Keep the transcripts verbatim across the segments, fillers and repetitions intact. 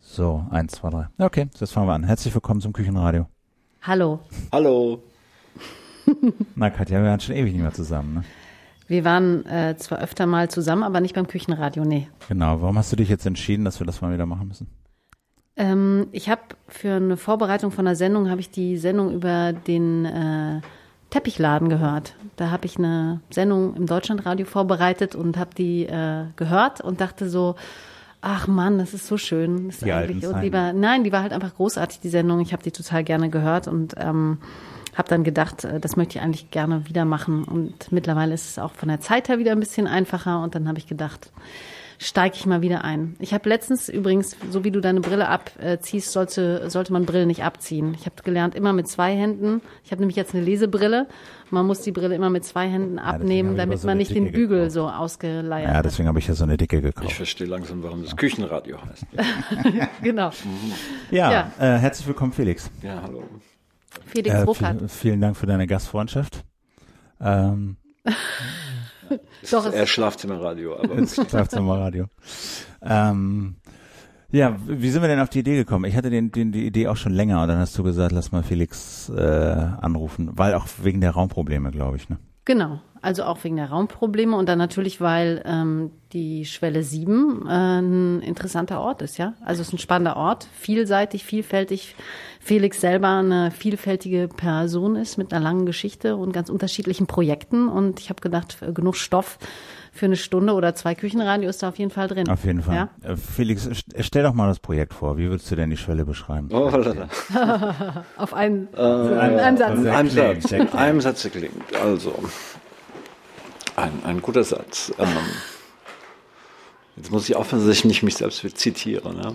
So, eins, zwei, drei. Okay, jetzt fangen wir an. Herzlich willkommen zum Küchenradio. Hallo. Hallo. Na Katja, wir waren schon ewig nicht mehr zusammen, ne? Wir waren äh, zwar öfter mal zusammen, aber nicht beim Küchenradio, nee. Genau, warum hast du dich jetzt entschieden, dass wir das mal wieder machen müssen? Ähm, ich habe für eine Vorbereitung von einer Sendung, habe ich die Sendung über den äh, Teppichladen gehört. Da habe ich eine Sendung im Deutschlandradio vorbereitet und habe die äh, gehört und dachte so, ach Mann, das ist so schön. Das ist die eigentlich, alten und die war, nein, die war halt einfach großartig, die Sendung. Ich habe die total gerne gehört und ähm, habe dann gedacht, das möchte ich eigentlich gerne wieder machen. Und mittlerweile ist es auch von der Zeit her wieder ein bisschen einfacher. Und dann habe ich gedacht, steige ich mal wieder ein. Ich habe letztens übrigens, so wie du deine Brille abziehst, sollte, sollte man Brille nicht abziehen. Ich habe gelernt, immer mit zwei Händen. Ich habe nämlich jetzt eine Lesebrille. Man muss die Brille immer mit zwei Händen abnehmen, ja, damit so man nicht den Bügel gekauft. so ausgeleiert hat. Ja, deswegen habe ich ja so eine dicke gekauft. Ich verstehe langsam, warum das Küchenradio heißt. Genau. Ja, ja. Äh, herzlich willkommen, Felix. Ja, hallo. Felix äh, Ruckert. Viel, vielen Dank für deine Gastfreundschaft. Ähm, Doch, ist eher Schlafzimmerradio. Aber Schlafzimmerradio. ähm, ja, wie sind wir denn auf die Idee gekommen? Ich hatte den, den, die Idee auch schon länger und dann hast du gesagt, lass mal Felix äh, anrufen, weil auch wegen der Raumprobleme, glaube ich, ne? Genau, also auch wegen der Raumprobleme und dann natürlich, weil ähm, die Schwelle sieben äh, ein interessanter Ort ist, ja. Also es ist ein spannender Ort, vielseitig, vielfältig. Felix selber eine vielfältige Person ist mit einer langen Geschichte und ganz unterschiedlichen Projekten und ich habe gedacht, genug Stoff für eine Stunde oder zwei Küchenradio ist da auf jeden Fall drin. Auf jeden Fall. Ja? Felix, stell doch mal das Projekt vor. Wie würdest du denn die Schwelle beschreiben? Oh, lala. Auf einen, äh, so einen, einen Satz. In einem Satz. In einem Satz klingt. Also, ein, ein guter Satz. Ähm, jetzt muss ich aufpassen, dass ich nicht mich selbst zitiere. Ne?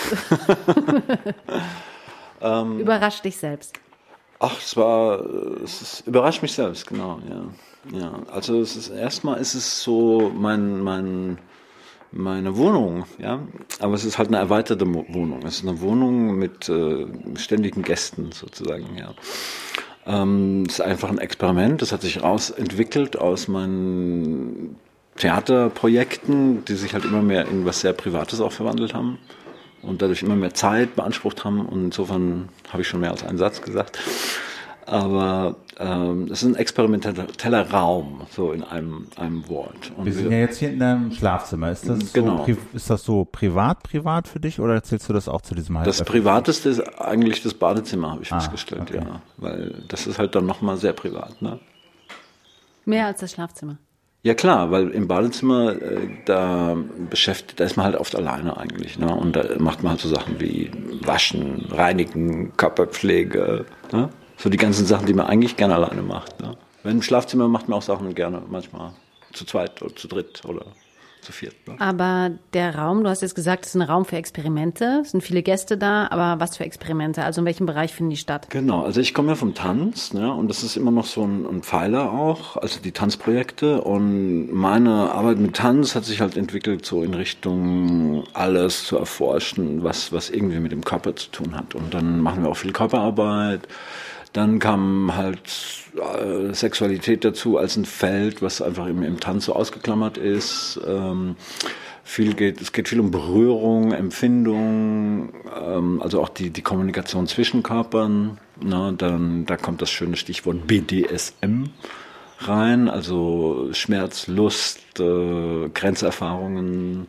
ähm, Überrasch dich selbst. Ach, es war, es ist, überrascht mich selbst, genau, ja. Ja, also es ist erstmal ist es so mein mein meine Wohnung, ja, aber es ist halt eine erweiterte Wohnung. Es ist eine Wohnung mit äh, ständigen Gästen sozusagen, ja. Ähm, es ist einfach ein Experiment. Das hat sich rausentwickelt aus meinen Theaterprojekten, die sich halt immer mehr in was sehr Privates auch verwandelt haben und dadurch immer mehr Zeit beansprucht haben. Und insofern habe ich schon mehr als einen Satz gesagt. Aber ähm, es ist ein experimenteller Raum, so in einem, einem Wort. Und wir sind wir, ja jetzt hier in deinem Schlafzimmer. Ist das, genau. so, ist das so privat, privat für dich oder zählst du das auch zu diesem Das Privateste ist eigentlich das Badezimmer, habe ich ah, festgestellt, okay. ja. Weil das ist halt dann nochmal sehr privat, ne? Mehr als das Schlafzimmer. Ja klar, weil im Badezimmer, äh, da beschäftigt, da ist man halt oft alleine eigentlich, ne? Und da macht man halt so Sachen wie Waschen, Reinigen, Körperpflege, ne? So die ganzen Sachen, die man eigentlich gerne alleine macht. Ne? Wenn im Schlafzimmer macht man auch Sachen gerne, manchmal zu zweit oder zu dritt oder zu viert. Ne? Aber der Raum, du hast jetzt gesagt, es ist ein Raum für Experimente, es sind viele Gäste da, aber was für Experimente? Also in welchem Bereich finden die statt? Genau, also ich komme ja vom Tanz, ne? Und das ist immer noch so ein, ein Pfeiler auch, also die Tanzprojekte. Und meine Arbeit mit Tanz hat sich halt entwickelt so in Richtung alles zu erforschen, was, was irgendwie mit dem Körper zu tun hat. Und dann machen wir auch viel Körperarbeit. Dann kam halt äh, Sexualität dazu als ein Feld, was einfach im, im Tanz so ausgeklammert ist. Ähm, viel geht, es geht viel um Berührung, Empfindung, ähm, also auch die, die Kommunikation zwischen Körpern. Na, dann, da kommt das schöne Stichwort B D S M rein, also Schmerz, Lust, äh, Grenzerfahrungen.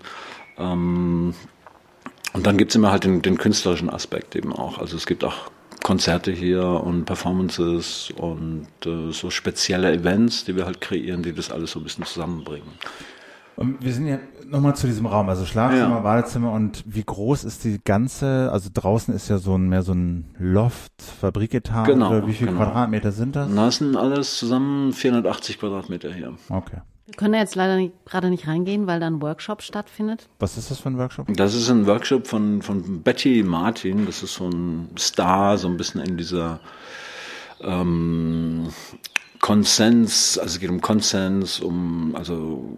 Ähm, und dann gibt's immer halt den, den künstlerischen Aspekt eben auch. Also es gibt auch Konzerte hier und Performances und äh, so spezielle Events, die wir halt kreieren, die das alles so ein bisschen zusammenbringen. Und wir sind ja nochmal zu diesem Raum, also Schlafzimmer, ja. Badezimmer und wie groß ist die ganze, also draußen ist ja so ein, mehr so ein Loft, Fabriketage, genau, wie viele genau. Quadratmeter sind das? Das sind alles zusammen vierhundertachtzig Quadratmeter hier. Okay. Wir können da jetzt leider nicht, gerade nicht reingehen, weil da ein Workshop stattfindet. Was ist das für ein Workshop? Das ist ein Workshop von, von Betty Martin. Das ist so ein Star, so ein bisschen in dieser ähm, Konsens, also es geht um Konsens, um also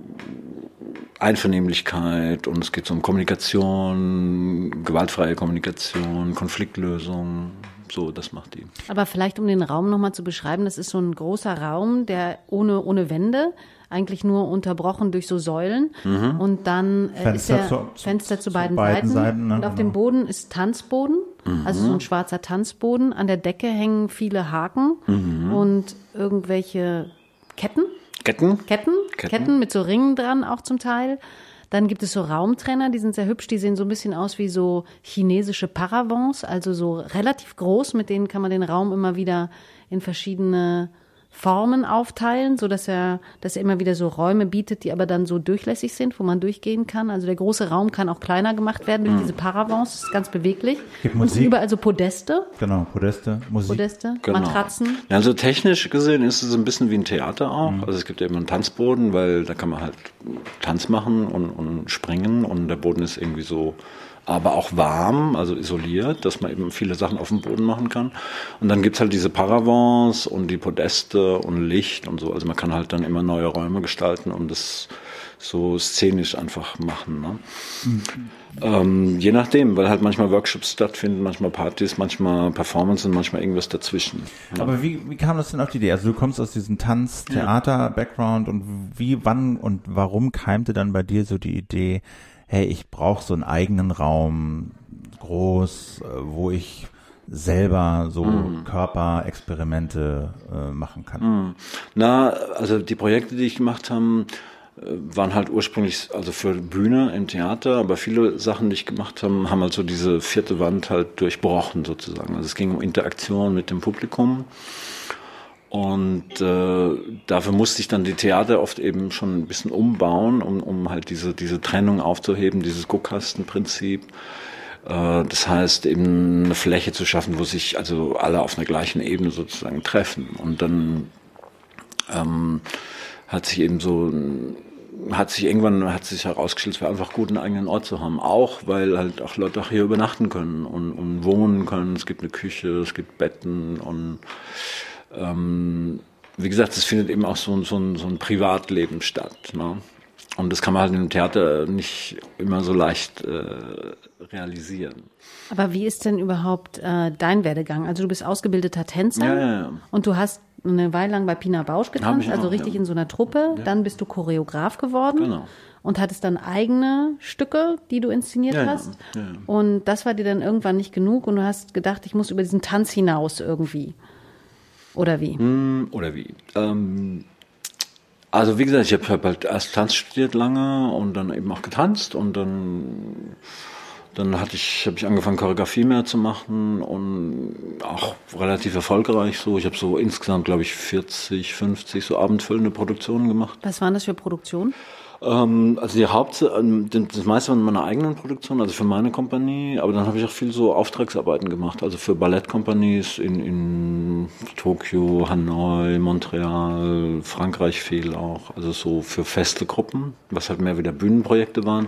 Einvernehmlichkeit und es geht so um Kommunikation, gewaltfreie Kommunikation, Konfliktlösung. So, das macht die. Aber vielleicht, um den Raum nochmal zu beschreiben, das ist so ein großer Raum, der ohne, ohne Wände, eigentlich nur unterbrochen durch so Säulen. Mhm. Und dann äh, Fenster ist der zu, Fenster zu, zu beiden, beiden Seiten. Seiten, ne? Und auf Genau. dem Boden ist Tanzboden, mhm. also so ein schwarzer Tanzboden. An der Decke hängen viele Haken mhm. und irgendwelche Ketten. Ketten? Ketten? Ketten? Ketten mit so Ringen dran auch zum Teil. Dann gibt es so Raumtrenner, die sind sehr hübsch, die sehen so ein bisschen aus wie so chinesische Paravents, also so relativ groß, mit denen kann man den Raum immer wieder in verschiedene Formen aufteilen, so dass er, dass er immer wieder so Räume bietet, die aber dann so durchlässig sind, wo man durchgehen kann. Also der große Raum kann auch kleiner gemacht werden durch mhm. diese Paravents, das ist ganz beweglich. Gibt Und es sind überall so Podeste. Genau, Podeste, Musik. Podeste, genau. Matratzen. Ja, also technisch gesehen ist es ein bisschen wie ein Theater auch. Mhm. Also es gibt ja immer einen Tanzboden, weil da kann man halt Tanz machen und, und springen und der Boden ist irgendwie so, aber auch warm, also isoliert, dass man eben viele Sachen auf dem Boden machen kann. Und dann gibt's halt diese Paravents und die Podeste und Licht und so. Also man kann halt dann immer neue Räume gestalten und das so szenisch einfach machen. Ne? Mhm. Ähm, je nachdem, weil halt manchmal Workshops stattfinden, manchmal Partys, manchmal Performance und manchmal irgendwas dazwischen. Ja. Aber wie, wie kam das denn auf die Idee? Also du kommst aus diesem Tanz-Theater-Background und wie, wann und warum keimte dann bei dir so die Idee, hey, ich brauche so einen eigenen Raum, groß, wo ich selber so mm. Körperexperimente äh, machen kann? Mm. Na, also die Projekte, die ich gemacht habe, waren halt ursprünglich also für Bühne im Theater, aber viele Sachen, die ich gemacht habe, haben halt so diese vierte Wand halt durchbrochen sozusagen. Also es ging um Interaktion mit dem Publikum. Und äh, dafür musste ich dann die Theater oft eben schon ein bisschen umbauen, um, um halt diese, diese Trennung aufzuheben, dieses Guckkastenprinzip. Äh, das heißt, eben eine Fläche zu schaffen, wo sich also alle auf einer gleichen Ebene sozusagen treffen. Und dann ähm, hat sich eben so, hat sich irgendwann hat sich herausgestellt, es wäre einfach gut, einen eigenen Ort zu haben. Auch, weil halt auch Leute auch hier übernachten können und, und wohnen können. Es gibt eine Küche, es gibt Betten und Ähm, wie gesagt, es findet eben auch so, so, ein, so ein Privatleben statt. Ne? Und das kann man halt im Theater nicht immer so leicht äh, realisieren. Aber wie ist denn überhaupt äh, dein Werdegang? Also du bist ausgebildeter Tänzer ja, ja, ja. und du hast eine Weile lang bei Pina Bausch getanzt, also auch, richtig ja. in so einer Truppe. Ja. Dann bist du Choreograf geworden. Genau. Und hattest dann eigene Stücke, die du inszeniert ja, hast. Ja, ja. Und das war dir dann irgendwann nicht genug und du hast gedacht, ich muss über diesen Tanz hinaus irgendwie. Oder wie? Oder wie? Ähm, also wie gesagt, ich habe hab halt erst Tanz studiert lange und dann eben auch getanzt und dann dann hatte ich habe ich angefangen Choreografie mehr zu machen und auch relativ erfolgreich so. Ich habe so insgesamt glaube ich vierzig, fünfzig so abendfüllende Produktionen gemacht. Was waren das für Produktionen? Also die Haupt, das meiste waren meine eigenen Produktionen, also für meine Kompanie, aber dann habe ich auch viel so Auftragsarbeiten gemacht, also für Ballettkompanies in, in Tokio, Hanoi, Montreal, Frankreich viel auch, also so für feste Gruppen, was halt mehr wieder Bühnenprojekte waren.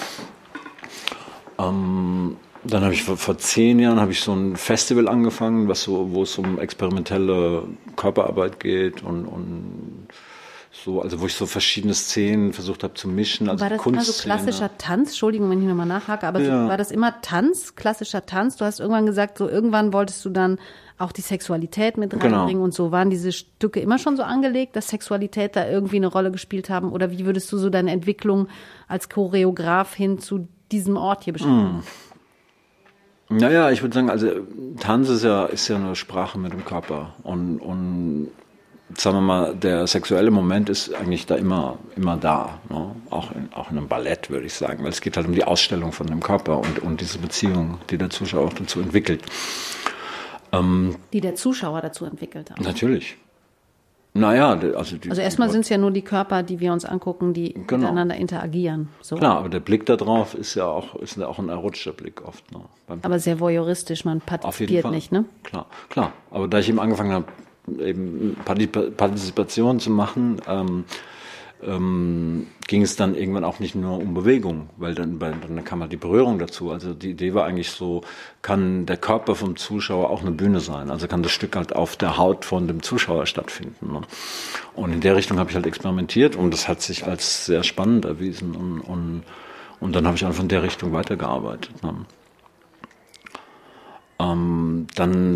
Ähm, dann habe ich vor, vor zehn Jahren habe ich so ein Festival angefangen, was so, wo es um experimentelle Körperarbeit geht und, und so, also wo ich so verschiedene Szenen versucht habe zu mischen. Also war das immer so klassischer Tanz? Entschuldigung, wenn ich nochmal nachhake, aber ja. so, war das immer Tanz, klassischer Tanz? Du hast irgendwann gesagt, so irgendwann wolltest du dann auch die Sexualität mit reinbringen genau. und so. Waren diese Stücke immer schon so angelegt, dass Sexualität da irgendwie eine Rolle gespielt haben? Oder wie würdest du so deine Entwicklung als Choreograf hin zu diesem Ort hier beschreiben? Mm. Naja, ich würde sagen, also Tanz ist ja, ist ja eine Sprache mit dem Körper und, und sagen wir mal, der sexuelle Moment ist eigentlich da immer, immer da, ne? auch, in, auch in einem Ballett, würde ich sagen, weil es geht halt um die Ausstellung von dem Körper und, und diese Beziehung, die der Zuschauer auch dazu entwickelt. Ähm, die der Zuschauer dazu entwickelt hat. Natürlich. Naja, also die, Also erstmal sind es ja nur die Körper, die wir uns angucken, die genau. miteinander interagieren. So. Klar, aber der Blick da drauf ist ja auch, ist ja auch ein erotischer Blick oft. Ne? Aber sehr voyeuristisch, man partizipiert nicht, ne? Klar, klar. Aber da ich eben angefangen habe, eben Partizipation zu machen, ähm, ähm, ging es dann irgendwann auch nicht nur um Bewegung, weil dann, weil dann kam halt die Berührung dazu. Also die Idee war eigentlich so, kann der Körper vom Zuschauer auch eine Bühne sein? Also kann das Stück halt auf der Haut von dem Zuschauer stattfinden. Ne? Und in der Richtung habe ich halt experimentiert und das hat sich als sehr spannend erwiesen und, und, und dann habe ich einfach in der Richtung weitergearbeitet. Ne? Ähm, dann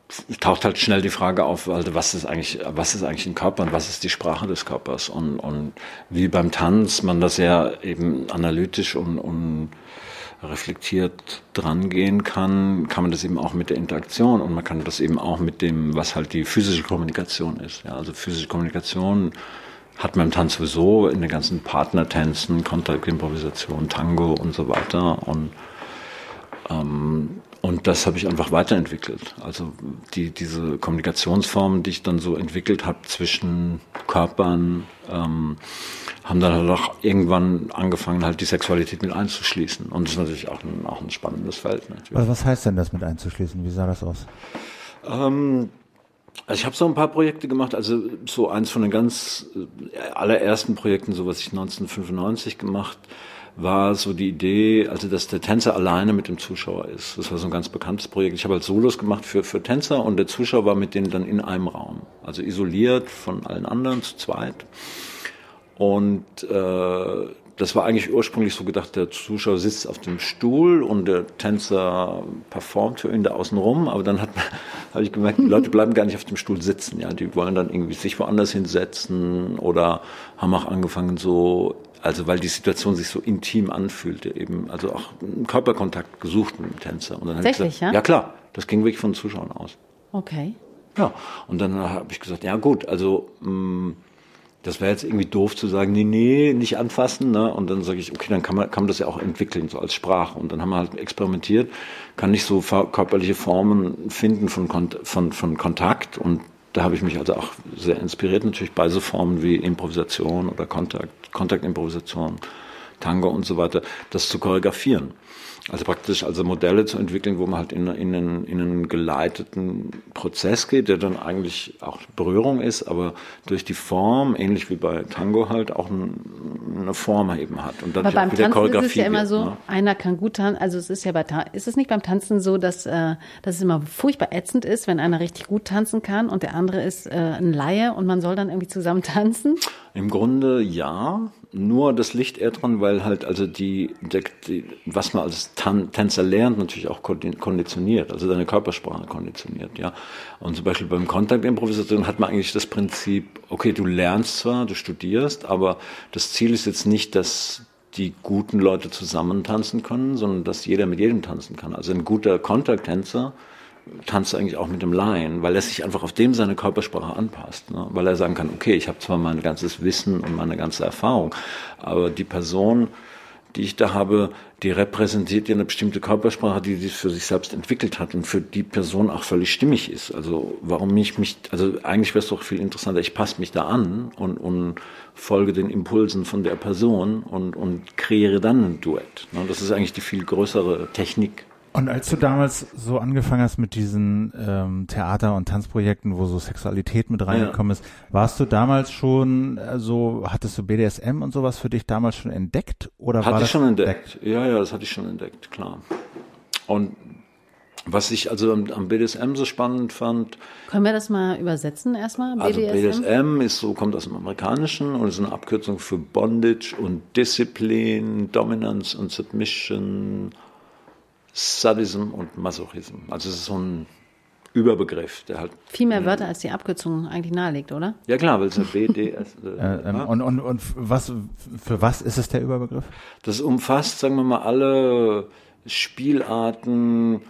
taucht halt schnell die Frage auf, also was ist eigentlich, was ist eigentlich ein Körper und was ist die Sprache des Körpers? Und, und wie beim Tanz man das ja eben analytisch und, und reflektiert drangehen kann, kann man das eben auch mit der Interaktion und man kann das eben auch mit dem, was halt die physische Kommunikation ist. Ja, also physische Kommunikation hat man im Tanz sowieso in den ganzen Partnertänzen, Kontaktimprovisation, Tango und so weiter. Und ähm, Und das habe ich einfach weiterentwickelt. Also die, diese Kommunikationsformen, die ich dann so entwickelt habe zwischen Körpern, ähm, haben dann halt auch irgendwann angefangen, halt die Sexualität mit einzuschließen. Und das ist natürlich auch ein, auch ein spannendes Feld. Natürlich. Also was heißt denn das mit einzuschließen? Wie sah das aus? Ähm, also ich habe so ein paar Projekte gemacht. Also so eins von den ganz allerersten Projekten, so was ich neunzehnhundertfünfundneunzig gemacht war so die Idee, also dass der Tänzer alleine mit dem Zuschauer ist. Das war so ein ganz bekanntes Projekt. Ich habe halt Solos gemacht für, für Tänzer und der Zuschauer war mit denen dann in einem Raum. Also isoliert von allen anderen, zu zweit. Und äh, das war eigentlich ursprünglich so gedacht, der Zuschauer sitzt auf dem Stuhl und der Tänzer performt für ihn da außen rum. Aber dann hat habe ich gemerkt, die Leute bleiben gar nicht auf dem Stuhl sitzen. Ja, die wollen dann irgendwie sich woanders hinsetzen oder haben auch angefangen so, also weil die Situation sich so intim anfühlte, eben, also auch einen Körperkontakt gesucht mit dem Tänzer. Und dann Tatsächlich, ich gesagt, ja? Ja klar, das ging wirklich von den Zuschauern aus. Okay. Ja, und dann habe ich gesagt, ja gut, also mh, das wäre jetzt irgendwie doof zu sagen, nee, nee, nicht anfassen, ne? Und dann sage ich, okay, dann kann man, kann man das ja auch entwickeln, so als Sprache. Und dann haben wir halt experimentiert, kann ich so körperliche Formen finden von, von, von Kontakt. Und da habe ich mich also auch sehr inspiriert, natürlich bei so Formen wie Improvisation oder Kontakt, Kontaktimprovisation, Tango und so weiter, das zu choreografieren. Also praktisch also Modelle zu entwickeln, wo man halt in, in, einen, in einen geleiteten Prozess geht, der dann eigentlich auch Berührung ist, aber durch die Form, ähnlich wie bei Tango halt, auch ein, eine Form eben hat. Und aber beim auch wieder Tanzen Choreografie ist es ja immer wird, so, ne? einer kann gut tanzen, also es ist ja bei, ist es nicht beim Tanzen so, dass, äh, dass es immer furchtbar ätzend ist, wenn einer richtig gut tanzen kann und der andere ist äh, ein Laie und man soll dann irgendwie zusammen tanzen? Im Grunde ja, nur das liegt eher dran, weil halt also die, die, die was man als Tan- Tänzer lernt, natürlich auch konditioniert, also deine Körpersprache konditioniert, ja. Und zum Beispiel beim Kontaktimprovisation hat man eigentlich das Prinzip, okay, du lernst zwar, du studierst, aber das Ziel ist jetzt nicht, dass die guten Leute zusammen tanzen können, sondern dass jeder mit jedem tanzen kann. Also ein guter Kontakttänzer tanzt eigentlich auch mit dem Laien, weil er sich einfach auf dem seine Körpersprache anpasst, ne? Weil er sagen kann, okay, ich habe zwar mein ganzes Wissen und meine ganze Erfahrung, aber die Person, die ich da habe, die repräsentiert ja eine bestimmte Körpersprache, die sie für sich selbst entwickelt hat und für die Person auch völlig stimmig ist. Also warum ich mich, also eigentlich wäre es doch viel interessanter, ich passe mich da an und, und folge den Impulsen von der Person und, und kreiere dann ein Duett. Ne? Das ist eigentlich die viel größere Technik. Und als du damals so angefangen hast mit diesen ähm, Theater- und Tanzprojekten, wo so Sexualität mit reingekommen ist, warst du damals schon äh, so, hattest du B D S M und sowas für dich damals schon entdeckt? Oder Hatte war ich das schon entdeckt. Ja, ja, das hatte ich schon entdeckt, klar. Und was ich also am, am B D S M so spannend fand. Können wir das mal übersetzen erstmal? B D S M? Also B D S M ist so, kommt aus dem Amerikanischen und ist eine Abkürzung für Bondage und Discipline, Dominance und Submission, Sadism und Masochism. Also es ist so ein Überbegriff, der halt viel mehr Wörter als die Abkürzung eigentlich nahelegt, oder? Ja klar, weil es ja B D S. Äh, äh, ähm, und und und was für was ist es der Überbegriff? Das umfasst, sagen wir mal, alle Spielarten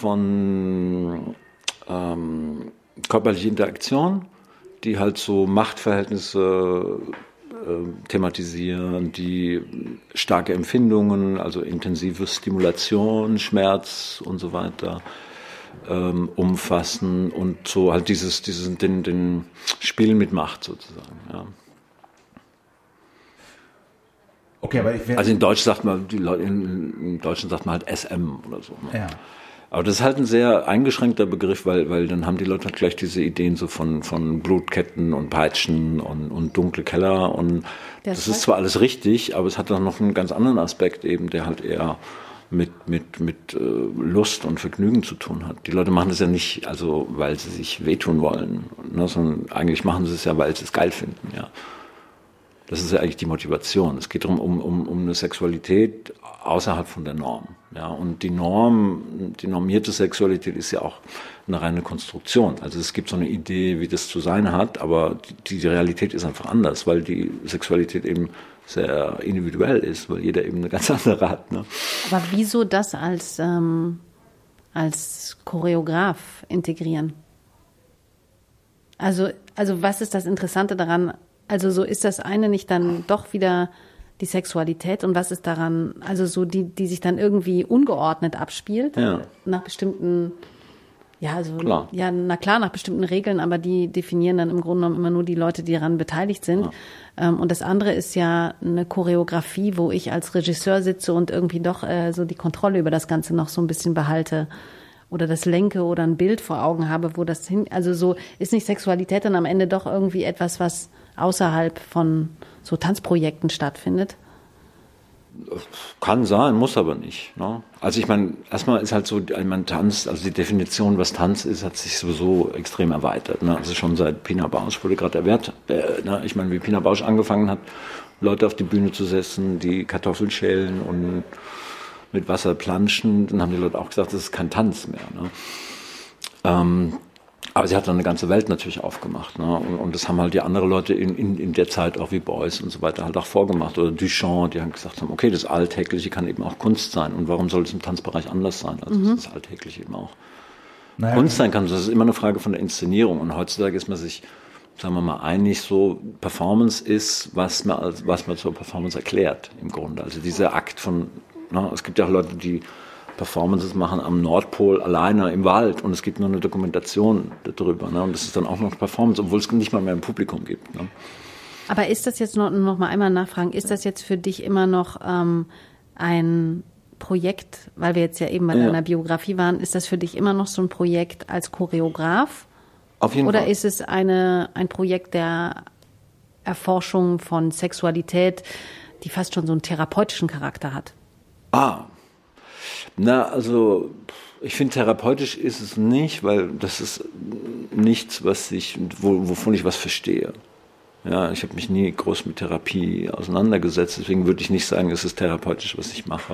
von ähm, körperlicher Interaktion, die halt so Machtverhältnisse äh, thematisieren, die starke Empfindungen, also intensive Stimulation, Schmerz und so weiter ähm, umfassen und so halt dieses, dieses den, den Spielen mit Macht sozusagen, ja. Okay, aber ich also in Deutsch sagt man, die Leute in, in Deutschland sagt man halt S M oder so. Ne? Ja. Aber das ist halt ein sehr eingeschränkter Begriff, weil, weil dann haben die Leute halt gleich diese Ideen so von, von Blutketten und Peitschen und, und dunkle Keller und das, das ist zwar alles richtig, aber es hat dann noch einen ganz anderen Aspekt eben, der halt eher mit, mit, mit äh, Lust und Vergnügen zu tun hat. Die Leute machen das ja nicht, also weil sie sich wehtun wollen, ne, sondern eigentlich machen sie es ja, weil sie es geil finden, ja. Das ist ja eigentlich die Motivation. Es geht darum, um, um, um eine Sexualität außerhalb von der Norm. Ja, und die Norm, die normierte Sexualität ist ja auch eine reine Konstruktion. Also es gibt so eine Idee, wie das zu sein hat, aber die, die Realität ist einfach anders, weil die Sexualität eben sehr individuell ist, weil jeder eben eine ganz andere hat. Ne? Aber wieso das als, ähm, als Choreograf integrieren? Also, also was ist das Interessante daran? Also so ist das eine nicht dann doch wieder die Sexualität und was ist daran, also so die, die sich dann irgendwie ungeordnet abspielt, ja. nach bestimmten, ja, also, klar. ja, na klar, nach bestimmten Regeln, aber die definieren dann im Grunde genommen immer nur die Leute, die daran beteiligt sind. Ja. Ähm, und das andere ist ja eine Choreografie, wo ich als Regisseur sitze und irgendwie doch äh, so die Kontrolle über das Ganze noch so ein bisschen behalte oder das lenke oder ein Bild vor Augen habe, wo das hin, also so ist nicht Sexualität dann am Ende doch irgendwie etwas, was außerhalb von so Tanzprojekten stattfindet? Kann sein, muss aber nicht. Ne? Also ich meine, erstmal ist halt so, ich meine, Tanz, also die Definition, was Tanz ist, hat sich sowieso extrem erweitert. Ne? Also schon seit Pina Bausch wurde gerade erwähnt. Äh, ne? Ich meine, wie Pina Bausch angefangen hat, Leute auf die Bühne zu setzen, die Kartoffeln schälen und mit Wasser planschen, dann haben die Leute auch gesagt, das ist kein Tanz mehr. Ne? Ähm, Aber sie hat dann eine ganze Welt natürlich aufgemacht. Ne? Und, und das haben halt die anderen Leute in, in, in der Zeit auch wie Beuys und so weiter halt auch vorgemacht. Oder Duchamp, die haben gesagt haben, okay, das Alltägliche kann eben auch Kunst sein. Und warum soll es im Tanzbereich anders sein? Also mhm. das Alltägliche eben auch naja, Kunst sein kann. Das ist immer eine Frage von der Inszenierung. Und heutzutage ist man sich, sagen wir mal, einig so, Performance ist, was man, als, was man zur Performance erklärt im Grunde. Also dieser Akt von, ne? Es gibt ja auch Leute, die Performances machen am Nordpol alleine im Wald und es gibt nur eine Dokumentation darüber. Ne? Und das ist dann auch noch Performance, obwohl es nicht mal mehr ein Publikum gibt. Ne? Aber ist das jetzt noch, noch mal einmal nachfragen, ist das jetzt für dich immer noch ähm, ein Projekt, weil wir jetzt ja eben bei ja. deiner Biografie waren, ist das für dich immer noch so ein Projekt als Choreograf? Auf jeden Oder Fall. ist es eine, ein Projekt der Erforschung von Sexualität, die fast schon so einen therapeutischen Charakter hat? Ah, Na, also ich finde, therapeutisch ist es nicht, weil das ist nichts, was ich, wo, wovon ich was verstehe. Ja, ich habe mich nie groß mit Therapie auseinandergesetzt, deswegen würde ich nicht sagen, es ist therapeutisch, was ich mache.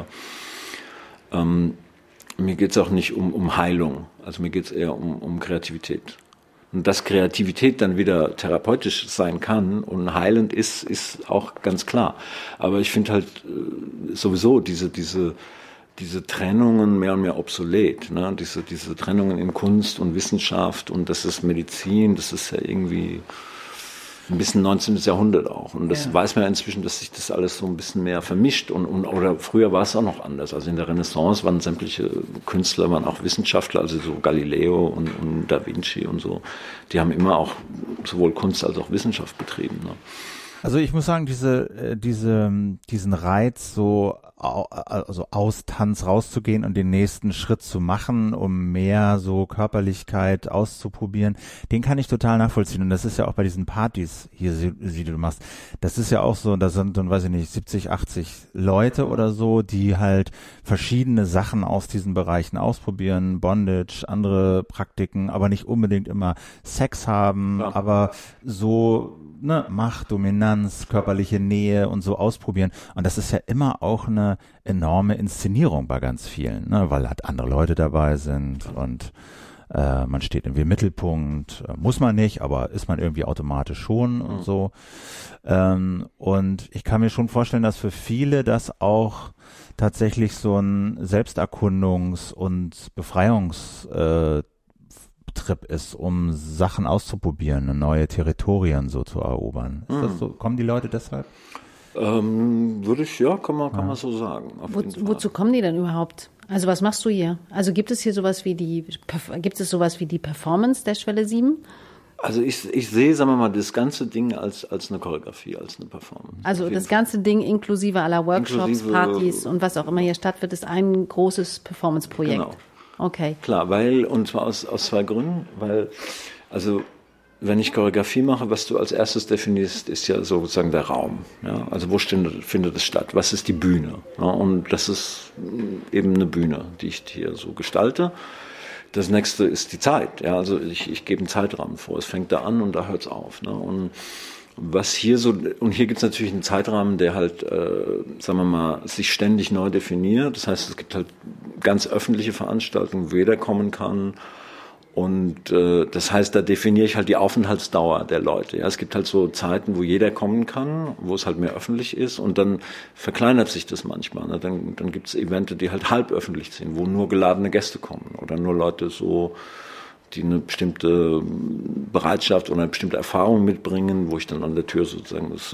Ähm, mir geht es auch nicht um, um Heilung, also mir geht es eher um, um Kreativität. Und dass Kreativität dann wieder therapeutisch sein kann und heilend ist, ist auch ganz klar. Aber ich finde halt äh, sowieso diese, diese diese Trennungen mehr und mehr obsolet, ne? Diese, diese Trennungen in Kunst und Wissenschaft und das ist Medizin, das ist ja irgendwie ein bisschen neunzehnten. Jahrhundert auch. Und das ja. weiß man ja inzwischen, dass sich das alles so ein bisschen mehr vermischt. Und, und, oder früher war es auch noch anders. Also in der Renaissance waren sämtliche Künstler, waren auch Wissenschaftler, also so Galileo und, und Da Vinci und so. Die haben immer auch sowohl Kunst als auch Wissenschaft betrieben. Ne? Also ich muss sagen, diese, diese, diesen Reiz, so also aus Tanz rauszugehen und den nächsten Schritt zu machen, um mehr so Körperlichkeit auszuprobieren, den kann ich total nachvollziehen. Und das ist ja auch bei diesen Partys hier, die du machst. Das ist ja auch so, da sind dann, weiß ich nicht, siebzig, achtzig Leute oder so, die halt verschiedene Sachen aus diesen Bereichen ausprobieren, Bondage, andere Praktiken, aber nicht unbedingt immer Sex haben, ja. aber so ne, Macht, Dominanz, körperliche Nähe und so ausprobieren. Und das ist ja immer auch eine enorme Inszenierung bei ganz vielen, ne, weil halt andere Leute dabei sind und äh, man steht irgendwie im Mittelpunkt. Äh, muss man nicht, aber ist man irgendwie automatisch schon und so. Ähm, und ich kann mir schon vorstellen, dass für viele das auch tatsächlich so ein Selbsterkundungs- und Befreiungs- äh, Trip ist, um Sachen auszuprobieren, neue Territorien so zu erobern. Ist das so? Kommen die Leute deshalb? Ähm, würde ich, ja, kann man, kann ja. man so sagen. Wo, wozu kommen die denn überhaupt? Also was machst du hier? Also gibt es hier sowas wie die, gibt es sowas wie die Performance der Schwelle sieben? Also ich, ich sehe, sagen wir mal, das ganze Ding als, als eine Choreografie, als eine Performance. Also das ganze Ding inklusive aller Workshops, inklusive, Partys und was auch immer hier stattfindet, ist ein großes Performance-Projekt. Genau. Okay. Klar, weil, und zwar aus, aus zwei Gründen, weil, also, wenn ich Choreografie mache, was du als erstes definierst, ist ja sozusagen der Raum. Ja? Also wo findet, findet es statt? Was ist die Bühne? Ja? Und das ist eben eine Bühne, die ich hier so gestalte. Das nächste ist die Zeit. Ja? Also ich, ich gebe einen Zeitrahmen vor. Es fängt da an und da hört es auf. Ne? Und was hier so, und hier gibt es natürlich einen Zeitrahmen, der halt, äh, sagen wir mal, sich ständig neu definiert. Das heißt, es gibt halt ganz öffentliche Veranstaltungen, wo jeder kommen kann. Und äh, das heißt, da definiere ich halt die Aufenthaltsdauer der Leute. Ja, es gibt halt so Zeiten, wo jeder kommen kann, wo es halt mehr öffentlich ist, und dann verkleinert sich das manchmal. Ne? Dann, dann gibt es Events, die halt halb öffentlich sind, wo nur geladene Gäste kommen oder nur Leute so, die eine bestimmte Bereitschaft oder eine bestimmte Erfahrung mitbringen, wo ich dann an der Tür sozusagen das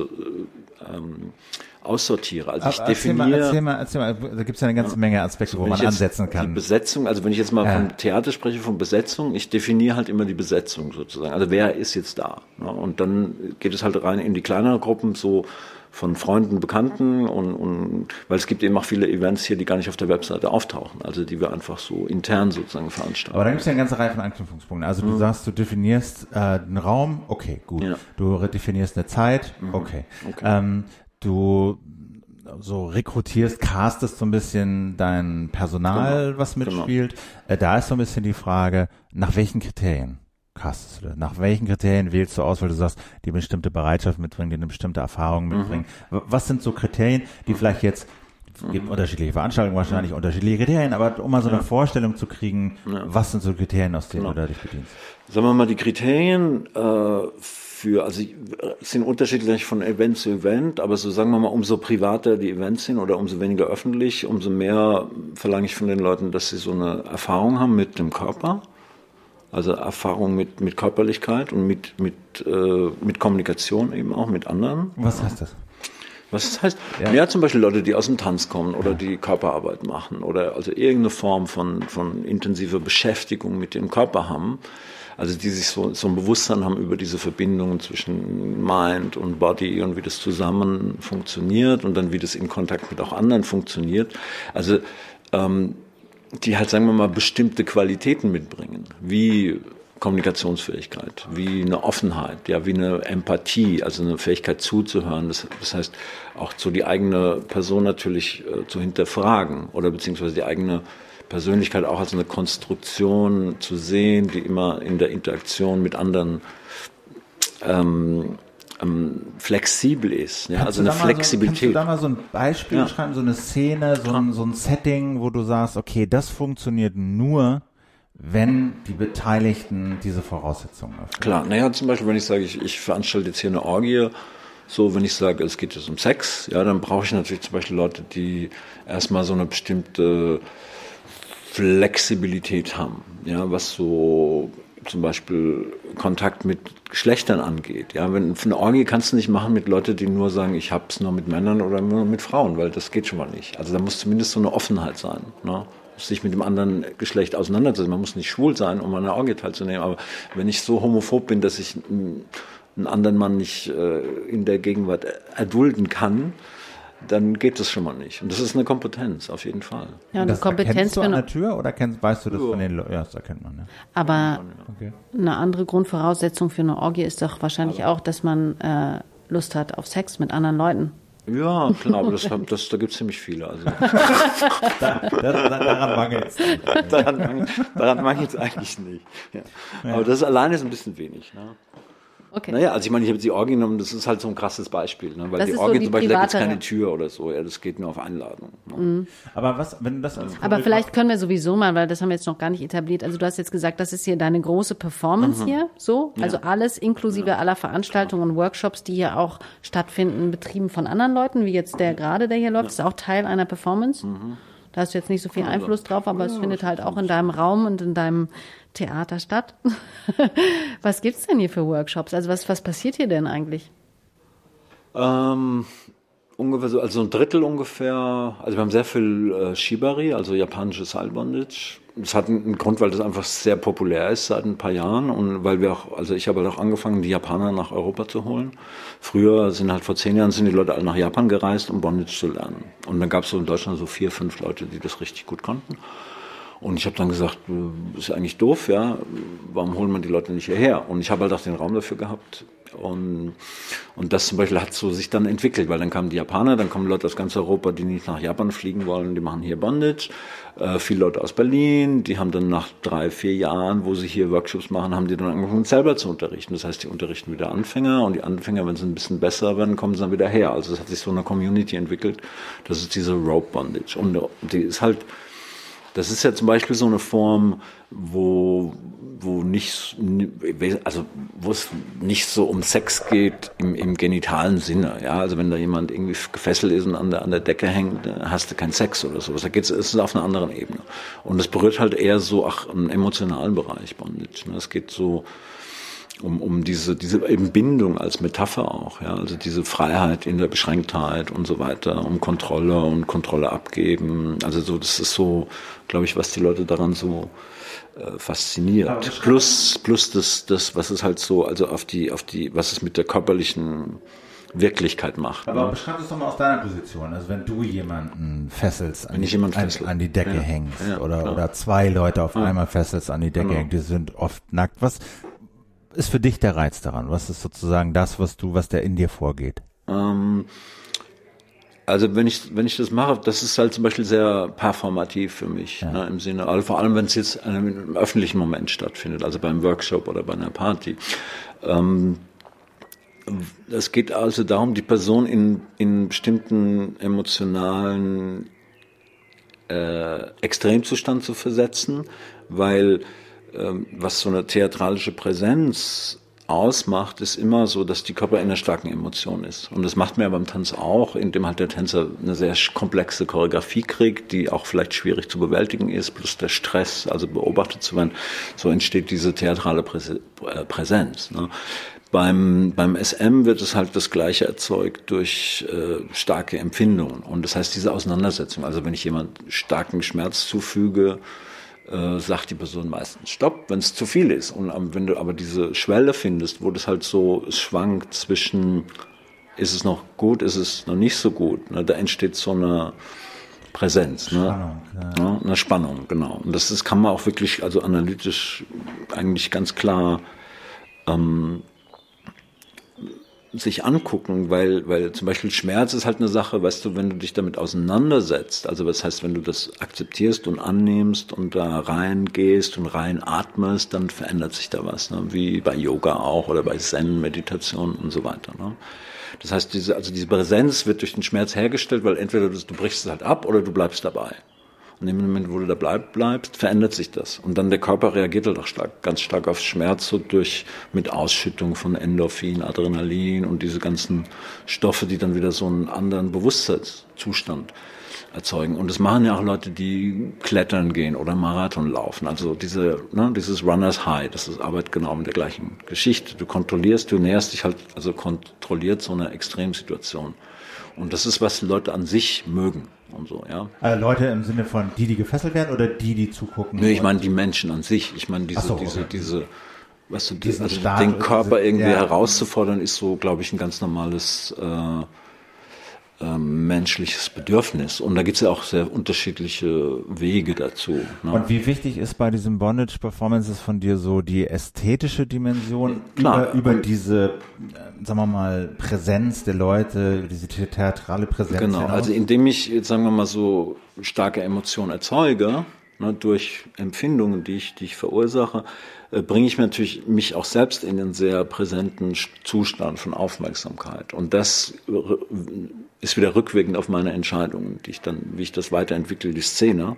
ähm, aussortiere. Also ich Aber erzähl definiere. Mal, erzähl mal, erzähl mal, da gibt es ja eine ganze Menge Aspekte, wo man ansetzen kann. Die Besetzung, also wenn ich jetzt mal ja. vom Theater spreche, von Besetzung, ich definiere halt immer die Besetzung sozusagen. Also wer ist jetzt da? Ne? Und dann geht es halt rein in die kleineren Gruppen, so von Freunden, Bekannten, und, und weil es gibt eben auch viele Events hier, die gar nicht auf der Webseite auftauchen, also die wir einfach so intern sozusagen veranstalten. Aber da gibt es ja eine ganze Reihe von Anknüpfungspunkten. Also du mhm. sagst, du definierst äh, einen Raum, okay, gut. Ja. Du definierst eine Zeit, mhm. okay. okay. Ähm, du so rekrutierst, castest so ein bisschen dein Personal, genau. was mitspielt. Genau. Äh, da ist so ein bisschen die Frage, nach welchen Kriterien castest du? Nach welchen Kriterien wählst du aus, weil du sagst, die eine bestimmte Bereitschaft mitbringen, die eine bestimmte Erfahrung mitbringen? Mhm. Was sind so Kriterien, die vielleicht jetzt, es gibt unterschiedliche Veranstaltungen, wahrscheinlich mhm. unterschiedliche Kriterien, aber um mal so eine ja. Vorstellung zu kriegen, ja. was sind so Kriterien, aus denen genau. du da dich bedienst? Sagen wir mal, die Kriterien äh, für, also es sind unterschiedlich von Event zu Event, aber so sagen wir mal, umso privater die Events sind oder umso weniger öffentlich, umso mehr verlange ich von den Leuten, dass sie so eine Erfahrung haben mit dem Körper. Also Erfahrung mit, mit Körperlichkeit und mit, mit, äh, mit Kommunikation eben auch mit anderen. Was heißt das? Was das heißt? Ja. ja, zum Beispiel Leute, die aus dem Tanz kommen oder die Körperarbeit machen oder also irgendeine Form von, von intensiver Beschäftigung mit dem Körper haben. Also die sich so, so ein Bewusstsein haben über diese Verbindungen zwischen Mind und Body und wie das zusammen funktioniert und dann wie das in Kontakt mit auch anderen funktioniert. Also ähm, die halt, sagen wir mal, bestimmte Qualitäten mitbringen, wie Kommunikationsfähigkeit, wie eine Offenheit, ja, wie eine Empathie, also eine Fähigkeit zuzuhören. Das, das heißt, auch so die eigene Person natürlich äh, zu hinterfragen oder beziehungsweise die eigene Persönlichkeit auch als eine Konstruktion zu sehen, die immer in der Interaktion mit anderen ähm, ähm, flexibel ist. Ja? Also eine Flexibilität. So, kannst du da mal so ein Beispiel ja. schreiben, so eine Szene, so ein, so ein Setting, wo du sagst, okay, das funktioniert nur, wenn die Beteiligten diese Voraussetzungen erfüllen? Klar, naja, zum Beispiel, wenn ich sage, ich, ich veranstalte jetzt hier eine Orgie, so, wenn ich sage, es geht jetzt um Sex, ja, dann brauche ich natürlich zum Beispiel Leute, die erstmal so eine bestimmte Flexibilität haben, ja, was so zum Beispiel Kontakt mit Geschlechtern angeht. Ja, wenn für eine Orgie kannst du nicht machen mit Leuten, die nur sagen, ich hab's nur mit Männern oder nur mit Frauen, weil das geht schon mal nicht. Also da muss zumindest so eine Offenheit sein, ne? Sich mit dem anderen Geschlecht auseinandersetzen. Man muss nicht schwul sein, um an einer Orgie teilzunehmen, aber wenn ich so homophob bin, dass ich einen anderen Mann nicht äh, in der Gegenwart erdulden kann, dann geht das schon mal nicht. Und das ist eine Kompetenz, auf jeden Fall. Ja, und das Kompetenz erkennst du an der Tür oder kennst, weißt du das ja. von den Leuten? Ja, das erkennt man. Ja. Aber okay. eine andere Grundvoraussetzung für eine Orgie ist doch wahrscheinlich auch, dass man äh, Lust hat auf Sex mit anderen Leuten. Ja, klar, aber das, das, da gibt es ziemlich viele. Also. da, da, daran mangelt es daran mangelt daran mangelt's eigentlich nicht. Ja. Ja. Aber das alleine ist ein bisschen wenig. Ne? Okay. Naja, also ich meine, ich habe die Orgie genommen, das ist halt so ein krasses Beispiel, ne? Weil das die Orgie so die zum Beispiel, da gibt es keine Tür oder so, ja, das geht nur auf Einladung. Ne? Mhm. Aber was, wenn das als Aber vielleicht können wir sowieso mal, weil das haben wir jetzt noch gar nicht etabliert, also du hast jetzt gesagt, das ist hier deine große Performance mhm. hier, so, also ja. alles inklusive ja. aller Veranstaltungen und Workshops, die hier auch stattfinden, betrieben von anderen Leuten, wie jetzt der gerade, der hier läuft, ja. ist auch Teil einer Performance. Mhm. Da hast du jetzt nicht so viel Einfluss drauf, aber es findet halt auch in deinem Raum und in deinem Theater statt. Was gibt's denn hier für Workshops? Also was, was passiert hier denn eigentlich? Ähm, ungefähr so, also ein Drittel ungefähr, also wir haben sehr viel äh, Shibari, also japanische Seilbondage. Das hat einen Grund, weil das einfach sehr populär ist seit ein paar Jahren und weil wir auch, also ich habe halt auch angefangen, die Japaner nach Europa zu holen. Früher sind halt vor zehn Jahren sind die Leute alle nach Japan gereist, um Bondage zu lernen. Und dann gab es so in Deutschland so vier, fünf Leute, die das richtig gut konnten. Und ich habe dann gesagt, ist ja eigentlich doof, ja, warum holen wir die Leute nicht hierher? Und ich habe halt auch den Raum dafür gehabt. Und, und das zum Beispiel hat so sich dann entwickelt, weil dann kamen die Japaner, dann kommen Leute aus ganz Europa, die nicht nach Japan fliegen wollen, die machen hier Bondage. Äh, viele Leute aus Berlin, die haben dann nach drei, vier Jahren, wo sie hier Workshops machen, haben die dann angefangen selber zu unterrichten. Das heißt, die unterrichten wieder Anfänger und die Anfänger, wenn sie ein bisschen besser werden, kommen sie dann wieder her. Also es hat sich so eine Community entwickelt. Das ist diese Rope Bondage. Und die ist halt, das ist ja zum Beispiel so eine Form, wo, wo nicht, also, wo es nicht so um Sex geht im, im genitalen Sinne, ja. Also, wenn da jemand irgendwie gefesselt ist und an der, an der Decke hängt, hast du keinen Sex oder sowas. Da geht's, ist es auf einer anderen Ebene. Und es berührt halt eher so, ach, einen emotionalen Bereich, Bondage, ne. Es geht so, um, um diese, diese eben Bindung als Metapher auch, ja, also diese Freiheit in der Beschränktheit und so weiter, um Kontrolle und Kontrolle abgeben, also so, das ist so, glaube ich, was die Leute daran so äh, fasziniert. Plus, plus das, das, was es halt so, also auf die, auf die, was es mit der körperlichen Wirklichkeit macht. Aber ne? beschreib es doch mal aus deiner Position. Also wenn du jemanden fesselst, an, Wenn ich die, jemanden an, fessel. an die Decke Ja. hängst Ja, oder, klar. oder zwei Leute auf Ja. einmal fesselst, an die Decke Genau. hängt, die sind oft nackt. Was ist für dich der Reiz daran? Was ist sozusagen das, was du, was da in dir vorgeht? Ähm, also wenn ich wenn ich das mache, das ist halt zum Beispiel sehr performativ für mich, Ja. ne, im Sinne, also vor allem wenn es jetzt in einem öffentlichen Moment stattfindet, also beim Workshop oder bei einer Party. Ähm, es geht also darum, die Person in in bestimmten emotionalen äh, Extremzustand zu versetzen, weil ähm, was so eine theatralische Präsenz ausmacht, ist immer so, dass die Körper in einer starken Emotion ist. Und das macht man ja beim Tanz auch, indem halt der Tänzer eine sehr komplexe Choreografie kriegt, die auch vielleicht schwierig zu bewältigen ist, plus der Stress, also beobachtet zu werden. So entsteht diese theatrale Präse- äh, Präsenz. Ne? Beim, beim S M wird es halt das Gleiche erzeugt durch äh, starke Empfindungen. Und das heißt, diese Auseinandersetzung, also wenn ich jemand starken Schmerz zufüge, äh, sagt die Person meistens Stopp, wenn es zu viel ist. Und ähm, wenn du aber diese Schwelle findest, wo das halt so es schwankt zwischen, ist es noch gut, ist es noch nicht so gut, ne? Da entsteht so eine Präsenz, ne? Spannung, ja. Ja, eine Spannung, genau. Und das ist, kann man auch wirklich, also analytisch eigentlich ganz klar ähm, sich angucken, weil, weil zum Beispiel Schmerz ist halt eine Sache, weißt du, wenn du dich damit auseinandersetzt, also was heißt, wenn du das akzeptierst und annimmst und da reingehst und rein atmest, dann verändert sich da was, ne? Wie bei Yoga auch oder bei Zen-Meditation und so weiter, ne? Das heißt, diese, also diese Präsenz wird durch den Schmerz hergestellt, weil entweder du, du brichst es halt ab oder du bleibst dabei. Und im Moment, wo du da bleib, bleibst, verändert sich das. Und dann der Körper reagiert halt auch stark, ganz stark auf Schmerz, so durch, mit Ausschüttung von Endorphin, Adrenalin und diese ganzen Stoffe, die dann wieder so einen anderen Bewusstseinszustand erzeugen. Und das machen ja auch Leute, die klettern gehen oder Marathon laufen. Also diese, ne, dieses Runners High, das ist Arbeit genau mit der gleichen Geschichte. Du kontrollierst, du näherst dich halt, also kontrolliert so eine Extremsituation. Und das ist, was Leute an sich mögen und so, ja. Äh, Leute im Sinne von die, die gefesselt werden oder die, die zugucken? Nee, ich meine die Menschen an sich. Ich meine diese, Ach so, diese, okay. diese, weißt du, die, Diesen also Status, den Körper diese- irgendwie ja. herauszufordern, ist so, glaube ich, ein ganz normales äh, äh, menschliches Bedürfnis. Und da gibt es ja auch sehr unterschiedliche Wege dazu. Ne? Und wie wichtig ist bei diesen Bondage-Performances von dir so die ästhetische Dimension Klar. über, über Und- diese, äh, sagen wir mal, Präsenz der Leute, diese the- theatrale Präsenz? Genau, hinaus? also indem ich jetzt, sagen wir mal, so starke Emotionen erzeuge, ne, durch Empfindungen, die ich, die ich verursache, äh, bringe ich mir natürlich mich auch selbst in einen sehr präsenten Sch- Zustand von Aufmerksamkeit. Und das äh, ist wieder rückwirkend auf meine Entscheidungen, die ich dann, wie ich das weiterentwickle, die Szene.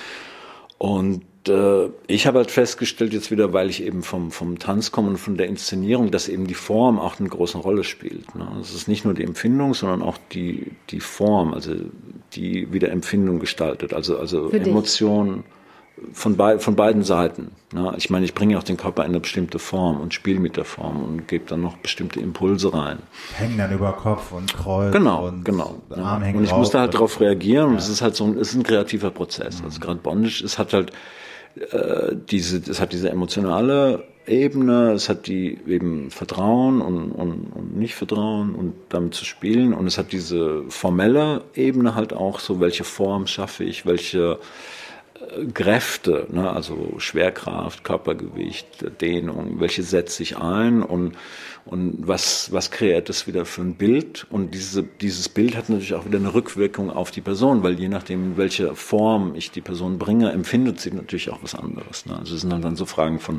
Und äh, ich habe halt festgestellt jetzt wieder, weil ich eben vom, vom Tanz komme und von der Inszenierung, dass eben die Form auch eine große Rolle spielt. Ne? Es ist nicht nur die Empfindung, sondern auch die, die Form, also die wieder Empfindung gestaltet, also, also Für dich. Emotionen von, bei, von beiden Seiten. Ne? Ich meine, ich bringe ja auch den Körper in eine bestimmte Form und spiele mit der Form und gebe dann noch bestimmte Impulse rein. Hängen dann über Kopf und Kreuz Genau, und genau. Arm Ja. hängt Und ich drauf musste halt und- darauf reagieren und Ja. es ist halt so ein, es ist ein kreativer Prozess. Also gerade Bondage, es hat halt äh, diese, es hat diese emotionale Ebene, es hat die eben Vertrauen und, und, und nicht Vertrauen und damit zu spielen und es hat diese formelle Ebene halt auch so, welche Form schaffe ich, welche Kräfte, ne, also Schwerkraft, Körpergewicht, Dehnung, welche setze ich ein und, und was, was kreiert das wieder für ein Bild? Und diese, dieses Bild hat natürlich auch wieder eine Rückwirkung auf die Person, weil je nachdem, in welcher Form ich die Person bringe, empfindet sie natürlich auch was anderes. Ne? Also es sind dann so Fragen von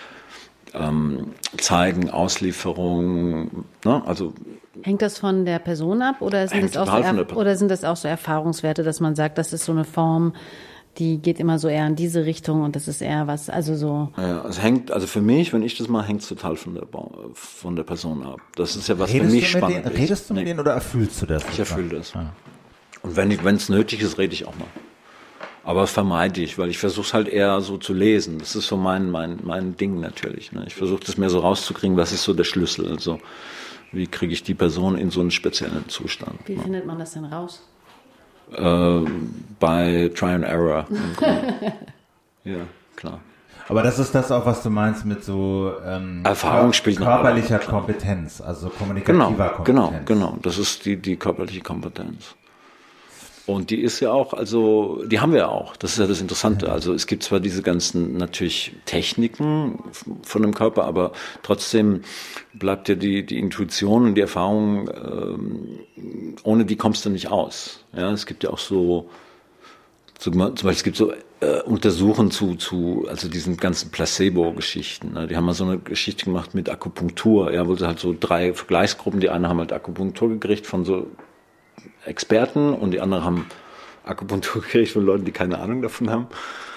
ähm, Zeigen, Auslieferung, ne? Also hängt das von der Person ab oder sind, das auch so er- oder sind das auch so Erfahrungswerte, dass man sagt, das ist so eine Form, die geht immer so eher in diese Richtung und das ist eher was, also so. Ja, es hängt, also für mich, wenn ich das mache, hängt es total von der, von der Person ab. Das ist ja was redest für mich du mit spannend denen, ist. Redest du mit nee. denen oder erfüllst du das? Ich erfülle das. Ja. Und wenn ich, wenn es nötig ist, rede ich auch mal. Aber das vermeide ich, weil ich versuche es halt eher so zu lesen. Das ist so mein, mein, mein Ding natürlich. Ne? Ich versuche das mehr so rauszukriegen, was ist so der Schlüssel. Also wie kriege ich die Person in so einen speziellen Zustand. Wie ne? findet man das denn raus? Äh, bei Try and Error. Ja, klar. Aber das ist das auch, was du meinst mit so ähm, Erfahrung spielt körperlicher Kompetenz, also kommunikativer genau, Kompetenz. Genau, genau. Das ist die, die körperliche Kompetenz. Und die ist ja auch, also die haben wir ja auch. Das ist ja das Interessante. Also es gibt zwar diese ganzen natürlich Techniken von dem Körper, aber trotzdem bleibt ja die die Intuition und die Erfahrung, ähm, ohne die kommst du nicht aus. Ja, es gibt ja auch so, so zum Beispiel es gibt so äh, Untersuchungen zu zu also diesen ganzen Placebo-Geschichten. Ne? Die haben mal so eine Geschichte gemacht mit Akupunktur. Ja, wo sie halt so drei Vergleichsgruppen. Die eine haben halt Akupunktur gekriegt von so Experten und die anderen haben Akupunktur gekriegt von Leuten, die keine Ahnung davon haben.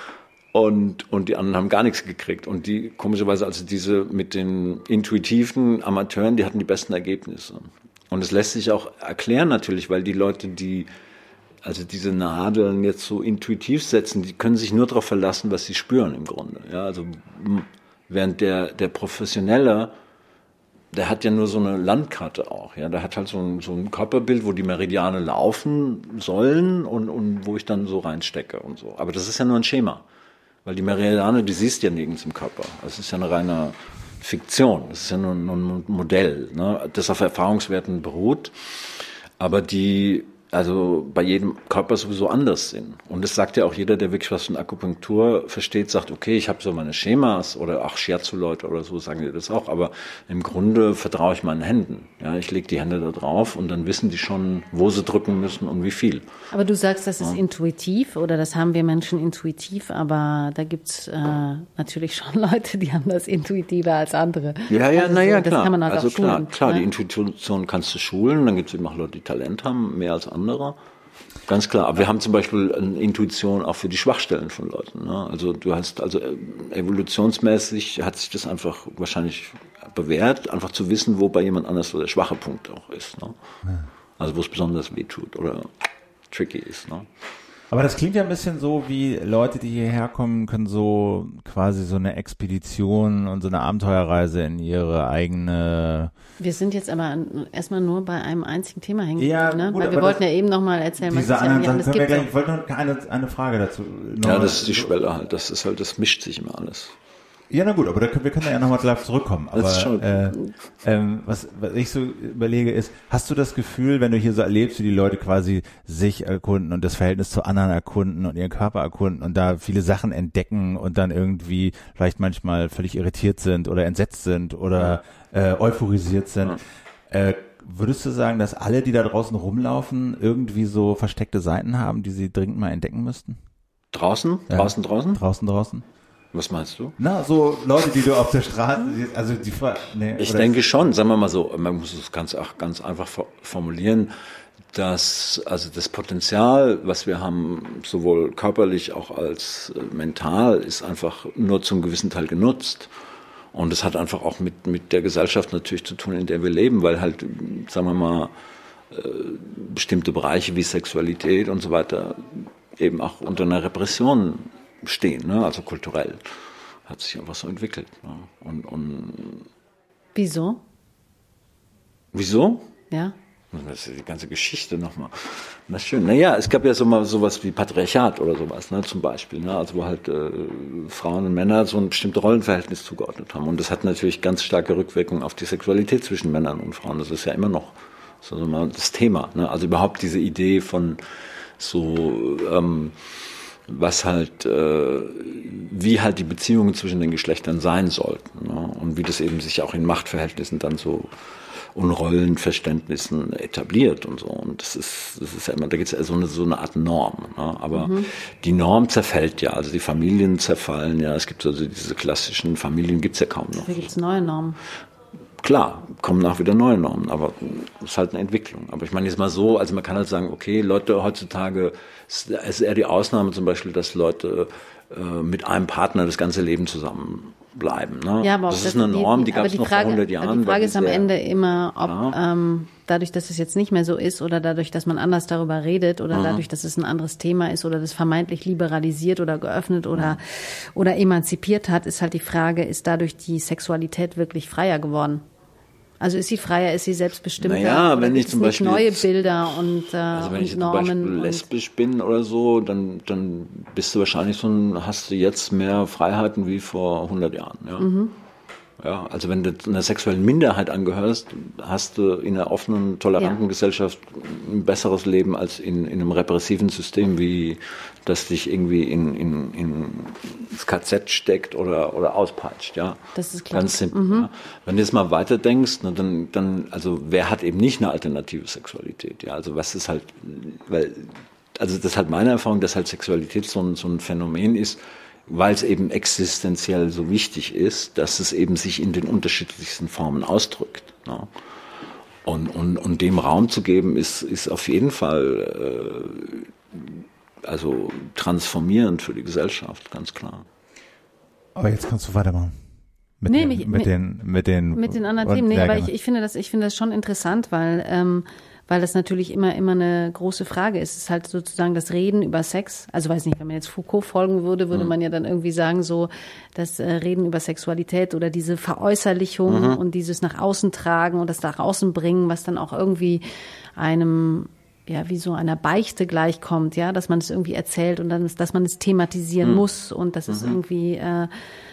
Und, und die anderen haben gar nichts gekriegt. Und die, komischerweise, also diese mit den intuitiven Amateuren, die hatten die besten Ergebnisse. Und es lässt sich auch erklären natürlich, weil die Leute, die also diese Nadeln jetzt so intuitiv setzen, die können sich nur darauf verlassen, was sie spüren im Grunde. Ja, also während der, der Professionelle, der hat ja nur so eine Landkarte auch, ja. Der hat halt so ein, so ein Körperbild, wo die Meridiane laufen sollen und, und wo ich dann so reinstecke und so. Aber das ist ja nur ein Schema. Weil die Meridiane, die siehst du ja nirgends im Körper. Das ist ja eine reine Fiktion. Das ist ja nur, nur ein Modell, ne, das auf Erfahrungswerten beruht. Aber die, also bei jedem Körper sowieso anders sind. Und das sagt ja auch jeder, der wirklich was von Akupunktur versteht, sagt, okay, ich habe so meine Schemas oder auch Shiatsu-Leute oder so sagen die das auch, aber im Grunde vertraue ich meinen Händen. Ja, ich lege die Hände da drauf und dann wissen die schon, wo sie drücken müssen und wie viel. Aber du sagst, das ist ja intuitiv oder das haben wir Menschen intuitiv, aber da gibt's äh, natürlich schon Leute, die haben das intuitiver als andere. Ja, ja, also naja, so, das klar. kann man halt also auch klar, schulen, klar, ne? Die Intuition kannst du schulen, dann gibt es eben auch Leute, die Talent haben, mehr als andere. Andere. Ganz klar. Aber wir haben zum Beispiel eine Intuition auch für die Schwachstellen von Leuten. Ne? Also du hast, also evolutionsmäßig hat sich das einfach wahrscheinlich bewährt, einfach zu wissen, wo bei jemand anders so der schwache Punkt auch ist. Ne? Also wo es besonders weh tut oder tricky ist. Ne? Aber das klingt ja ein bisschen so, wie Leute, die hierher kommen, können so quasi so eine Expedition und so eine Abenteuerreise in ihre eigene... Wir sind jetzt aber erstmal nur bei einem einzigen Thema hängen. Ja, ne? gut, Weil wir wollten ja eben nochmal erzählen, was es ja anderen alles Sachen gibt. Gleich, ich wollte noch eine, eine Frage dazu. Ja, das ist die Schwelle halt. Das ist halt, das mischt sich immer alles. Ja, na gut, aber da können, wir können da ja nochmal drauf zurückkommen. Aber das ist schon äh, ähm, was, was ich so überlege ist, hast du das Gefühl, wenn du hier so erlebst, wie die Leute quasi sich erkunden und das Verhältnis zu anderen erkunden und ihren Körper erkunden und da viele Sachen entdecken und dann irgendwie vielleicht manchmal völlig irritiert sind oder entsetzt sind oder äh, euphorisiert sind, ja. äh, würdest du sagen, dass alle, die da draußen rumlaufen, irgendwie so versteckte Seiten haben, die sie dringend mal entdecken müssten? Draußen? Ja. Draußen, draußen? Draußen, draußen. Was meinst du? Na, so Leute, die du auf der Straße siehst, also die nee, Ich denke schon, sagen wir mal so, man muss es ganz, auch ganz einfach formulieren, dass also das Potenzial, was wir haben, sowohl körperlich auch als mental, ist einfach nur zum gewissen Teil genutzt. Und es hat einfach auch mit, mit der Gesellschaft natürlich zu tun, in der wir leben, weil halt, sagen wir mal, bestimmte Bereiche wie Sexualität und so weiter eben auch unter einer Repression stehen, ne? Also kulturell hat sich einfach so entwickelt. Ne? Und, und Wieso? Wieso? Ja. Das ist die ganze Geschichte nochmal. Na schön. Naja, es gab ja so mal sowas wie Patriarchat oder sowas, ne, zum Beispiel, ne? Also wo halt äh, Frauen und Männer so ein bestimmtes Rollenverhältnis zugeordnet haben. Und das hat natürlich ganz starke Rückwirkungen auf die Sexualität zwischen Männern und Frauen. Das ist ja immer noch so mal das Thema. Ne? Also überhaupt diese Idee von so ähm, was halt, äh, wie halt die Beziehungen zwischen den Geschlechtern sein sollten, ne? Und wie das eben sich auch in Machtverhältnissen dann so und Rollenverständnissen etabliert und so. Und das ist, das ist ja immer, da gibt es ja so eine, so eine Art Norm. Ne? Aber mhm. die Norm zerfällt ja, also die Familien zerfallen ja. Es gibt also diese klassischen Familien, gibt es ja kaum noch. Da gibt es neue Normen. Klar, kommen auch wieder neue Normen, aber es ist halt eine Entwicklung. Aber ich meine jetzt mal so, also man kann halt sagen, okay, Leute heutzutage, es ist eher die Ausnahme zum Beispiel, dass Leute äh, mit einem Partner das ganze Leben zusammen bleiben. Ne? Ja, aber das ist eine Norm, die, die gab es noch vor hundert Jahren. Die Frage ist am Ende immer, ob ähm, dadurch, dass es jetzt nicht mehr so ist oder dadurch, dass man anders darüber redet oder mhm. dadurch, dass es ein anderes Thema ist oder das vermeintlich liberalisiert oder geöffnet oder, mhm. oder emanzipiert hat, ist halt die Frage, ist dadurch die Sexualität wirklich freier geworden? Also ist sie freier, ist sie selbstbestimmter? Naja, wenn ich zum Beispiel neue jetzt, Bilder und, äh, also wenn und ich Normen zum Beispiel lesbisch bin oder so, dann, dann bist du wahrscheinlich so ein, hast du jetzt mehr Freiheiten wie vor hundert Jahren. Ja. Mhm. Ja, also wenn du einer sexuellen Minderheit angehörst, hast du in einer offenen, toleranten ja. Gesellschaft ein besseres Leben als in, in einem repressiven System, wie das dich irgendwie in, in, in ins K Z steckt oder, oder auspeitscht. Ja, das ist klar. Ganz simpel. Mhm. Ja. Wenn du jetzt mal weiter denkst, ne, dann, dann, also wer hat eben nicht eine alternative Sexualität? Ja, also was ist halt, weil, also das ist halt meine Erfahrung, dass halt Sexualität so ein, so ein Phänomen ist, weil es eben existenziell so wichtig ist, dass es eben sich in den unterschiedlichsten Formen ausdrückt. Ne? Und, und, und dem Raum zu geben, ist, ist auf jeden Fall äh, also transformierend für die Gesellschaft, ganz klar. Aber jetzt kannst du weitermachen. Mit, nee, den, mich, mit, mit den, mit den mit den anderen Themen. Nee, aber ich, ich finde das, ich finde das schon interessant, weil ähm, weil das natürlich immer immer eine große Frage ist. Es ist halt sozusagen das Reden über Sex. Also weiß nicht, wenn man jetzt Foucault folgen würde, würde mhm. man ja dann irgendwie sagen, so das äh, Reden über Sexualität oder diese Veräußerlichung mhm. und dieses nach außen tragen und das nach außen bringen, was dann auch irgendwie einem, ja, wie so einer Beichte gleichkommt, ja, dass man es irgendwie erzählt und dann, dass man es thematisieren mhm. muss und dass es mhm. irgendwie äh,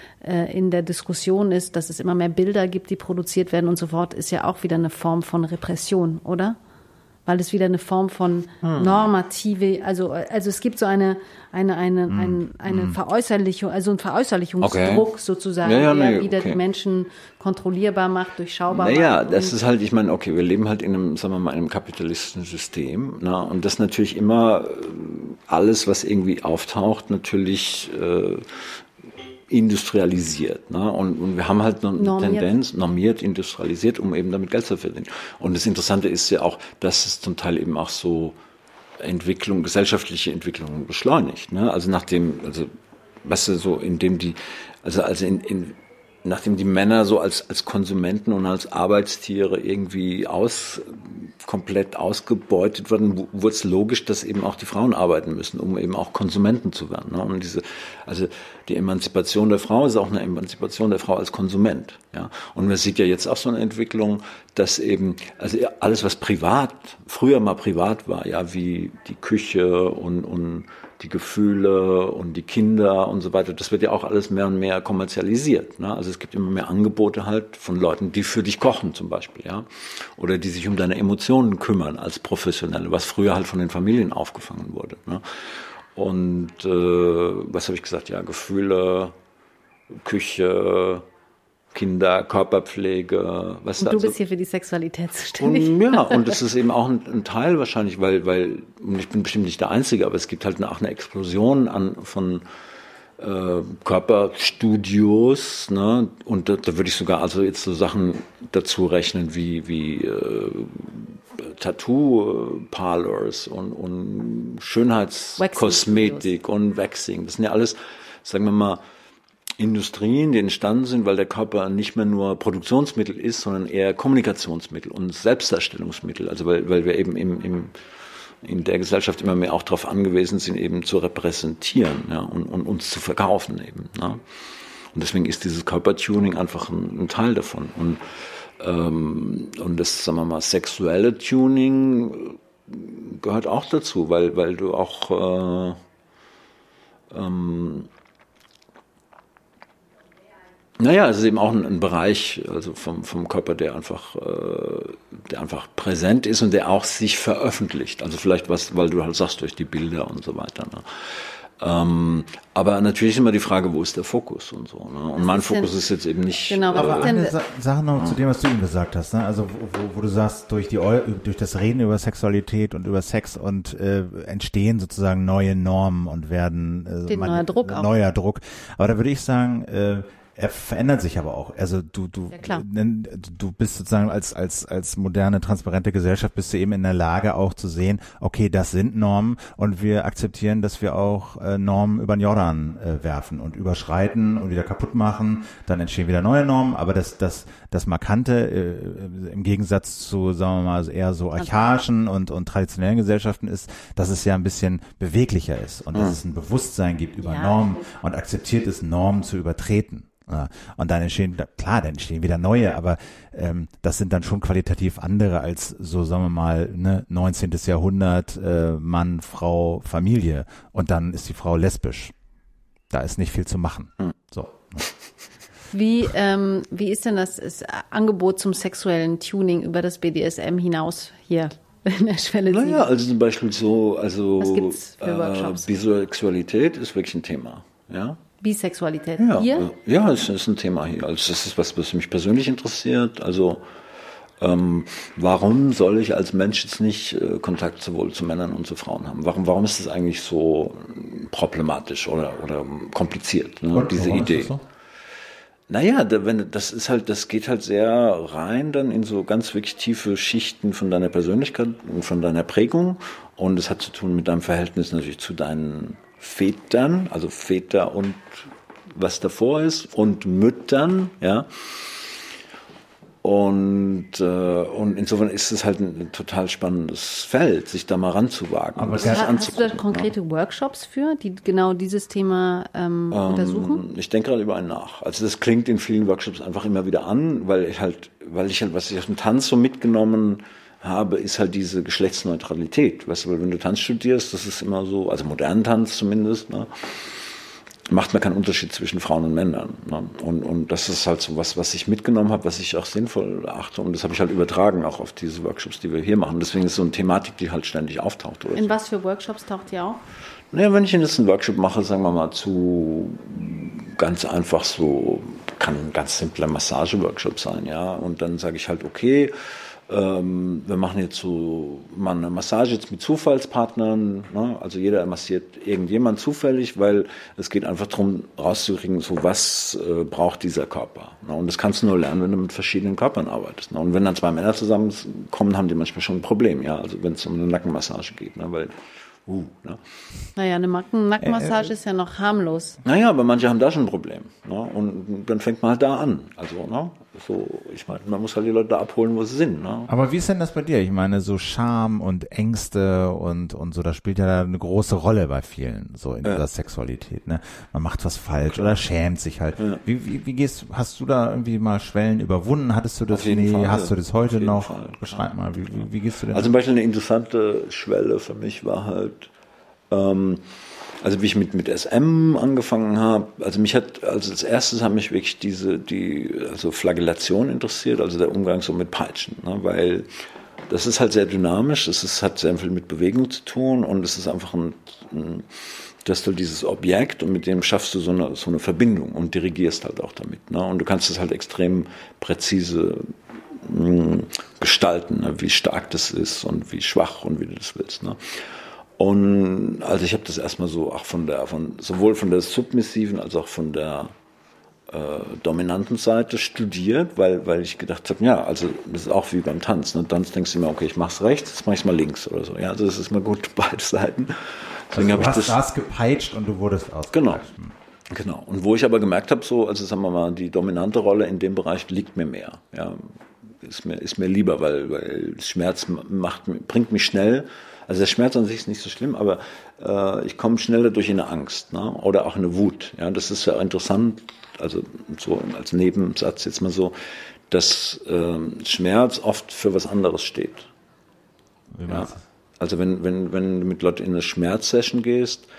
in der Diskussion ist, dass es immer mehr Bilder gibt, die produziert werden und so fort, ist ja auch wieder eine Form von Repression, oder? Weil es wieder eine Form von hm. normative, also also es gibt so eine eine eine hm. eine, eine hm. Veräußerlichung, also ein Veräußerlichungsdruck okay. sozusagen, ja, ja, der nee, wieder okay. die Menschen kontrollierbar macht, durchschaubar naja, macht. Naja, das ist halt, ich meine, okay, wir leben halt in einem, sagen wir mal, in einem kapitalistischen System, na, und das natürlich immer alles, was irgendwie auftaucht, natürlich äh, industrialisiert, ne? Und, und wir haben halt eine normiert. Tendenz, normiert, industrialisiert, um eben damit Geld zu verdienen. Und das Interessante ist ja auch, dass es zum Teil eben auch so Entwicklung, gesellschaftliche Entwicklungen beschleunigt, ne? Also nachdem, also, weißt du, so, indem die, also, also in, in, nachdem die Männer so als, als Konsumenten und als Arbeitstiere irgendwie aus, komplett ausgebeutet wurden, wurde es logisch, dass eben auch die Frauen arbeiten müssen, um eben auch Konsumenten zu werden. Ne? Und diese, also die Emanzipation der Frau ist auch eine Emanzipation der Frau als Konsument. Ja? Und man sieht ja jetzt auch so eine Entwicklung, dass eben, also alles, was privat, früher mal privat war, ja, wie die Küche und, und die Gefühle und die Kinder und so weiter, das wird ja auch alles mehr und mehr kommerzialisiert. Ne? Also es gibt immer mehr Angebote halt von Leuten, die für dich kochen zum Beispiel, ja, oder die sich um deine Emotionen kümmern als Professionelle, was früher halt von den Familien aufgefangen wurde. Ne? Und äh, was habe ich gesagt? Ja, Gefühle, Küche, Kinder, Körperpflege. Was und du also, bist hier für die Sexualität zuständig. Und, ja, und das ist eben auch ein, ein Teil wahrscheinlich, weil, weil, und ich bin bestimmt nicht der Einzige, aber es gibt halt auch eine Explosion an, von äh, Körperstudios, ne? Und da, da würde ich sogar also jetzt so Sachen dazu rechnen wie, wie äh, Tattoo-Parlors und, und Schönheitskosmetik und Waxing. Das sind ja alles, sagen wir mal, Industrien, die entstanden sind, weil der Körper nicht mehr nur Produktionsmittel ist, sondern eher Kommunikationsmittel und Selbstdarstellungsmittel. Also weil, weil wir eben im, im, in der Gesellschaft immer mehr auch darauf angewiesen sind, eben zu repräsentieren, ja, und, und uns zu verkaufen eben. Ja. Und deswegen ist dieses Körpertuning einfach ein, ein Teil davon. Und, ähm, und das, sagen wir mal, sexuelle Tuning gehört auch dazu, weil, weil du auch äh, ähm, naja, es ist eben auch ein, ein Bereich, also vom, vom Körper, der einfach, äh, der einfach präsent ist und der auch sich veröffentlicht. Also vielleicht was, weil du halt sagst, durch die Bilder und so weiter. Ne? Ähm, aber natürlich ist immer die Frage, wo ist der Fokus und so. Ne? Und was mein ist Fokus denn, ist jetzt eben nicht. Genau, was Aber ist denn, eine Sa Sache noch zu dem, was du eben gesagt hast, ne? Also wo, wo du sagst, durch die Eu durch das Reden über Sexualität und über Sex und äh, entstehen sozusagen neue Normen und werden äh, Den man, neuer Druck auch. neuer Druck. Aber da würde ich sagen, äh, er verändert sich aber auch. Also du du Ja, klar. du bist sozusagen als als als moderne transparente Gesellschaft bist du eben in der Lage auch zu sehen, okay, das sind Normen und wir akzeptieren, dass wir auch äh, Normen über den Jordan äh, werfen und überschreiten und wieder kaputt machen, dann entstehen wieder neue Normen, aber das das das markante äh, im Gegensatz zu, sagen wir mal, also eher so archaischen und und traditionellen Gesellschaften ist, dass es ja ein bisschen beweglicher ist und dass es ein Bewusstsein gibt über Ja. Normen und akzeptiert ist, Normen zu übertreten. Ja, und dann entstehen, klar, dann entstehen wieder neue, aber ähm, das sind dann schon qualitativ andere als so, sagen wir mal, ne, neunzehnten. Jahrhundert, äh, Mann, Frau, Familie und dann ist die Frau lesbisch. Da ist nicht viel zu machen. Hm. So. wie, ähm, wie ist denn das, das Angebot zum sexuellen Tuning über das B D S M hinaus hier in der Schwelle sieben? Naja, also zum Beispiel so, also Was gibt's für Workshops? Äh, Bisexualität ist wirklich ein Thema. Ja. Bisexualität. Ja, Hier? äh, ja, es ist ein Thema hier. Also das ist was, was mich persönlich interessiert. Also ähm, warum soll ich als Mensch jetzt nicht äh, Kontakt sowohl zu Männern und zu Frauen haben? Warum, warum ist das eigentlich so problematisch oder, oder kompliziert, ne, Und diese warum Idee? ist das so? Naja, da, wenn, das ist halt, das geht halt sehr rein dann in so ganz wirklich tiefe Schichten von deiner Persönlichkeit und von deiner Prägung. Und es hat zu tun mit deinem Verhältnis natürlich zu deinen Vätern, also Väter und was davor ist, und Müttern, ja. Und, äh, und insofern ist es halt ein total spannendes Feld, sich da mal ranzuwagen. Aber das gar- sich Hast, hast du da anzugucken, konkrete Workshops für, die genau dieses Thema ähm, untersuchen? Ich denke gerade über einen nach. Also das klingt in vielen Workshops einfach immer wieder an, weil ich halt, weil ich halt, was ich aus dem Tanz so mitgenommen habe, ist halt diese Geschlechtsneutralität. Weißt du, weil wenn du Tanz studierst, das ist immer so, also modernen Tanz zumindest, ne, macht man keinen Unterschied zwischen Frauen und Männern. Ne? Und, und das ist halt so was, was ich mitgenommen habe, was ich auch sinnvoll erachte. Und das habe ich halt übertragen auch auf diese Workshops, die wir hier machen. Deswegen ist es so eine Thematik, die halt ständig auftaucht. Oder In so. was für Workshops taucht ihr auf? Naja, wenn ich jetzt einen Workshop mache, sagen wir mal zu ganz einfach so, kann ein ganz simpler Massage-Workshop sein, ja. Und dann sage ich halt, okay, ähm, wir machen jetzt so mal eine Massage jetzt mit Zufallspartnern, ne? Also jeder massiert irgendjemand zufällig, weil es geht einfach darum, rauszukriegen, so was äh, braucht dieser Körper. Ne? Und das kannst du nur lernen, wenn du mit verschiedenen Körpern arbeitest. Ne? Und wenn dann zwei Männer zusammenkommen, haben die manchmal schon ein Problem, ja. Also wenn es um eine Nackenmassage geht, ne? Weil Uh, ne? Naja, eine Nacken Nackenmassage äh, ist ja noch harmlos. Naja, aber manche haben da schon ein Problem. Ne? Und dann fängt man halt da an. Also, ne? So, ich meine, man muss halt die Leute da abholen, wo sie sind. Ne? Aber wie ist denn das bei dir? Ich meine, so Scham und Ängste und und so, das spielt ja da eine große Rolle bei vielen, so in ja. dieser Sexualität. Ne? Man macht was falsch Klar. oder schämt sich halt. Ja. Wie, wie, wie gehst, hast du da irgendwie mal Schwellen überwunden? Hattest du das? Nee, Fall, hast du das heute noch? Fall. Beschreib mal, wie, wie, wie gehst du denn? Also zum Beispiel eine interessante Schwelle für mich war halt, ähm, also wie ich mit, mit S M angefangen habe, also mich hat, also als erstes haben mich wirklich diese, die, also Flagellation interessiert, also der Umgang so mit Peitschen, ne, weil das ist halt sehr dynamisch, es ist, hat sehr viel mit Bewegung zu tun und es ist einfach ein, ein du hast halt dieses Objekt und mit dem schaffst du so eine, so eine Verbindung und dirigierst halt auch damit, ne, und du kannst es halt extrem präzise mh, gestalten, ne, wie stark das ist und wie schwach und wie du das willst, ne. Und also ich habe das erstmal so auch von der, von sowohl von der submissiven als auch von der äh, dominanten Seite studiert, weil weil ich gedacht habe, ja, also das ist auch wie beim Tanz. Ne? Tanz denkst du immer, okay, ich mach's rechts, jetzt mach ich's mal links oder so. Ja, also das ist mal gut beide Seiten. Deswegen also du hast das gepeitscht und du wurdest ausgepeitscht. Genau. Genau. Und wo ich aber gemerkt habe, so, also sagen wir mal, die dominante Rolle in dem Bereich liegt mir mehr. Ja, ist mir ist mir lieber, weil weil Schmerz macht bringt mich schnell. Also der Schmerz an sich ist nicht so schlimm, aber äh, ich komme schneller durch eine Angst, ne? Oder auch eine Wut. Ja, das ist ja interessant, also so als Nebensatz jetzt mal so, dass äh, Schmerz oft für was anderes steht. Wie ja? Also wenn, wenn, wenn du mit Leuten in eine Schmerzsession gehst,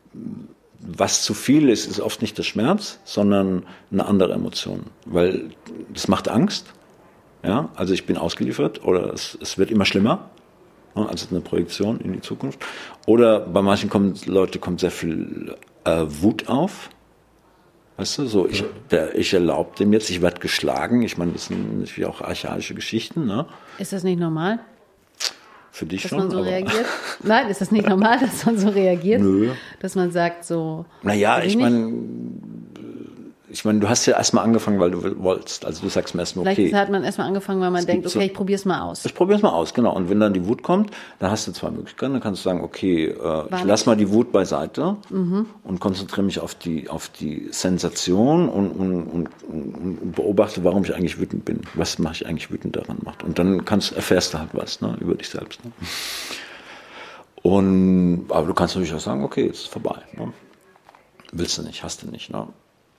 was zu viel ist, ist oft nicht der Schmerz, sondern eine andere Emotion. Weil das macht Angst. Ja, also ich bin ausgeliefert oder es, es wird immer schlimmer. also eine Projektion in die Zukunft. Oder bei manchen kommt, Leute kommt sehr viel äh, Wut auf. Weißt du, so ich, der, ich erlaube dem jetzt, ich werde geschlagen. Ich meine, das sind natürlich auch archaische Geschichten. Ne? Ist das nicht normal? Für dich dass schon? man so aber reagiert? Nein, ist das nicht normal, dass man so reagiert? Nö. Dass man sagt so... Naja, ich nicht? meine, ich meine, du hast ja erstmal angefangen, weil du wolltest. Also du sagst mir erstmal, okay. Vielleicht hat man erstmal angefangen, weil man denkt, okay, so, ich probiere es mal aus. Ich probiere es mal aus, genau. Und wenn dann die Wut kommt, dann hast du zwei Möglichkeiten. Dann kannst du sagen, okay, äh, ich lasse mal die Wut beiseite mhm. und konzentriere mich auf die, auf die Sensation und, und, und, und beobachte, warum ich eigentlich wütend bin. Was mache ich eigentlich wütend daran macht. Und dann kannst, erfährst du halt was, ne, über dich selbst. Ne? Und, aber du kannst natürlich auch sagen, okay, jetzt ist vorbei. Ne? Willst du nicht, hast du nicht. Ne?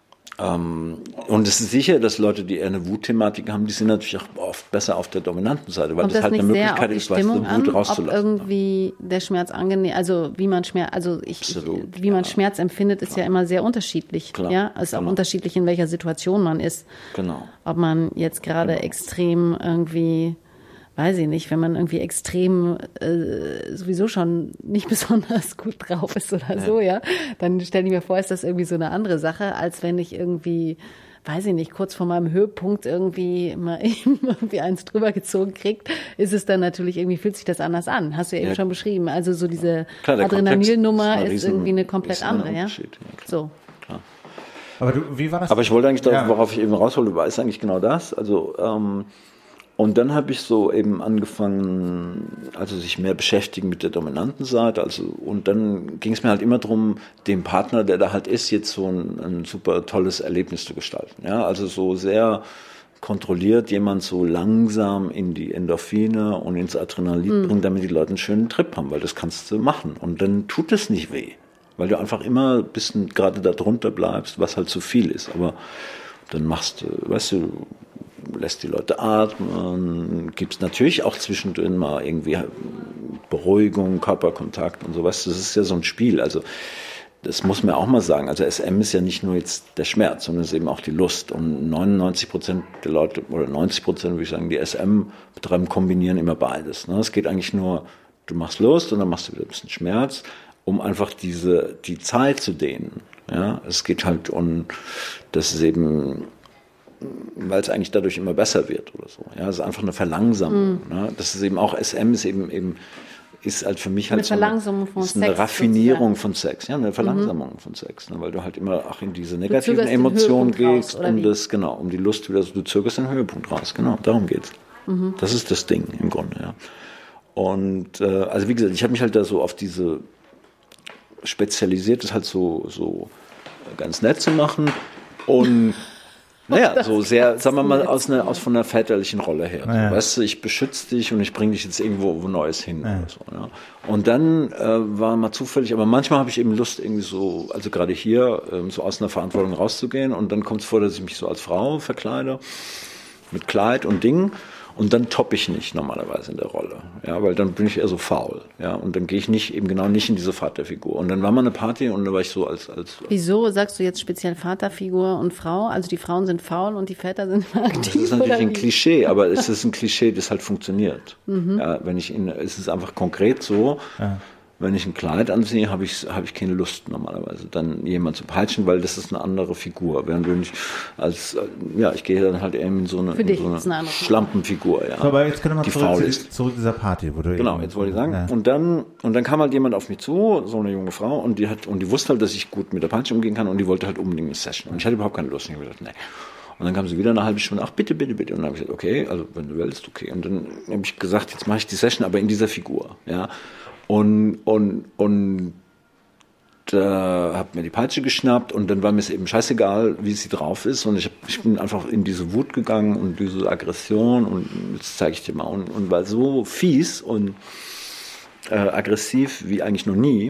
Ähm, und es ist sicher, dass Leute, die eher eine Wutthematik haben, die sind natürlich auch oft besser auf der dominanten Seite, weil Kommt das, das halt nicht eine sehr Möglichkeit auf die ist, weißt du, Stimmung Wut an, rauszulassen. ob irgendwie der Schmerz angenehm, also wie man Schmerz, also ich, Absolut, wie man ja. Schmerz empfindet, ist Klar. ja immer sehr unterschiedlich. Klar, Ja, es ist genau. auch unterschiedlich, in welcher Situation man ist. Genau. Ob man jetzt gerade Genau. extrem irgendwie, weiß ich nicht, wenn man irgendwie extrem äh, sowieso schon nicht besonders gut drauf ist oder so, ja, dann stelle ich mir vor, ist das irgendwie so eine andere Sache, als wenn ich irgendwie, weiß ich nicht, kurz vor meinem Höhepunkt irgendwie mal eben irgendwie eins drüber gezogen kriegt, ist es dann natürlich irgendwie, fühlt sich das anders an. Hast du ja eben Ja. schon beschrieben. Also so diese Klar, der Adrenalinnummer Kontext ist ist ein irgendwie eine riesen- komplett ist ein andere, ja. Unterschied, ja, klar. So. Aber du, wie war das? Aber ich wollte eigentlich, darauf, Ja. worauf ich eben raushole, war ist eigentlich genau das. Also ähm, und dann habe ich so eben angefangen, also sich mehr beschäftigen mit der dominanten Seite. Also und dann ging es mir halt immer darum, dem Partner, der da halt ist, jetzt so ein, ein super tolles Erlebnis zu gestalten. Ja, also so sehr kontrolliert jemand so langsam in die Endorphine und ins Adrenalin Mhm. bringt, damit die Leute einen schönen Trip haben, weil das kannst du machen. Und dann tut es nicht weh, weil du einfach immer ein bisschen gerade da drunter bleibst, was halt zu viel ist. Aber dann machst du, weißt du, lässt die Leute atmen, gibst natürlich auch zwischendrin mal irgendwie Beruhigung, Körperkontakt und sowas. Das ist ja so ein Spiel. Also das muss man auch mal sagen. Also S M ist ja nicht nur jetzt der Schmerz, sondern es ist eben auch die Lust. Und neunundneunzig Prozent der Leute, oder neunzig Prozent würde ich sagen, die S M betreiben, kombinieren immer beides. Ne? Es geht eigentlich nur, du machst Lust und dann machst du wieder ein bisschen Schmerz, um einfach diese, die Zeit zu dehnen. Ja? Es geht halt um, das ist eben, weil es eigentlich dadurch immer besser wird oder so. Ja, es ist einfach eine Verlangsamung. Mhm. Ne? Das ist eben auch, S M ist eben, eben ist halt für mich halt Eine so Verlangsamung von ist eine Sex Raffinierung sozusagen. von Sex, ja, eine Verlangsamung von Sex, ne? Weil du halt immer auch in diese zögerst negativen den Emotionen Höhepunkt raus, gehst, oder um wie? das, genau, um die Lust wieder, du zögerst den Höhepunkt raus, genau, darum geht's. Mhm. Das ist das Ding im Grunde, ja. Und äh, also wie gesagt, ich habe mich halt da so auf diese spezialisiert, das halt so, so ganz nett zu machen und naja, so sehr, sagen wir mal, aus, einer, aus von einer väterlichen Rolle her. Ja. So, weißt du, ich beschütze dich und ich bringe dich jetzt irgendwo wo Neues hin. Ja. Oder so, ja. Und dann äh, war mal zufällig, aber manchmal habe ich eben Lust, irgendwie so, also gerade hier, ähm, so aus einer Verantwortung rauszugehen. Und dann kommt es vor, dass ich mich so als Frau verkleide, mit Kleid und Ding. Und dann toppe ich nicht normalerweise in der Rolle, ja, weil dann bin ich eher so faul, ja, und dann gehe ich nicht eben genau nicht in diese Vaterfigur. Und dann war mal eine Party und da war ich so als als Wieso sagst du jetzt speziell Vaterfigur und Frau? Also die Frauen sind faul und die Väter sind immer aktiv. Das ist natürlich oder ein wie? Klischee, aber es ist ein Klischee, das halt funktioniert. Mhm. Ja, wenn ich in, es ist einfach konkret so, Ja. wenn ich ein Kleid anziehe, habe ich, habe ich keine Lust normalerweise, dann jemand zu peitschen, weil das ist eine andere Figur. Während wenn ich als, ja, ich gehe dann halt eben in so eine, Für dich in so ist eine andere Figur. Schlampenfigur, ja. So, aber jetzt können wir mal die zurück faul zu, ist. zurück zu dieser Party, wo du Genau, eben- jetzt wollte ich sagen. Ja. Und dann, und dann kam halt jemand auf mich zu, so eine junge Frau, und die hat, und die wusste halt, dass ich gut mit der Peitsche umgehen kann, und die wollte halt unbedingt eine Session. Und ich hatte überhaupt keine Lust. Und ich habe gedacht, nee. Und dann kam sie wieder eine halbe Stunde, ach bitte, bitte, bitte. Und dann habe ich gesagt, okay, also wenn du willst, okay. Und dann habe ich gesagt, jetzt mache ich die Session, aber in dieser Figur, ja. Und, und, und, äh, habe mir die Peitsche geschnappt und dann war mir es eben scheißegal, wie sie drauf ist, und ich, hab, ich bin einfach in diese Wut gegangen und diese Aggression, und jetzt zeige ich dir mal, und, und war so fies und äh, aggressiv wie eigentlich noch nie,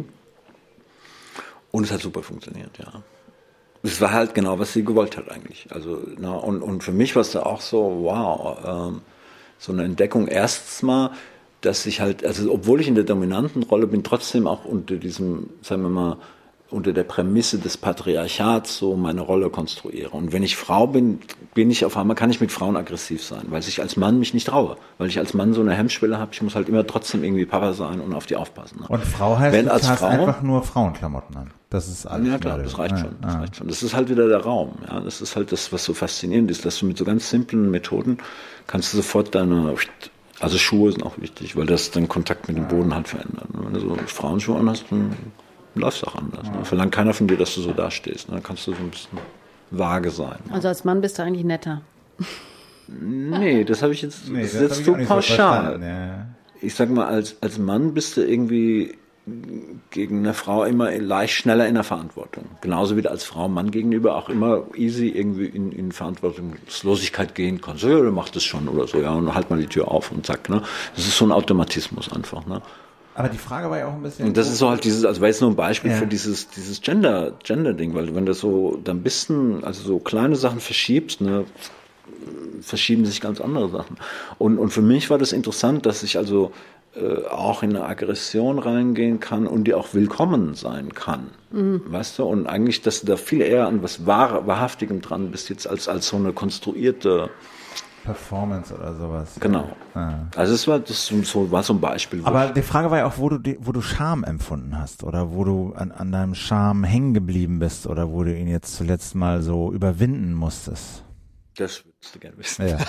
und es hat super funktioniert, ja. Es war halt genau, was sie gewollt hat eigentlich. Also, na, und, und für mich war es da auch so, wow, ähm, so eine Entdeckung erstens mal, dass ich halt, also obwohl ich in der dominanten Rolle bin, trotzdem auch unter diesem, sagen wir mal, unter der Prämisse des Patriarchats so meine Rolle konstruiere. Und wenn ich Frau bin, bin ich auf einmal, kann ich mit Frauen aggressiv sein, weil ich als Mann mich nicht traue. Weil ich als Mann so eine Hemmschwelle habe, ich muss halt immer trotzdem irgendwie Papa sein und auf die aufpassen. Ne? Und Frau heißt, wenn du als hast Frau, einfach nur Frauenklamotten an. Das ist alles. Ja klar, das reicht schon. Das reicht schon. Das ist halt wieder der Raum. Ja, das ist halt das, was so faszinierend ist, dass du mit so ganz simplen Methoden kannst du sofort deine, also Schuhe sind auch wichtig, weil das den Kontakt mit dem Boden halt verändert. Wenn du so Frauenschuhe anhast, dann läuft es auch anders. Ne? Verlangt keiner von dir, dass du so dastehst. Ne? Dann kannst du so ein bisschen vage sein. Ne? Also als Mann bist du eigentlich netter. Nee, das habe ich jetzt, Nee, das das ist jetzt zu pauschal. So ja. Ich sag mal, als, als Mann bist du irgendwie gegen eine Frau immer leicht schneller in der Verantwortung. Genauso wie du als Frau Mann gegenüber auch immer easy irgendwie in, in Verantwortungslosigkeit gehen kannst. So, ja, du machst das schon oder so, ja, und halt mal die Tür auf und zack. Ne? Das ist so ein Automatismus einfach. Ne? Aber die Frage war ja auch ein bisschen. Und das ist so halt dieses, also war jetzt nur ein Beispiel ja. für dieses, dieses Gender, Gender-Ding, weil wenn du so dann ein bisschen, also so kleine Sachen verschiebst, ne, verschieben sich ganz andere Sachen. Und, und für mich war das interessant, dass ich also äh, auch in eine Aggression reingehen kann und die auch willkommen sein kann. Mhm. Weißt du? Und eigentlich, dass du da viel eher an was Wahr, Wahrhaftigem dran bist, jetzt als, als so eine konstruierte Performance oder sowas. Genau. Ja. Also es war, das so, war so ein Beispiel. Aber die Frage war ja auch, wo du, wo du Scham empfunden hast oder wo du an, an deinem Scham hängen geblieben bist oder wo du ihn jetzt zuletzt mal so überwinden musstest. Das würdest du gerne wissen. Ja.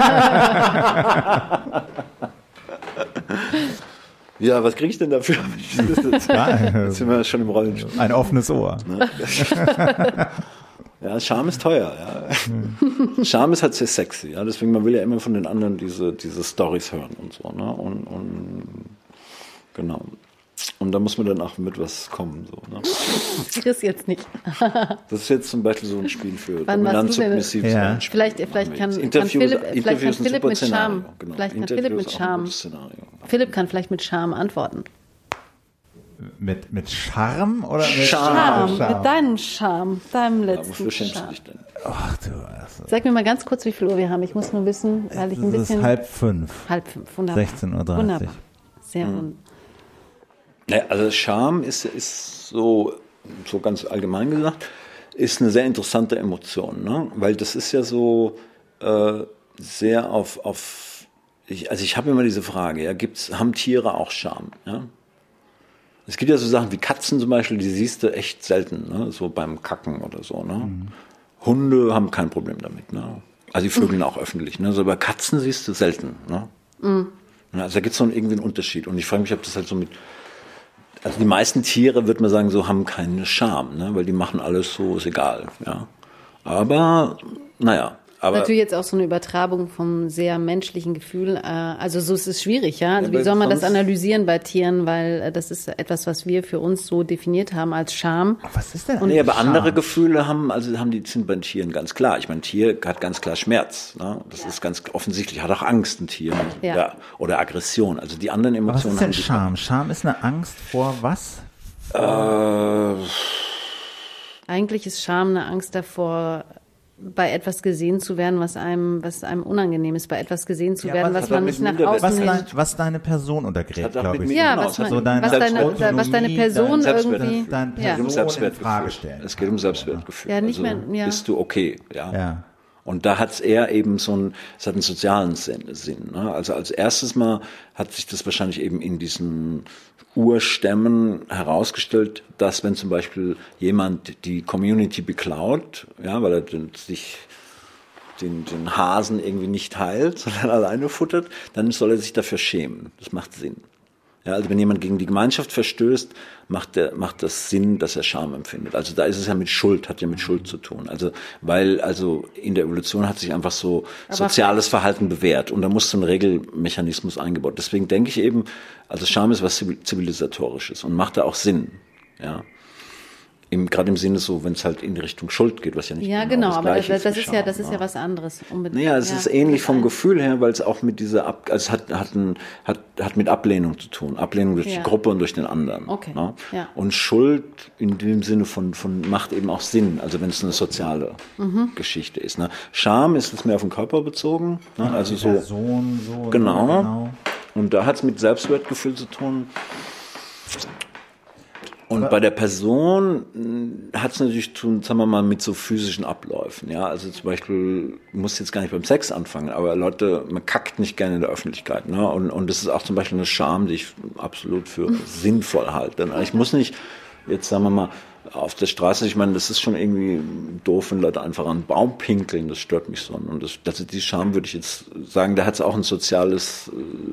Ja, was kriege ich denn dafür? Jetzt, jetzt sind wir schon im Rollenspiel. Ein offenes Ohr. Ja, Scham ist teuer. Ja. Scham ist halt sehr sexy. Ja. Deswegen, man will ja immer von den anderen diese, diese Storys hören und so. Ne? Und, und genau. Und da muss man dann auch mit was kommen. So, ne? Chris jetzt nicht. Das ist jetzt zum Beispiel so ein Spiel für Wann dominant du denn? submissives Ja. Rollenspiel. Vielleicht, vielleicht kann, kann Interviews, Philipp, vielleicht kann Interviews Philipp mit Szenario. Charme, Genau. vielleicht kann Interviews Philipp mit auch ein Charme, gutes Szenario. Philipp kann vielleicht mit Charme antworten. Mit, mit Charme oder mit Charme, Charme? mit deinem Charme, deinem Ja, letzten wofür schämst du Charme. dich denn? Ach du, also. Sag mir mal ganz kurz, wie viel Uhr wir haben. Ich muss nur wissen, weil ich ein Es bisschen... ist halb fünf. halb fünf, wunderbar. sechzehn Uhr dreißig. Wunderbar. Sehr mhm. Ja, also Scham ist, ist so, so ganz allgemein gesagt, ist eine sehr interessante Emotion, ne? Weil das ist ja so äh, sehr auf, auf ich, also ich habe immer diese Frage, ja, gibt's, haben Tiere auch Scham? Ja? Es gibt ja so Sachen wie Katzen zum Beispiel, die siehst du echt selten, ne? So beim Kacken oder so. Ne? Mhm. Hunde haben kein Problem damit. Ne? Also die vögeln mhm. auch öffentlich. Ne? So bei Katzen siehst du selten. Ne? Mhm. Also da gibt es so irgendwie einen Unterschied. Und ich frage mich, ob das halt so mit... Also die meisten Tiere, würde man sagen, so haben keine Scham, ne? Weil die machen alles so, ist egal. Ja. Aber, naja... Aber natürlich jetzt auch so eine Übertragung vom sehr menschlichen Gefühl. Also so ist es schwierig, ja. Also ja, wie soll man das sonst analysieren bei Tieren? Weil das ist etwas, was wir für uns so definiert haben als Scham. Was ist denn? Und nee, aber Scham? Andere Gefühle haben, also haben die sind bei Tieren ganz klar. Ich meine, ein Tier hat ganz klar Schmerz. Ne? Das ja. ist ganz offensichtlich. Hat auch Angst, ein Tier. Ja. Ja. Oder Aggression. Also die anderen Emotionen. Aber was ist denn Scham? Scham ist eine Angst vor was? Äh, Eigentlich ist Scham eine Angst davor, bei etwas gesehen zu werden, was einem, was einem unangenehm ist, bei etwas gesehen zu ja, werden, was, was man nicht nach außen was, hin... dein, was deine Person untergräbt, glaube ich. Ja, was, man, so deine was, deine, was deine Person dein irgendwie... Dein ja. um Selbstwertgefühl. Es geht um Selbstwertgefühl. Ja, nicht also, mehr, ja. Bist du okay, ja. ja. Und da hat es eher eben so einen, es hat einen sozialen Sinn. Ne? Also als erstes Mal hat sich das wahrscheinlich eben in diesen Urstämmen herausgestellt, dass wenn zum Beispiel jemand die Community beklaut, ja, weil er den, sich den, den Hasen irgendwie nicht heilt, sondern alleine futtert, dann soll er sich dafür schämen. Das macht Sinn. Ja, also wenn jemand gegen die Gemeinschaft verstößt, macht der, macht das Sinn, dass er Scham empfindet. Also da ist es ja mit Schuld, hat ja mit Schuld zu tun. Also, weil, also in der Evolution hat sich einfach so Aber soziales Verhalten bewährt und da muss so ein Regelmechanismus eingebaut. Deswegen denke ich eben, also Scham ist was Zivilisatorisches und macht da auch Sinn, ja. Im, gerade im Sinne so, wenn es halt in die Richtung Schuld geht, was ja nicht ja, genau, genau, aber das, das ist Scham, ja, das ist ja was anderes. Unbedingt. Naja, es ja, ist ähnlich vom Gefühl her, weil es auch mit dieser, Ab, also es hat, hat, ein, hat, hat mit Ablehnung zu tun. Ablehnung durch ja. die Gruppe und durch den anderen. Okay. Ne? Ja. Und Schuld in dem Sinne von, von macht eben auch Sinn, also wenn es eine soziale mhm. Geschichte ist. Ne? Scham ist es mehr auf den Körper bezogen. Ne? Also so, Person, so genau. genau. Und da hat es mit Selbstwertgefühl zu tun. Und bei der Person hat es natürlich zu tun, sagen wir mal, mit so physischen Abläufen. Ja, also zum Beispiel, muss jetzt gar nicht beim Sex anfangen, aber Leute, man kackt nicht gerne in der Öffentlichkeit. Ne? Und, und das ist auch zum Beispiel eine Scham, die ich absolut für sinnvoll halte. Ich muss nicht, jetzt sagen wir mal, auf der Straße, ich meine, das ist schon irgendwie doof, wenn Leute einfach an einen Baum pinkeln, das stört mich so. Und das, also die Scham würde ich jetzt sagen, da hat es auch ein soziales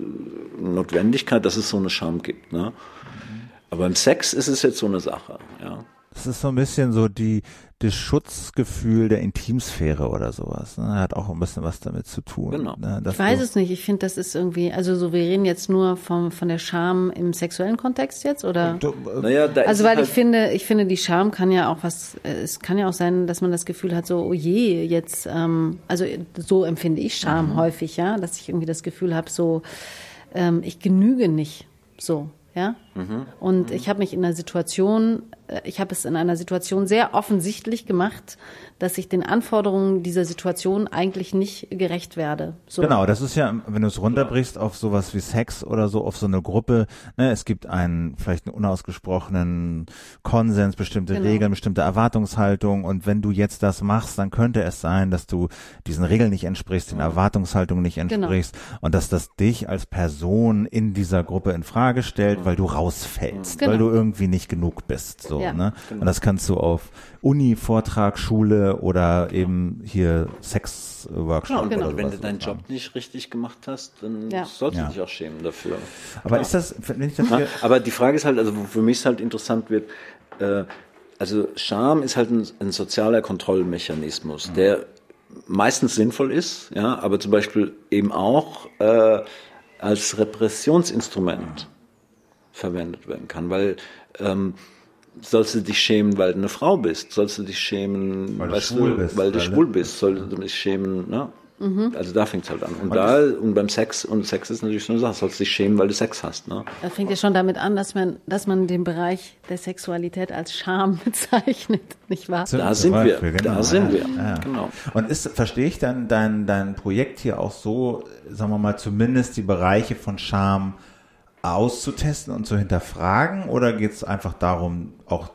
äh, Notwendigkeit, dass es so eine Scham gibt. Ne? Aber im Sex ist es jetzt so eine Sache, ja. Das ist so ein bisschen so die, das Schutzgefühl der Intimsphäre oder sowas. Ne? Hat auch ein bisschen was damit zu tun. Genau. Ne? Ich weiß es nicht. Ich finde, das ist irgendwie, also so, wir reden jetzt nur vom, von der Scham im sexuellen Kontext jetzt, oder? Du, äh, Naja, da Also ist weil halt, ich finde, ich finde, die Scham kann ja auch was, es kann ja auch sein, dass man das Gefühl hat, so, oh je, jetzt, ähm, also so empfinde ich Scham mhm. häufig, ja, dass ich irgendwie das Gefühl habe, so, ähm, ich genüge nicht, so. Ja, mhm. und mhm. ich habe mich in einer Situation, ich habe es in einer Situation sehr offensichtlich gemacht, dass ich den Anforderungen dieser Situation eigentlich nicht gerecht werde. So. Genau, das ist ja, wenn du es runterbrichst auf sowas wie Sex oder so, auf so eine Gruppe, ne, es gibt einen, vielleicht einen unausgesprochenen Konsens, bestimmte genau. Regeln, bestimmte Erwartungshaltung, und wenn du jetzt das machst, dann könnte es sein, dass du diesen Regeln nicht entsprichst, den Erwartungshaltungen nicht entsprichst, genau. und dass das dich als Person in dieser Gruppe in Frage stellt, weil du rausfällst, genau. weil du irgendwie nicht genug bist, so, ja. ne? Genau. Und das kannst du auf Uni, Vortrag, Schule oder eben hier Sex-Workshop. Genau, genau. Oder wenn du deinen Job nicht richtig gemacht hast, dann ja. sollst du ja. dich auch schämen dafür. Aber ja. ist das, wenn ich das ja, aber die Frage ist halt, also für mich ist halt interessant wird, äh, also Scham ist halt ein, ein sozialer Kontrollmechanismus, mhm. der meistens sinnvoll ist, ja, aber zum Beispiel eben auch äh, als Repressionsinstrument verwendet werden kann, weil ähm, sollst du dich schämen, weil du eine Frau bist, sollst du dich schämen, weil weißt du schwul du, bist, weil du schwul bist, sollst du dich schämen, ne? Mhm. Also da fängt es halt an. Und, und da, und beim Sex, und Sex ist natürlich so eine Sache, sollst du dich schämen, weil du Sex hast, ne? Das fängt ja schon damit an, dass man, dass man den Bereich der Sexualität als Scham bezeichnet, nicht wahr? Da sind wir, genau. da sind wir, ja, ja. genau. Und ist, verstehe ich dann dein, dein Projekt hier auch so, sagen wir mal, zumindest die Bereiche von Scham auszutesten und zu hinterfragen, oder geht es einfach darum, auch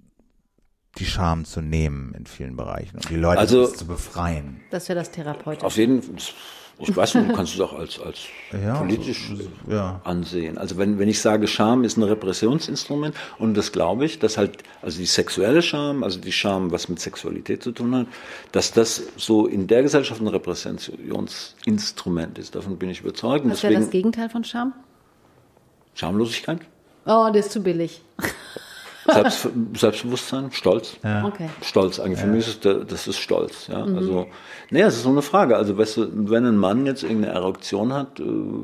die Scham zu nehmen in vielen Bereichen und die Leute also, zu befreien? Das wäre das Therapeutische. Auf jeden Fall, ich weiß nicht, du kannst es auch als, als ja, politisch so, ja. ansehen. Also wenn, wenn ich sage, Scham ist ein Repressionsinstrument, und das glaube ich, dass halt, also die sexuelle Scham, also die Scham, was mit Sexualität zu tun hat, dass das so in der Gesellschaft ein Repräsentationsinstrument ist. Davon bin ich überzeugt. Was wäre das Gegenteil von Scham? Schamlosigkeit. Oh, das ist zu billig. Selbst, Selbstbewusstsein, Stolz. Ja. Okay. Stolz, eigentlich. Für ja. mich ist das, das ist Stolz. Ja? Mhm. Also, nee, es ist so eine Frage. Also, weißt du, wenn ein Mann jetzt irgendeine Erektion hat, äh,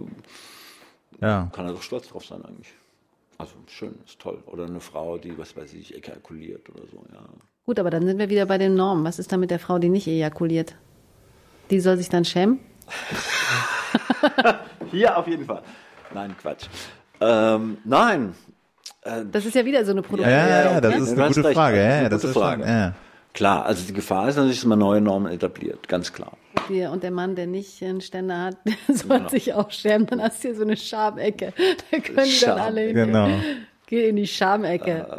ja. kann er doch stolz drauf sein, eigentlich. Also, schön, ist toll. Oder eine Frau, die, was weiß ich, ejakuliert oder so, ja. Gut, aber dann sind wir wieder bei den Normen. Was ist da mit der Frau, die nicht ejakuliert? Die soll sich dann schämen? Hier auf jeden Fall. Nein, Quatsch. Ähm, nein. Äh, das ist ja wieder so eine Produktion. Ja, ja, ja, das ist eine gute recht. Frage. Ja, eine das gute ist Frage. Schon, ja. Klar, also die Gefahr ist natürlich, dass man neue Normen etabliert, ganz klar. Und der Mann, der nicht einen Ständer hat, der soll genau. sich auch schämen. Dann hast du hier so eine Schamecke. Da können die Scham. dann alle hin. Genau. Geh in die Schamecke.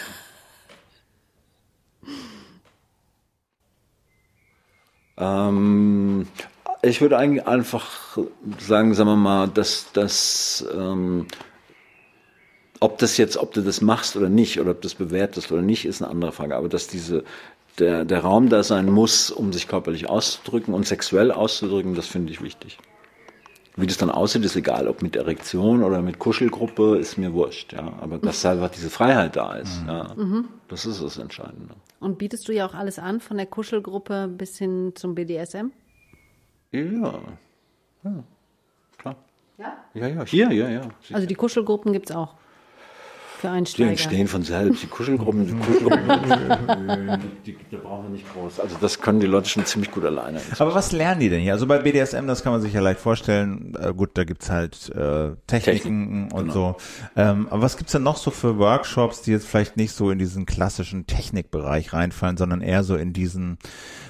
Äh. ähm, ich würde eigentlich einfach sagen, sagen wir mal, dass das, ähm, ob das jetzt, ob du das machst oder nicht, oder ob du das bewertest oder nicht, ist eine andere Frage. Aber dass diese, der, der Raum da sein muss, um sich körperlich auszudrücken und sexuell auszudrücken, das finde ich wichtig. Wie das dann aussieht, ist egal, ob mit Erektion oder mit Kuschelgruppe, ist mir wurscht, ja. Aber dass einfach diese Freiheit da ist, mhm. ja, mhm. das ist das Entscheidende. Und bietest du ja auch alles an, von der Kuschelgruppe bis hin zum B D S M? Ja, ja, klar. Ja? Ja, ja, hier, ja, ja. Also die Kuschelgruppen gibt es auch für Einsteiger. Die entstehen von selbst. Die Kuschelgruppen, die Kuschelgruppen die, die, die brauchen wir nicht groß. Also das können die Leute schon ziemlich gut alleine. Aber was lernen die denn hier? Also bei B D S M, das kann man sich ja leicht vorstellen. Äh, gut, da gibt's halt äh, Techniken Technik, und genau. so. Ähm, aber was gibt's denn noch so für Workshops, die jetzt vielleicht nicht so in diesen klassischen Technikbereich reinfallen, sondern eher so in diesen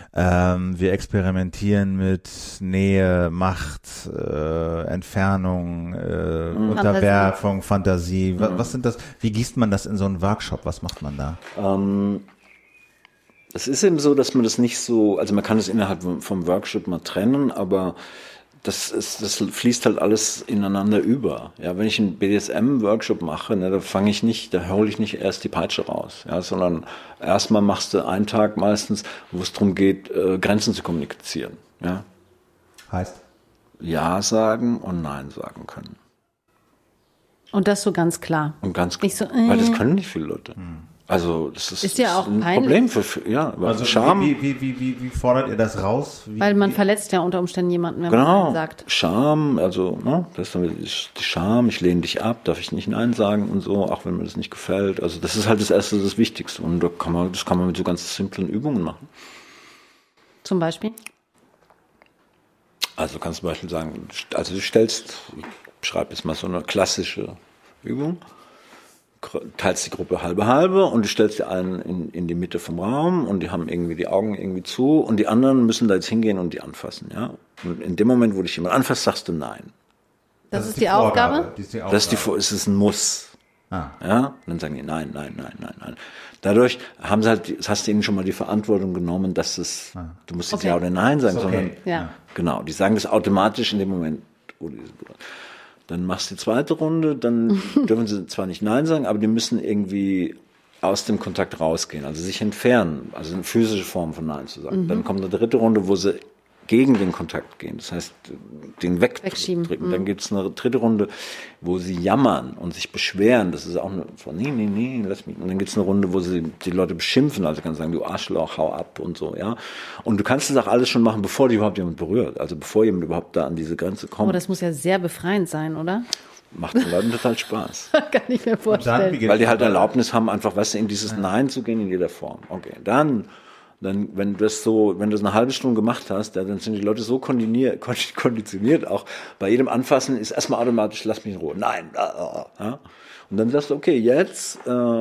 ähm, wir experimentieren mit Nähe, Macht, äh, Entfernung, äh, mhm. Unterwerfung, Fantasie. Was, mhm. was sind das? Wie gießt man das in so einen Workshop? Was macht man da? Ähm, es ist eben so, dass man das nicht so, also man kann es innerhalb vom Workshop mal trennen, aber Das, ist, das fließt halt alles ineinander über. Ja, wenn ich einen B D S M-Workshop mache, ne, da fange ich nicht, da hole ich nicht erst die Peitsche raus, ja, sondern erstmal machst du einen Tag meistens, wo es darum geht, äh, Grenzen zu kommunizieren. Ja. Heißt? Ja sagen und Nein sagen können. Und das so ganz klar. Und ganz klar. So, äh. Weil das können nicht viele Leute. Hm. Also das ist, ist ja auch ein peinlich. Problem für, für ja, also Scham. Wie, wie, wie, wie, wie fordert ihr das raus? Wie, Weil man wie? verletzt ja unter Umständen jemanden, wenn genau. man sagt. Scham, also ne, das ist dann die Scham, ich lehne dich ab, darf ich nicht Nein sagen und so, auch wenn mir das nicht gefällt. Also das ist halt das Erste, das Wichtigste. Und da kann man, das kann man mit so ganz simplen Übungen machen. Zum Beispiel? Also du kannst zum Beispiel sagen, also du stellst, ich beschreibe jetzt mal so eine klassische Übung, teilst die Gruppe halbe halbe und du stellst die einen in, in die Mitte vom Raum und die haben irgendwie die Augen irgendwie zu und die anderen müssen da jetzt hingehen und die anfassen, ja. Und in dem Moment, wo dich jemand anfasst, sagst du Nein. Das, das ist die, die Aufgabe? Das ist die Aufgabe. Das ist die, es ist ein Muss. Ah. Ja. Und dann sagen die Nein, nein, nein, nein, nein. Dadurch haben sie halt, das hast du ihnen schon mal die Verantwortung genommen, dass es, ah. du musst jetzt okay. Ja oder Nein sagen, okay. sondern, ja. genau, die sagen das automatisch in dem Moment, wo die Dann machst du die zweite Runde, dann dürfen sie zwar nicht Nein sagen, aber die müssen irgendwie aus dem Kontakt rausgehen, also sich entfernen, also eine physische Form von Nein zu sagen. Mhm. Dann kommt eine dritte Runde, wo sie gegen den Kontakt gehen, das heißt, den wegdrücken. Mhm. Dann gibt es eine dritte Runde, wo sie jammern und sich beschweren, das ist auch eine, von nee, nee, nee, lass mich. Und dann gibt es eine Runde, wo sie die Leute beschimpfen, also kannst sagen, du Arschloch, hau ab und so, ja. Und du kannst das auch alles schon machen, bevor die überhaupt jemand berührt, also bevor jemand überhaupt da an diese Grenze kommt. Aber das muss ja sehr befreiend sein, oder? Macht den Leuten total Spaß. Kann ich mir vorstellen. Weil die halt Erlaubnis haben, einfach, weißt du, in dieses ja. Nein zu gehen in jeder Form. Okay, dann Dann, wenn du das so, wenn du das eine halbe Stunde gemacht hast, dann sind die Leute so konditioniert, konditioniert auch. Bei jedem Anfassen ist erstmal automatisch, lass mich in Ruhe. Nein. Ja. Und dann sagst du, okay, jetzt äh,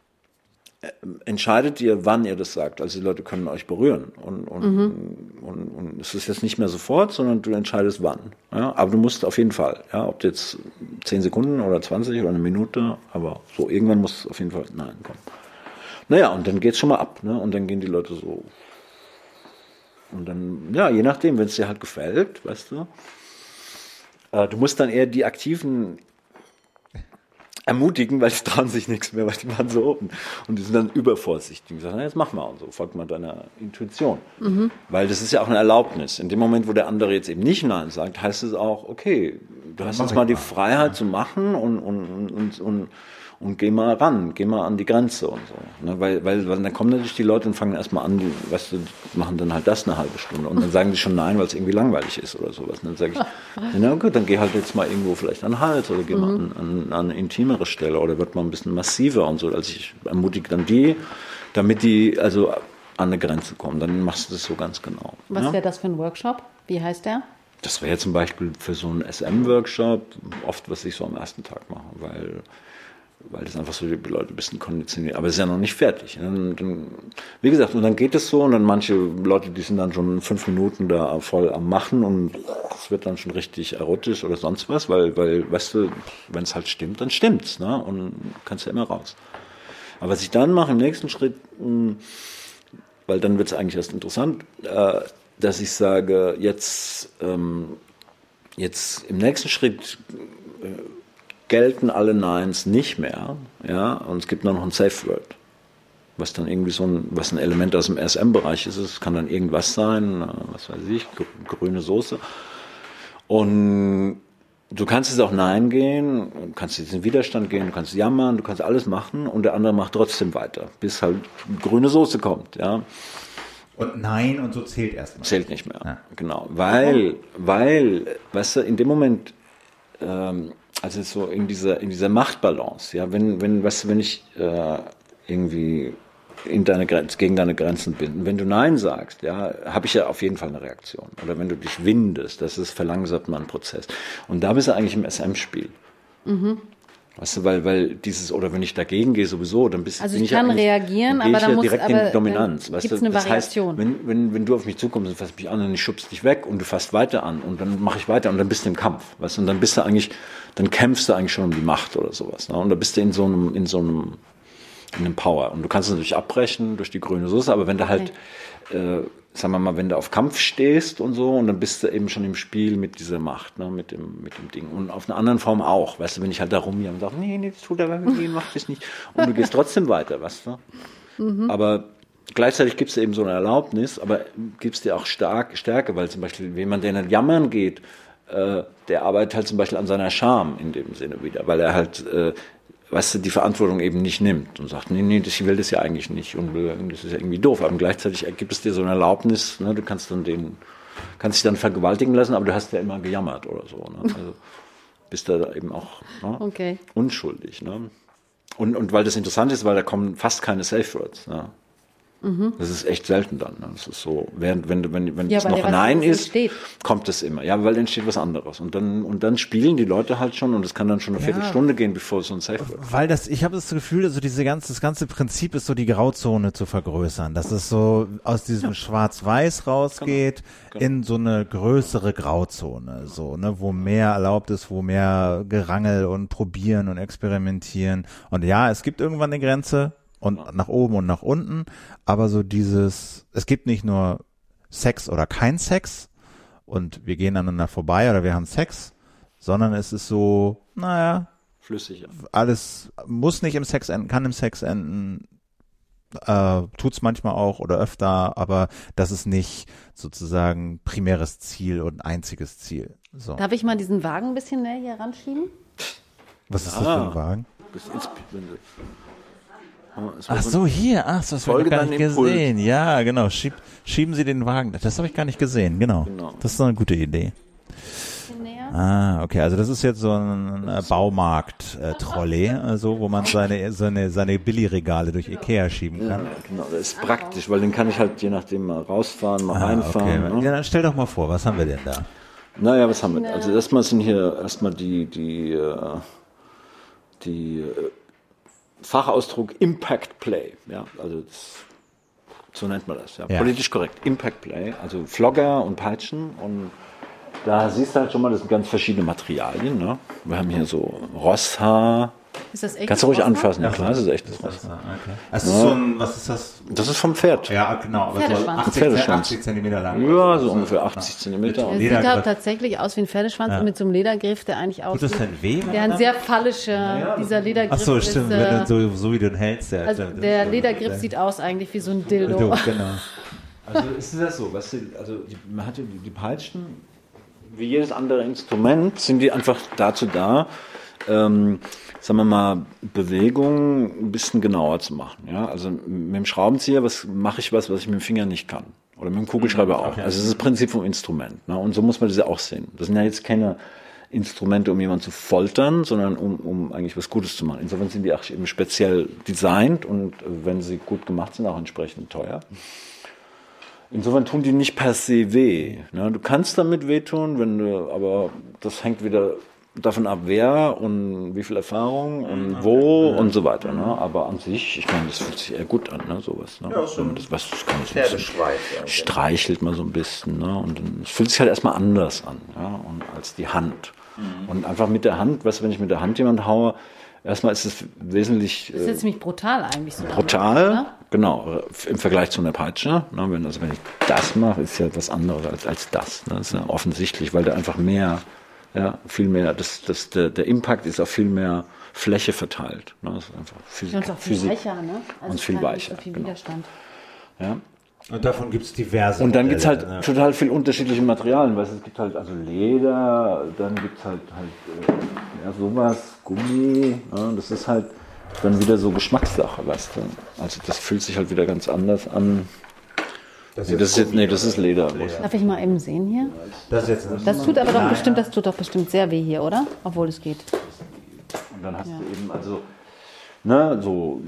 entscheidet ihr, wann ihr das sagt. Also die Leute können euch berühren. Und, und, mhm. und, und es ist jetzt nicht mehr sofort, sondern du entscheidest wann. Ja. Aber du musst auf jeden Fall, ja, ob jetzt zehn Sekunden oder zwanzig oder eine Minute, aber so irgendwann muss auf jeden Fall Nein kommen. Naja, und dann geht's schon mal ab, ne? Und dann gehen die Leute so. Und dann, ja, je nachdem, wenn es dir halt gefällt, weißt du. Äh, du musst dann eher die Aktiven ermutigen, weil die trauen sich nichts mehr, weil die waren so oben. Und die sind dann übervorsichtig. Die sagen, na, jetzt mach mal und so, folgt mal deiner Intuition. Mhm. Weil das ist ja auch eine Erlaubnis. In dem Moment, wo der andere jetzt eben nicht Nein sagt, heißt es auch, okay, du hast jetzt mal die Freiheit zu machen und, und, und, und Und geh mal ran, geh mal an die Grenze und so. Ne? Weil, weil, weil dann kommen natürlich die Leute und fangen erstmal an, die, weißt du, machen dann halt das eine halbe Stunde. Und dann sagen die schon Nein, weil es irgendwie langweilig ist oder sowas. Und dann sage ich, na gut, dann geh halt jetzt mal irgendwo vielleicht an den Hals oder geh mhm. mal an, an, an eine intimere Stelle oder wird mal ein bisschen massiver und so. Also ich ermutige dann die, damit die also an eine Grenze kommen. Dann machst du das so ganz genau. Was ja? wäre das für ein Workshop? Wie heißt der? Das wäre zum Beispiel für so einen S M-Workshop oft, was ich so am ersten Tag mache, weil weil das einfach so die Leute ein bisschen konditioniert. Aber es ist ja noch nicht fertig. Dann, dann, wie gesagt, und dann geht es so und dann manche Leute, die sind dann schon fünf Minuten da voll am Machen und es wird dann schon richtig erotisch oder sonst was, weil, weil weißt du, wenn es halt stimmt, dann stimmt's, ne? Und kannst ja immer raus. Aber was ich dann mache im nächsten Schritt, weil dann wird es eigentlich erst interessant, äh, dass ich sage, jetzt, ähm, jetzt im nächsten Schritt äh, gelten alle Neins nicht mehr, ja, und es gibt nur noch ein Safe Word, was dann irgendwie so ein, was ein Element aus dem R S M-Bereich ist. Es kann dann irgendwas sein, was weiß ich, grüne Soße. Und du kannst jetzt auch Nein gehen, du kannst jetzt in Widerstand gehen, du kannst jammern, du kannst alles machen und der andere macht trotzdem weiter, bis halt grüne Soße kommt, ja. Und Nein und so zählt erstmal. Zählt nicht mehr, ja. Genau, weil, weil, weißt du, in dem Moment, ähm, also so in dieser in dieser Machtbalance, ja, wenn wenn weißt du, wenn ich äh, irgendwie in deine Grenze, gegen deine Grenzen bin, wenn du Nein sagst, ja, habe ich ja auf jeden Fall eine Reaktion. Oder wenn du dich windest, das ist verlangsamt mal ein Prozess. Und da bist du eigentlich im S M-Spiel. Mhm. Weißt du, weil, weil dieses, oder wenn ich dagegen gehe sowieso, dann bist Also bin ich ich kann ja reagieren, aber ich dann ja muss direkt aber in Dominanz. Weißt gibt's du? eine Das Variation. heißt, wenn, wenn, wenn du auf mich zukommst und fasst mich an und ich schubst dich weg und du fasst weiter an und dann mache ich weiter und dann bist du im Kampf. Weißt du, und dann bist du eigentlich, dann kämpfst du eigentlich schon um die Macht oder sowas. Ne? Und da bist du in so einem, in so einem, in einem Power. Und du kannst es natürlich abbrechen durch die grüne Soße, aber wenn du halt, okay. äh, sagen wir mal, wenn du auf Kampf stehst und so, und dann bist du eben schon im Spiel mit dieser Macht, ne, mit dem, mit dem Ding. Und auf einer anderen Form auch, weißt du, wenn ich halt da rumgehe und sage, nee, nee, das tut er mit mir, mach das nicht. Und du gehst trotzdem weiter, weißt du. Mhm. Aber gleichzeitig gibst du eben so eine Erlaubnis, aber gibst dir auch stark, Stärke, weil zum Beispiel jemand, der nicht jammern geht, äh, der arbeitet halt zum Beispiel an seiner Scham in dem Sinne wieder, weil er halt, äh, weißt du, die Verantwortung eben nicht nimmt und sagt, nee, nee, ich will das ja eigentlich nicht und das ist ja irgendwie doof. Aber gleichzeitig gibt es dir so eine Erlaubnis, ne, du kannst dann den, kannst dich dann vergewaltigen lassen, aber du hast ja immer gejammert oder so. Ne? Also bist da eben auch ne, okay. unschuldig. Ne? Und, und weil das interessant ist, weil da kommen fast keine Safe Words. Ne? Mhm. Das ist echt selten dann. Ne? Das ist so, während wenn wenn wenn ja, es noch Nein ist, entsteht. kommt es immer. Ja, weil entsteht was anderes und dann und dann spielen die Leute halt schon und es kann dann schon eine ja. Viertelstunde gehen, bevor es so ein Safe wird. Weil das, ich habe das Gefühl, also diese ganze das ganze Prinzip ist so die Grauzone zu vergrößern, dass es so aus diesem ja. Schwarz-Weiß rausgeht genau. Genau. in so eine größere Grauzone, so ne, wo mehr erlaubt ist, wo mehr Gerangel und Probieren und Experimentieren und ja, es gibt irgendwann eine Grenze. Und nach oben und nach unten, aber so dieses, es gibt nicht nur Sex oder kein Sex und wir gehen aneinander vorbei oder wir haben Sex, sondern es ist so, naja, flüssig. Ja. Alles muss nicht im Sex enden, kann im Sex enden, äh, tut's manchmal auch oder öfter, aber das ist nicht sozusagen primäres Ziel und einziges Ziel. So. Darf ich mal diesen Wagen ein bisschen näher hier ranschieben? Was ist ah, das für ein Wagen? Das ist Ach so, hier, ach, das habe ich gar nicht gesehen. Ja, genau, Schieb, schieben Sie den Wagen. Das habe ich gar nicht gesehen, genau. genau. Das ist eine gute Idee. Ah, okay, also das ist jetzt so ein äh, Baumarkt-Trolley, also, wo man seine seine seine Billigregale durch Ikea schieben kann. Ja, genau, das ist praktisch, weil den kann ich halt je nachdem mal rausfahren, mal ah, reinfahren. Okay. Ne? Ja, dann stell doch mal vor, was haben wir denn da? Naja, was haben wir? Also erstmal sind hier erstmal die die äh, die äh, Fachausdruck Impact Play, ja, also das, so nennt man das, ja. ja, politisch korrekt, Impact Play, also Flogger und Peitschen und da siehst du halt schon mal, das sind ganz verschiedene Materialien, ne? Wir haben hier so Rosshaar. Ist das echt? Kannst du ruhig anfassen, ja klar, das ist echtes Rosshaar. Okay. Das ist so ein, was ist das? Das ist vom Pferd. Ja, genau, aber so achtzig Zentimeter lang. Ja, so ungefähr achtzig Zentimeter. Das sieht auch tatsächlich aus wie ein Pferdeschwanz ja. mit so einem Ledergriff, der eigentlich aussieht. Tut das denn weh? Der ein sehr fallischer, ja, dieser Ledergriff. Ach so, stimmt, ist, wenn du so, so wie du ihn hältst. Der, also der Ledergriff sieht aus eigentlich wie so ein Dildo. Dildo genau. Also ist das so, weißt du, also die, man hat die, die Peitschen, wie jedes andere Instrument, sind die einfach dazu da, ähm, sagen wir mal, Bewegung ein bisschen genauer zu machen. Ja? Also mit dem Schraubenzieher was mache ich was, was ich mit dem Finger nicht kann. Oder mit dem Kugelschreiber auch. Okay. Also das ist das Prinzip vom Instrument. Ne? Und so muss man das ja auch sehen. Das sind ja jetzt keine Instrumente, um jemanden zu foltern, sondern um, um eigentlich was Gutes zu machen. Insofern sind die auch eben speziell designt und wenn sie gut gemacht sind, auch entsprechend teuer. Insofern tun die nicht per se weh. Ne? Du kannst damit wehtun, wenn du, aber das hängt wieder davon ab, wer und wie viel Erfahrung und wo und so weiter. Ne? Aber an sich, ich meine, das fühlt sich eher gut an, ne? Sowas. Ne? Ja, so das, was, das kann so ein bisschen, streichelt man so ein bisschen. Ne? Und es fühlt sich halt erstmal anders an, ja? Und als die Hand. Mhm. Und einfach mit der Hand, weißt du, wenn ich mit der Hand jemand haue, erstmal ist es wesentlich. Das ist jetzt ziemlich brutal eigentlich so. Brutal, oder? Genau, im Vergleich zu einer Peitsche. Ne? Wenn, also wenn ich das mache, ist ja etwas anderes als, als das. Ne? Das ist ja offensichtlich, weil da einfach mehr. Ja, viel mehr, das, das, der, der Impact ist auf viel mehr Fläche verteilt. Ne? Das ist einfach Physik, und auch viel Physik. weicher, ne? Also und viel weicher. Viel genau. Widerstand. Ja. Und davon gibt es diverse. Und dann gibt es halt ja. total viel unterschiedliche Materialien. Weißt, es gibt halt also Leder, dann gibt es halt, halt äh, ja, sowas, Gummi. Ja, das ist halt dann wieder so Geschmackssache, weißt du. Also das fühlt sich halt wieder ganz anders an. Das, nee, das, ist jetzt, nee, das ist Leder. Leder. Darf ich mal eben sehen hier? Das, jetzt das tut aber doch bestimmt, das tut doch bestimmt sehr weh hier, oder? Obwohl es geht. Und dann hast ja. du eben also, ne, so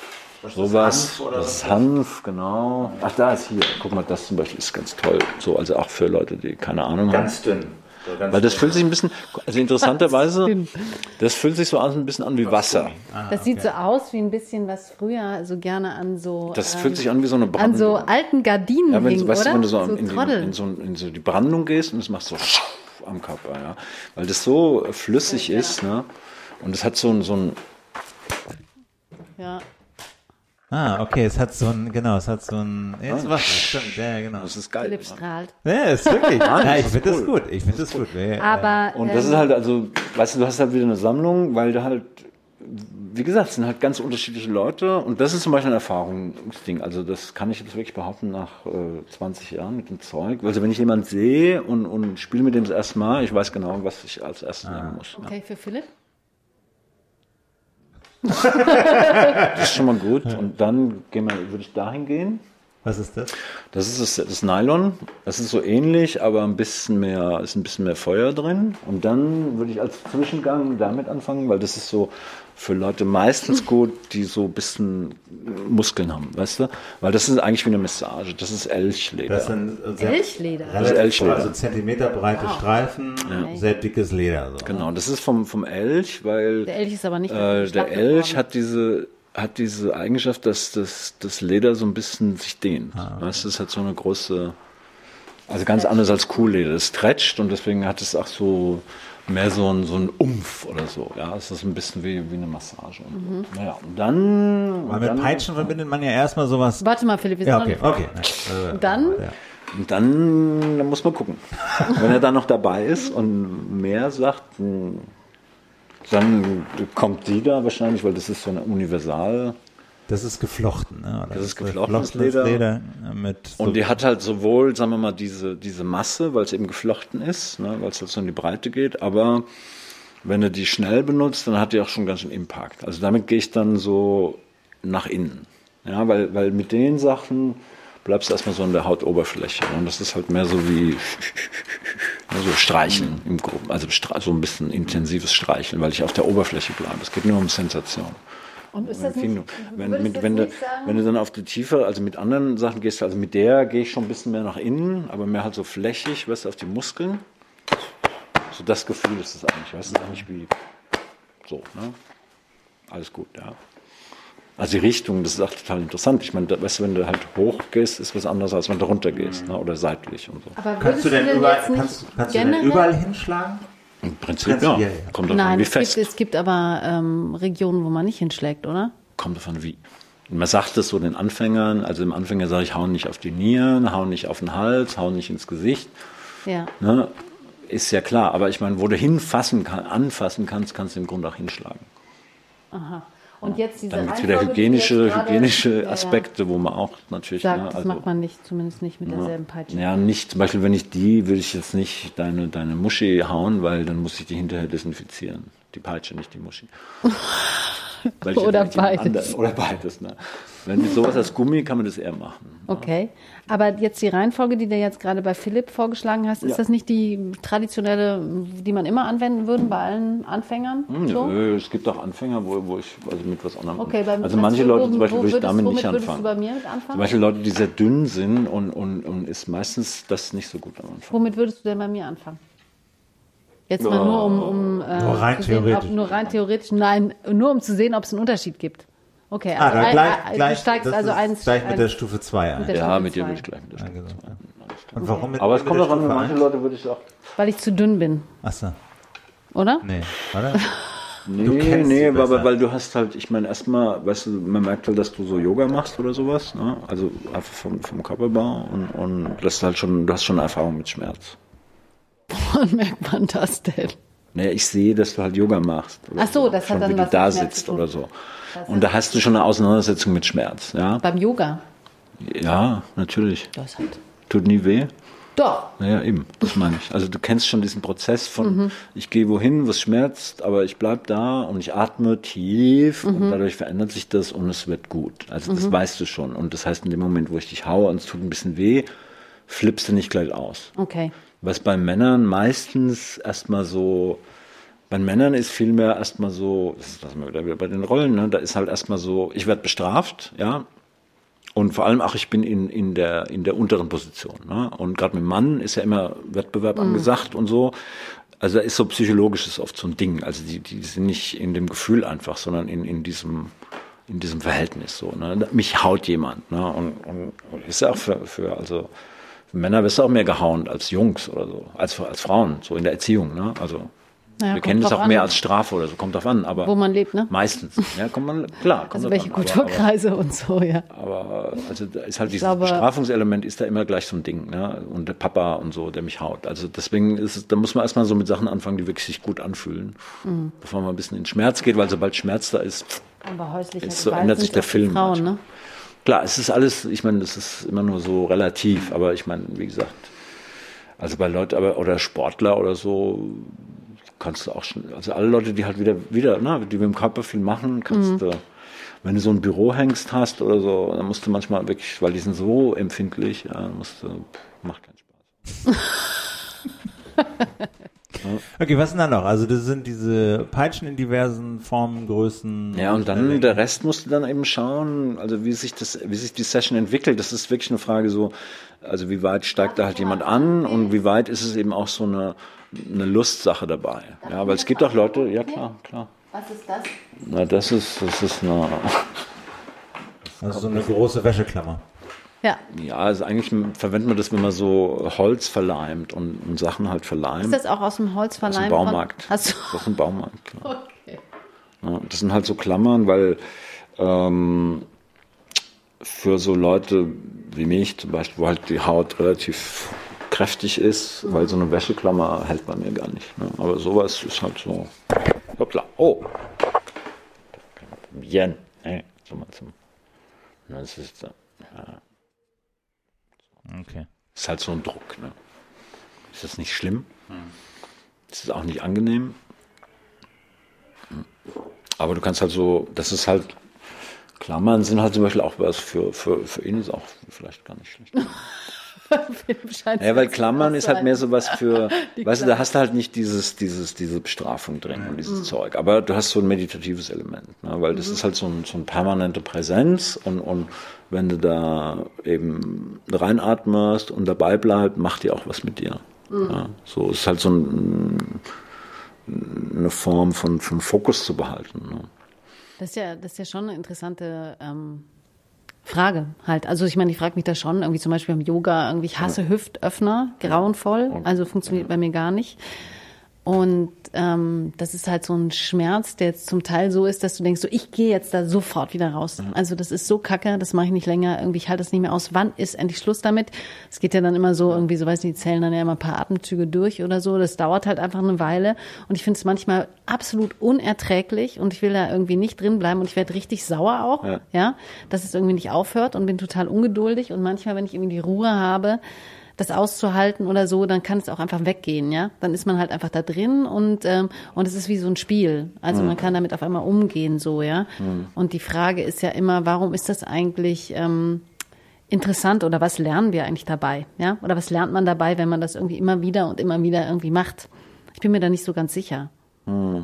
sowas. Das ist Hanf, genau. Ach, da ist hier. Guck mal, das zum Beispiel ist ganz toll. So, also auch für Leute, die keine Ahnung haben. Ganz dünn. Weil das fühlt sich ein bisschen, also interessanterweise, das fühlt sich so an, ein bisschen an wie Wasser. Ah, das sieht okay. so aus wie ein bisschen, was früher so gerne an so Das ähm, fühlt sich an wie so eine Brandung. An so alten Gardinen ja, wenn, hing, weißt oder? Du, wenn du so, so in, die, in, so, in so die Brandung gehst und es macht so am Körper, ja. Weil das so flüssig ja, ist, ne? Und es hat so ein, so ein ja. Ah, okay, es hat so ein, genau, es hat so ein, jetzt ah, was, stimmt, ja, genau. Das ist geil. Philipp strahlt. Ja, ist wirklich, ja, ich finde das gut, ich finde das gut. Aber, und das ähm, ist halt, also, weißt du, du hast halt wieder eine Sammlung, weil da halt, wie gesagt, es sind halt ganz unterschiedliche Leute und das ist zum Beispiel ein Erfahrungsding, also das kann ich jetzt wirklich behaupten nach äh, zwanzig Jahren mit dem Zeug, also wenn ich jemanden sehe und, und spiele mit dem das erste Mal, ich weiß genau, was ich als erstes ah. nehmen muss. Okay, ja. Für Philipp? Das ist schon mal gut. Und dann gehen wir, würde ich dahin gehen. Was ist das? Das ist das, das Nylon. Das ist so ähnlich, aber ein bisschen mehr, ist ein bisschen mehr Feuer drin. Und dann würde ich als Zwischengang damit anfangen, weil das ist so für Leute meistens gut, die so ein bisschen Muskeln haben, weißt du? Weil das ist eigentlich wie eine Massage. Das ist Elchleder. Das sind sehr, Elchleder? Das ist Elchleder. Also Zentimeterbreite wow. Streifen, ja. sehr dickes Leder. So. Genau, das ist vom, vom Elch, weil der Elch ist aber nicht äh, der Elch hat diese hat diese Eigenschaft, dass das, das Leder so ein bisschen sich dehnt. Ah, okay. Weißt du, es hat so eine große, also ganz anders als Kuhlleder. Es stretcht und deswegen hat es auch so mehr so ein, so ein Umf oder so. Ja, es ist ein bisschen wie, wie eine Massage. Und mhm. so. Naja, und dann... Weil mit dann, Peitschen verbindet man ja erstmal sowas... Warte mal, Philipp, wir sind ja, okay, noch okay. Und dann... Und dann, dann muss man gucken. Wenn er dann noch dabei ist und mehr sagt, dann kommt die da wahrscheinlich, weil das ist so eine Universal... Das ist geflochten, ne? Oder das ist geflochtenes Leder. Leder mit so und die hat halt sowohl, sagen wir mal, diese, diese Masse, weil es eben geflochten ist, ne? Weil es halt so in die Breite geht, aber wenn du die schnell benutzt, dann hat die auch schon ganz schön Impact. Also damit gehe ich dann so nach innen. Ja, weil, weil mit den Sachen bleibst du erstmal so an der Hautoberfläche. Und das ist halt mehr so wie so Streicheln im Groben, also so ein bisschen intensives Streicheln, weil ich auf der Oberfläche bleibe. Es geht nur um Sensation. Und ist das nicht, wenn, mit, wenn, du, wenn du dann auf die Tiefe, also mit anderen Sachen gehst, also mit der gehe ich schon ein bisschen mehr nach innen, aber mehr halt so flächig, weißt du, auf die Muskeln. So das Gefühl ist es eigentlich, weißt du, eigentlich wie so, ne? Alles gut, ja. Also die Richtung, das ist auch total interessant. Ich meine, weißt du, wenn du halt hoch gehst, ist was anderes, als wenn du runter gehst, ne? Oder seitlich und so. Aber kannst du denn, denn überall, kannst, kannst du denn überall hinschlagen? Im Prinzip ja. ja. Kommt davon, Nein, wie es fest. Gibt, es gibt aber ähm, Regionen, wo man nicht hinschlägt, oder? Kommt davon wie. Man sagt es so den Anfängern, also im Anfänger sage ich, hau nicht auf die Nieren, hau nicht auf den Hals, hau nicht ins Gesicht. Ja. Ne? Ist ja klar, aber ich meine, wo du hinfassen kann, anfassen kannst, kannst du im Grunde auch hinschlagen. Aha. Und jetzt diese dann gibt es wieder hygienische, grade, hygienische Aspekte, ja, ja. wo man auch natürlich... Sagt, ne, das also, macht man nicht, zumindest nicht mit derselben Peitsche. Ja, nicht, zum Beispiel, wenn ich die, würde ich jetzt nicht deine, deine Muschi hauen, weil dann muss ich die hinterher desinfizieren. Die Peitsche, nicht die Muschi. Oder beides. Anderen, oder beides, ne? Wenn mit sowas als Gummi kann man das eher machen. Okay, ja. Aber jetzt die Reihenfolge, die du jetzt gerade bei Philipp vorgeschlagen hast, ist ja. das nicht die traditionelle, die man immer anwenden würde bei allen Anfängern? Hm, so? Nö, es gibt auch Anfänger, wo, wo ich also mit was anderem... Okay, beim, also manche Leute zum Beispiel wo, wo würde ich damit würdest, nicht anfangen. Du bei mir mit anfangen? Zum Beispiel Leute, die sehr dünn sind und, und, und ist meistens das nicht so gut am Anfang. Womit würdest du denn bei mir anfangen? Jetzt mal oh. nur um, um äh, nur rein zu theoretisch. Sehen, ob, nur rein theoretisch, nein, nur um zu sehen, ob es einen Unterschied gibt. Okay, also ah, gleich, ein, gleich, du steigst also eins, gleich mit ein, der Stufe zwei ein. Ja, Stufe mit dir zwei. würde ich gleich mit der Stufe zwei. Und warum mit, aber es mit kommt der auch an, Stufe manche Leute würde ich auch... Weil ich zu dünn bin. Ach so. Oder? Nee, oder? Nee, nee, aber weil du hast halt, ich meine, erstmal, weißt du, man merkt halt, dass du so Yoga machst oder sowas, ne? Also einfach vom, vom Körperbau und, und das ist halt schon, du hast schon eine Erfahrung mit Schmerz. Woran merkt man das denn? Naja, ich sehe, dass du halt Yoga machst. Ach so, das schon, hat dann wie was du da mit Schmerz sitzt zu tun. oder so. Und da hast du schon eine Auseinandersetzung mit Schmerz, ja? Beim Yoga? Ja, natürlich. Das halt. Tut nie weh? Doch. Naja, eben, das meine ich. Also du kennst schon diesen Prozess von, mhm. ich gehe wohin, was schmerzt, aber ich bleib da und ich atme tief mhm. und dadurch verändert sich das und es wird gut. Also das mhm. weißt du schon. Und das heißt, in dem Moment, wo ich dich haue und es tut ein bisschen weh, flippst du nicht gleich aus. Okay. Was bei Männern meistens erstmal so, bei Männern ist vielmehr erstmal so, das ist das wir wieder bei den Rollen, ne? Da ist halt erstmal so, ich werde bestraft, ja, Und vor allem auch, ich bin in, in, der, in der unteren Position. Ne? Und gerade mit dem Mann ist ja immer Wettbewerb mhm. angesagt und so. Also da ist so psychologisches oft so ein Ding. Also die, die sind nicht in dem Gefühl einfach, sondern in, in diesem in diesem Verhältnis. So, ne? Mich haut jemand. Ne? Und, und, und ist ja auch für, für, also für Männer wirst du auch mehr gehauen als Jungs oder so, als, als Frauen, so in der Erziehung. Ne? Also naja, wir kennen das auch an, mehr als Strafe oder so, kommt drauf an. Aber wo man lebt, ne? Meistens. Ja, kommt man, klar. Kommt also welche an, Kulturkreise aber, und so, ja. Aber also da ist halt ich dieses glaube, Bestrafungselement ist da immer gleich so ein Ding. Ne? Und der Papa und so, der mich haut. Also deswegen ist es, da muss man erstmal so mit Sachen anfangen, die wirklich sich gut anfühlen. Mhm. Bevor man ein bisschen in den Schmerz geht, weil sobald Schmerz da ist, aber häuslicher ist so ändert sich der Film. Frauen, ne? Klar, es ist alles, ich meine, das ist immer nur so relativ, aber ich meine, wie gesagt, also bei Leuten, aber oder Sportler oder so, kannst du auch schon, also alle Leute, die halt wieder, wieder, ne, die mit dem Körper viel machen, kannst mhm. du, wenn du so ein Bürohengst hast oder so, dann musst du manchmal wirklich, weil die sind so empfindlich, ja, dann musst du, pff, macht keinen Spaß. Okay, was denn da noch? Also das sind diese Peitschen in diversen Formen, Größen. Ja, und dann der Rest musst du dann eben schauen, also wie sich das, wie sich die Session entwickelt. Das ist wirklich eine Frage so, also wie weit steigt da halt jemand an und wie weit ist es eben auch so eine, eine Lustsache dabei. Ja, weil es gibt auch Leute, ja klar, klar. Was ist das? Na, das ist, das ist eine... Also so eine große Wäscheklammer. Ja. Ja, also eigentlich verwendet man das, wenn man so Holz verleimt und, und Sachen halt verleimt. Ist das auch aus dem Holz verleimt? Aus dem Baumarkt. Hast du? Das ist ein Baumarkt, klar. Okay. Ja, das sind halt so Klammern, weil ähm, für so Leute wie mich zum Beispiel, wo halt die Haut relativ kräftig ist, mhm. weil so eine Wäscheklammer hält bei mir gar nicht. Ne? Aber sowas ist halt so, hoppla, oh, bien, hey, so mal zum, das ist, ja. Okay. Ist halt so ein Druck. Ne? Ist das nicht schlimm? Hm. Ist das auch nicht angenehm? Aber du kannst halt so, das ist halt, Klammern sind halt zum Beispiel auch was für, für, für ihn ist auch vielleicht gar nicht schlecht. Ja, weil Klammern ist halt mehr so was für, weißt du, da hast du halt nicht dieses, dieses, diese Bestrafung drin und dieses mhm. Zeug. Aber du hast so ein meditatives Element, ne? Weil das mhm. ist halt so, ein, so eine permanente Präsenz und, und wenn du da eben reinatmest und dabei bleibst, macht die auch was mit dir. Mhm. Ja? So ist halt so ein, eine Form von, von Fokus zu behalten. Ne? Das ist ja, das ist ja schon eine interessante ähm Frage halt. Also ich meine, ich frage mich da schon, irgendwie zum Beispiel im Yoga, irgendwie ich hasse ja. Hüftöffner, grauenvoll, also funktioniert ja. bei mir gar nicht. Und ähm, das ist halt so ein Schmerz, der jetzt zum Teil so ist, dass du denkst, so ich gehe jetzt da sofort wieder raus. Ja. Also das ist so kacke, das mache ich nicht länger, irgendwie ich halte das nicht mehr aus. Wann ist endlich Schluss damit? Es geht ja dann immer so, irgendwie so, weiß nicht, die zählen dann ja immer ein paar Atemzüge durch oder so. Das dauert halt einfach eine Weile und ich finde es manchmal absolut unerträglich und ich will da irgendwie nicht drin bleiben und ich werde richtig sauer auch, ja. ja, dass es irgendwie nicht aufhört und bin total ungeduldig und manchmal, wenn ich irgendwie die Ruhe habe, das auszuhalten oder so, dann kann es auch einfach weggehen, ja. Dann ist man halt einfach da drin und ähm, und es ist wie so ein Spiel. Also mhm. man kann damit auf einmal umgehen, so, ja. Mhm. Und die Frage ist ja immer, warum ist das eigentlich ähm, interessant oder was lernen wir eigentlich dabei, ja? Oder was lernt man dabei, wenn man das irgendwie immer wieder und immer wieder irgendwie macht? Ich bin mir da nicht so ganz sicher. Mhm.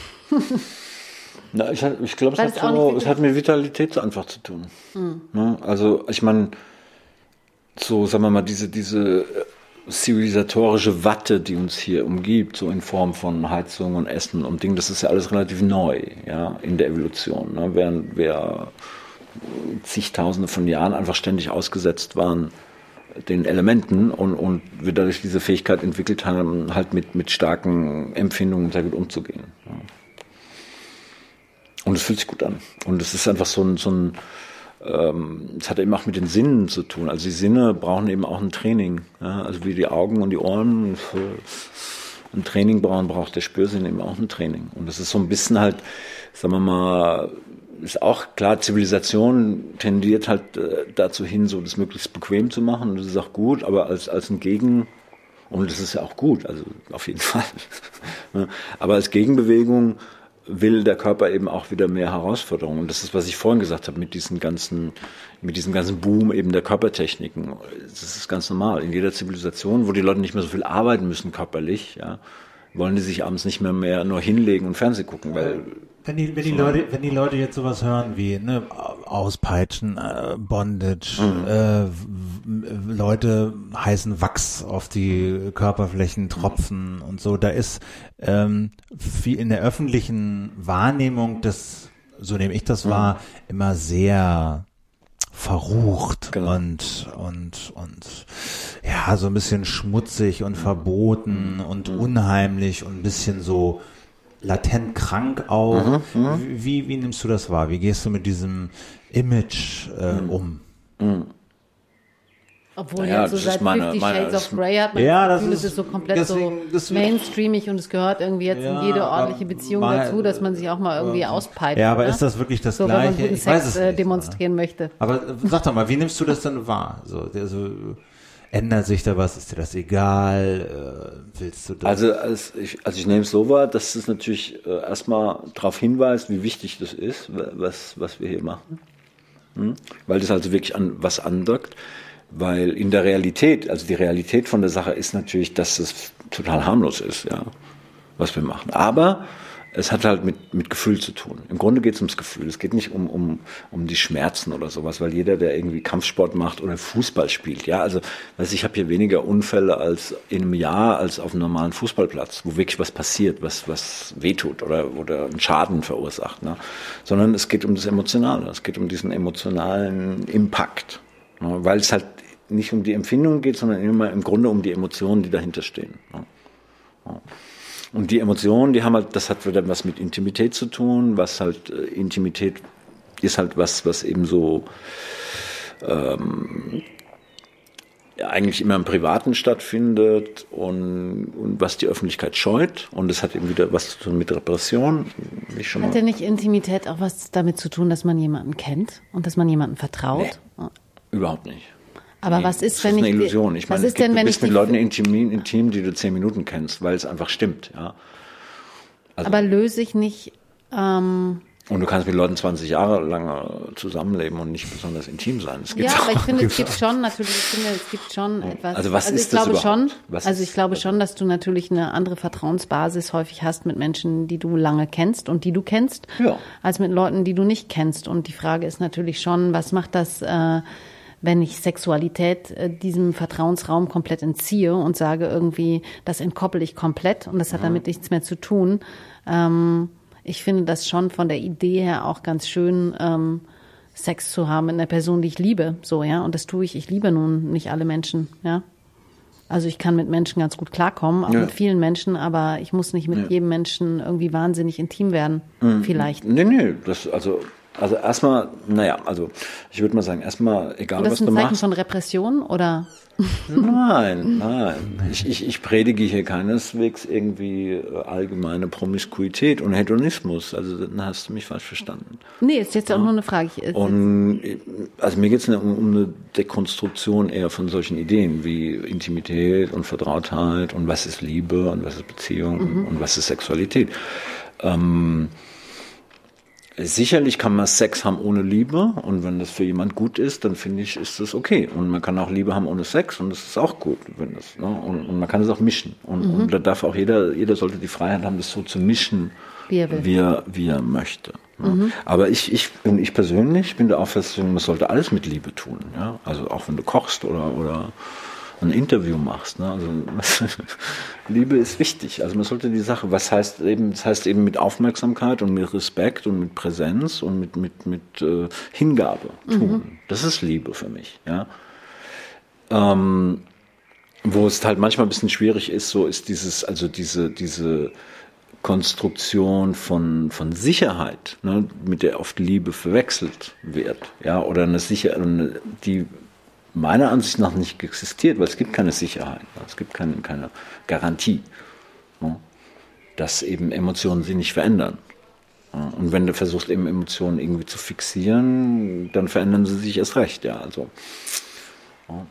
Na, ich, ich glaube, es, hat so, es hat mit Vitalität einfach zu tun. Mhm. Ne? Also ich meine, so, sagen wir mal, diese, diese zivilisatorische Watte, die uns hier umgibt, so in Form von Heizung und Essen und Dingen, das ist ja alles relativ neu, ja, in der Evolution. Ne? Während wir zigtausende von Jahren einfach ständig ausgesetzt waren den Elementen und, und wir dadurch diese Fähigkeit entwickelt haben, halt mit, mit starken Empfindungen sehr gut umzugehen. Ja. Und es fühlt sich gut an. Und es ist einfach so ein, so ein es hat eben auch mit den Sinnen zu tun. Also die Sinne brauchen eben auch ein Training. Ja? Also wie die Augen und die Ohren für ein Training brauchen, braucht der Spürsinn eben auch ein Training. Und das ist so ein bisschen halt, sagen wir mal, ist auch klar, Zivilisation tendiert halt äh, dazu hin, so das möglichst bequem zu machen. Und das ist auch gut, aber als, als ein Gegen, und das ist ja auch gut, also auf jeden Fall. Aber als Gegenbewegung will der Körper eben auch wieder mehr Herausforderungen. Und das ist, was ich vorhin gesagt habe, mit diesen ganzen, mit diesem ganzen Boom eben der Körpertechniken. Das ist ganz normal. In jeder Zivilisation, wo die Leute nicht mehr so viel arbeiten müssen körperlich, ja, wollen die sich abends nicht mehr, mehr nur hinlegen und Fernsehen gucken, weil wenn die, wenn die Leute, wenn die Leute jetzt sowas hören wie, ne, auspeitschen, äh, Bondage, mhm. äh, w- Leute heißen Wachs auf die Körperflächen, Tropfen mhm. und so. Da ist ähm, viel in der öffentlichen Wahrnehmung, das, so nehme ich das mhm. wahr, immer sehr verrucht genau. und und und ja, so ein bisschen schmutzig und verboten mhm. und mhm. unheimlich und ein bisschen so latent krank auch. Mhm, mh. wie, wie nimmst du das wahr? Wie gehst du mit diesem Image äh, mhm. um? Mhm. Obwohl ja, jetzt so seit meine, Fifty meine, Shades of Grey hat man ja, das Gefühl, das es ist, ist so komplett deswegen, so das mainstreamig und es gehört irgendwie jetzt ja, in jede ordentliche Beziehung mal, dazu, dass man sich auch mal irgendwie auspeitscht. Ja, aber ne? ist das wirklich das so, Gleiche? wenn man guten ich Sex weiß es äh, nicht, demonstrieren oder? möchte. Aber sag doch mal, wie nimmst du das denn wahr? So, der so ändert sich da was? Ist dir das egal? Äh, willst du das? Also, als ich, also ich nehme es so wahr, dass es natürlich äh, erstmal darauf hinweist, wie wichtig das ist, was, was wir hier machen. Hm? Weil das also wirklich an was andockt. Weil in der Realität, also die Realität von der Sache ist natürlich, dass es total harmlos ist, ja, was wir machen. Aber es hat halt mit, mit Gefühl zu tun. Im Grunde geht es ums Gefühl. Es geht nicht um, um, um die Schmerzen oder sowas, weil jeder, der irgendwie Kampfsport macht oder Fußball spielt, ja, also, weiß ich habe hier weniger Unfälle als in einem Jahr als auf einem normalen Fußballplatz, wo wirklich was passiert, was, was wehtut oder, oder einen Schaden verursacht, ne? Sondern es geht um das Emotionale. Es geht um diesen emotionalen Impact, ne? Weil es halt nicht um die Empfindung geht, sondern immer im Grunde um die Emotionen, die dahinter stehen. Und die Emotionen, die haben halt, das hat wieder was mit Intimität zu tun, was halt, äh, Intimität ist halt was, was eben so ähm, ja, eigentlich immer im Privaten stattfindet und, und was die Öffentlichkeit scheut. Und das hat eben wieder was zu tun mit Repression. Wie ich schon hat ja nicht Intimität auch was damit zu tun, dass man jemanden kennt und dass man jemandem vertraut? Nee, überhaupt nicht. Aber nee, was ist, das wenn ist eine ich Illusion. Ich meine, was ist denn, du wenn bist ich mit die, Leuten intim, intim, die du zehn Minuten kennst, weil es einfach stimmt. Ja. Also, aber löse ich nicht... Ähm, und du kannst mit Leuten zwanzig Jahre lang zusammenleben und nicht besonders intim sein. Das ja, aber ich finde, es ungefähr. gibt schon natürlich, ich finde, es gibt schon etwas. Also was also ist ich glaube das schon, was also ich glaube schon, dass du natürlich eine andere Vertrauensbasis häufig hast mit Menschen, die du lange kennst und die du kennst, ja. als mit Leuten, die du nicht kennst. Und die Frage ist natürlich schon, was macht das, äh, wenn ich Sexualität äh, diesem Vertrauensraum komplett entziehe und sage irgendwie, das entkoppel ich komplett und das hat damit nichts mehr zu tun. Ähm, ich finde das schon von der Idee her auch ganz schön, ähm, Sex zu haben mit einer Person, die ich liebe, so, ja. Und das tue ich. Ich liebe nun nicht alle Menschen, ja. Also ich kann mit Menschen ganz gut klarkommen, auch ja. mit vielen Menschen, aber ich muss nicht mit ja. jedem Menschen irgendwie wahnsinnig intim werden, mhm. vielleicht. Nee, nee, das, also, Also erstmal, naja, also ich würde mal sagen, erstmal, egal was du machst. Das ist ein Zeichen von Repression, oder? Nein, nein. Ich, ich, ich predige hier keineswegs irgendwie allgemeine Promiskuität und Hedonismus. Also dann hast du mich falsch verstanden. Nee, ist jetzt auch ja. nur eine Frage. Und also mir geht es um, um eine Dekonstruktion eher von solchen Ideen wie Intimität und Vertrautheit und was ist Liebe und was ist Beziehung mhm. und was ist Sexualität. Ähm, Sicherlich kann man Sex haben ohne Liebe und wenn das für jemand gut ist, dann finde ich, ist das okay. Und man kann auch Liebe haben ohne Sex und das ist auch gut, wenn das, ne? und, und man kann es auch mischen. Und, mhm. und da darf auch jeder, jeder sollte die Freiheit haben, das so zu mischen, wie er, wie er, wie er möchte. Ne? Mhm. Aber ich, ich, ich persönlich bin der Auffassung, man sollte alles mit Liebe tun. Ja? Also auch wenn du kochst oder, oder ein Interview machst. Ne? Also Liebe ist wichtig. Also man sollte die Sache, was heißt eben, das heißt eben mit Aufmerksamkeit und mit Respekt und mit Präsenz und mit mit mit äh, Hingabe tun. Mhm. Das ist Liebe für mich. Ja. Ähm, wo es halt manchmal ein bisschen schwierig ist, so ist dieses, also diese diese Konstruktion von von Sicherheit, ne, mit der oft Liebe verwechselt wird, ja, oder eine Sicherheit, die meiner Ansicht nach nicht existiert, weil es gibt keine Sicherheit, es gibt keine, keine Garantie, ne, dass eben Emotionen sich nicht verändern. Und wenn du versuchst, eben Emotionen irgendwie zu fixieren, dann verändern sie sich erst recht, ja, also. Ja.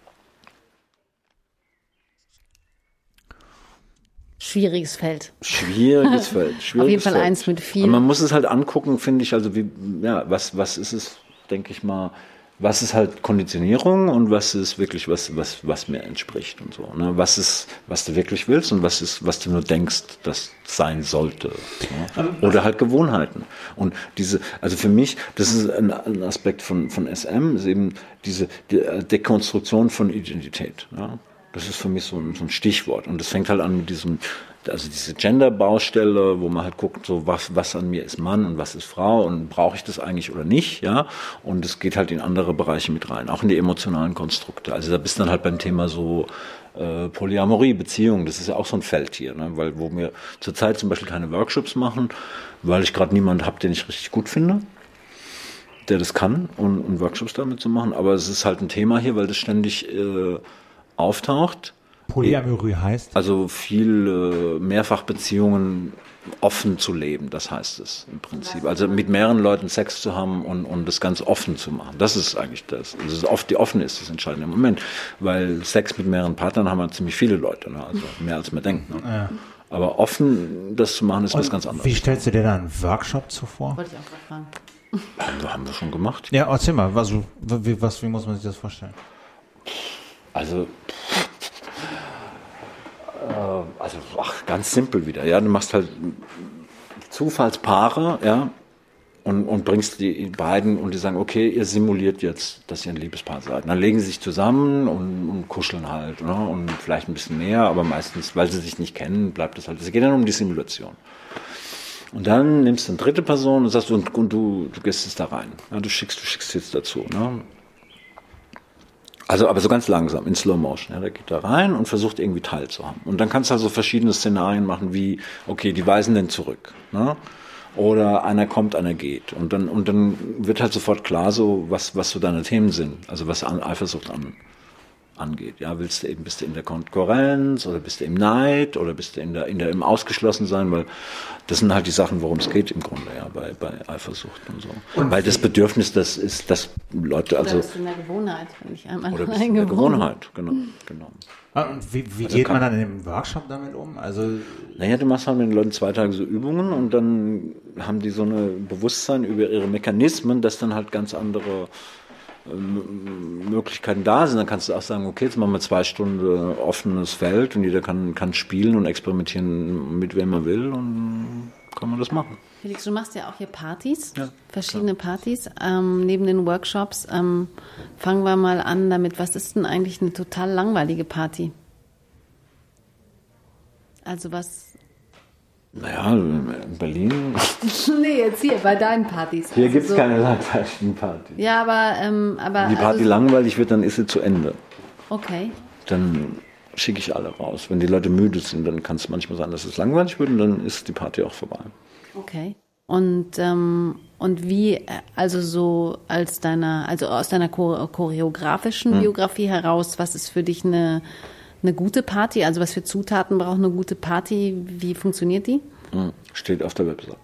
Schwieriges Feld. Schwieriges Feld. Schwieriges Auf jeden Fall Feld. eins mit viel. Und man muss es halt angucken, finde ich, also wie, ja, was, was ist es, denke ich mal, was ist halt Konditionierung und was ist wirklich was, was, was mir entspricht und so. Ne? Was ist, was du wirklich willst und was ist, was du nur denkst, das sein sollte. Ne? Oder halt Gewohnheiten. Und diese, also für mich, das ist ein, ein Aspekt von, von S M, ist eben diese die Dekonstruktion von Identität. Ja? Das ist für mich so ein, so ein Stichwort. Und das fängt halt an mit diesem, also diese Gender-Baustelle, wo man halt guckt, so was, was an mir ist Mann und was ist Frau und brauche ich das eigentlich oder nicht, ja. Und es geht halt in andere Bereiche mit rein, auch in die emotionalen Konstrukte. Also da bist du dann halt beim Thema so äh, Polyamorie, Beziehungen, das ist ja auch so ein Feld hier, ne? Weil wo wir zurzeit zum Beispiel keine Workshops machen, weil ich gerade niemanden habe, den ich richtig gut finde, der das kann und, und Workshops damit zu machen. Aber es ist halt ein Thema hier, weil das ständig äh, auftaucht. Polyamorie heißt? Also viel äh, Mehrfachbeziehungen offen zu leben, das heißt es im Prinzip. Also mit mehreren Leuten Sex zu haben und, und das ganz offen zu machen. Das ist eigentlich das. Also oft, die Offene ist das entscheidende Moment. Weil Sex mit mehreren Partnern haben ja ziemlich viele Leute, ne? Also mehr als man denkt. Ne? Ja. Aber offen das zu machen, ist und was ganz anderes. Wie stellst du dir da einen Workshop zuvor? Wollte ich auch gerade fragen. Haben wir, haben wir schon gemacht. Ja, erzähl mal, was, wie, was, wie muss man sich das vorstellen? Also... Also ach, ganz simpel wieder, ja. Du machst halt Zufallspaare, ja, und, und bringst die beiden und die sagen, okay, ihr simuliert jetzt, dass ihr ein Liebespaar seid. Dann legen sie sich zusammen und, und kuscheln halt, ne? Und vielleicht ein bisschen mehr, aber meistens, weil sie sich nicht kennen, bleibt es halt. Es geht dann um die Simulation. Und dann nimmst du eine dritte Person und sagst, und, und du, du gehst jetzt da rein. Ja, du schickst, du schickst jetzt dazu, ne? Also, aber so ganz langsam, in Slow Motion. Ja, der geht da rein und versucht irgendwie teilzuhaben. Und dann kannst du also verschiedene Szenarien machen, wie, okay, die weisen den zurück, ne? Oder einer kommt, einer geht. Und dann, und dann wird halt sofort klar so, was, was so deine Themen sind. Also, was an Eifersucht an, angeht. Ja, willst du eben, bist du in der Konkurrenz oder bist du im Neid oder bist du in der, in der, im Ausgeschlossensein, weil das sind halt die Sachen, worum es geht im Grunde, ja, bei, bei Eifersucht und so. Und weil das Bedürfnis, das ist, dass Leute, also. Oder bist du in der Gewohnheit, wenn ich einmal oder bist in der Gewohnheit, genau, genau. Und wie, wie also geht kann, man dann im Workshop damit um? Also naja, du machst halt mit den Leuten zwei Tage so Übungen und dann haben die so ein Bewusstsein über ihre Mechanismen, dass dann halt ganz andere Möglichkeiten da sind, dann kannst du auch sagen, okay, jetzt machen wir zwei Stunden offenes Feld und jeder kann, kann spielen und experimentieren mit wem er will und kann man das machen. Felix, du machst ja auch hier Partys, ja, verschiedene klar. Partys, ähm, neben den Workshops. Ähm, fangen wir mal an damit, was ist denn eigentlich eine total langweilige Party? Also was... Naja, in Berlin. Nee, jetzt hier bei deinen Partys. Hier also gibt es so. keine langweiligen Partys. Ja, aber. Ähm, aber Wenn die Party also, langweilig wird, dann ist sie zu Ende. Okay. Dann schicke ich alle raus. Wenn die Leute müde sind, dann kann es manchmal sein, dass es langweilig wird und dann ist die Party auch vorbei. Okay. Und, ähm, und wie, also so als deiner, also aus deiner choreografischen hm. Biografie heraus, was ist für dich eine. Eine gute Party, also was für Zutaten braucht eine gute Party? Wie funktioniert die? Steht auf der Website.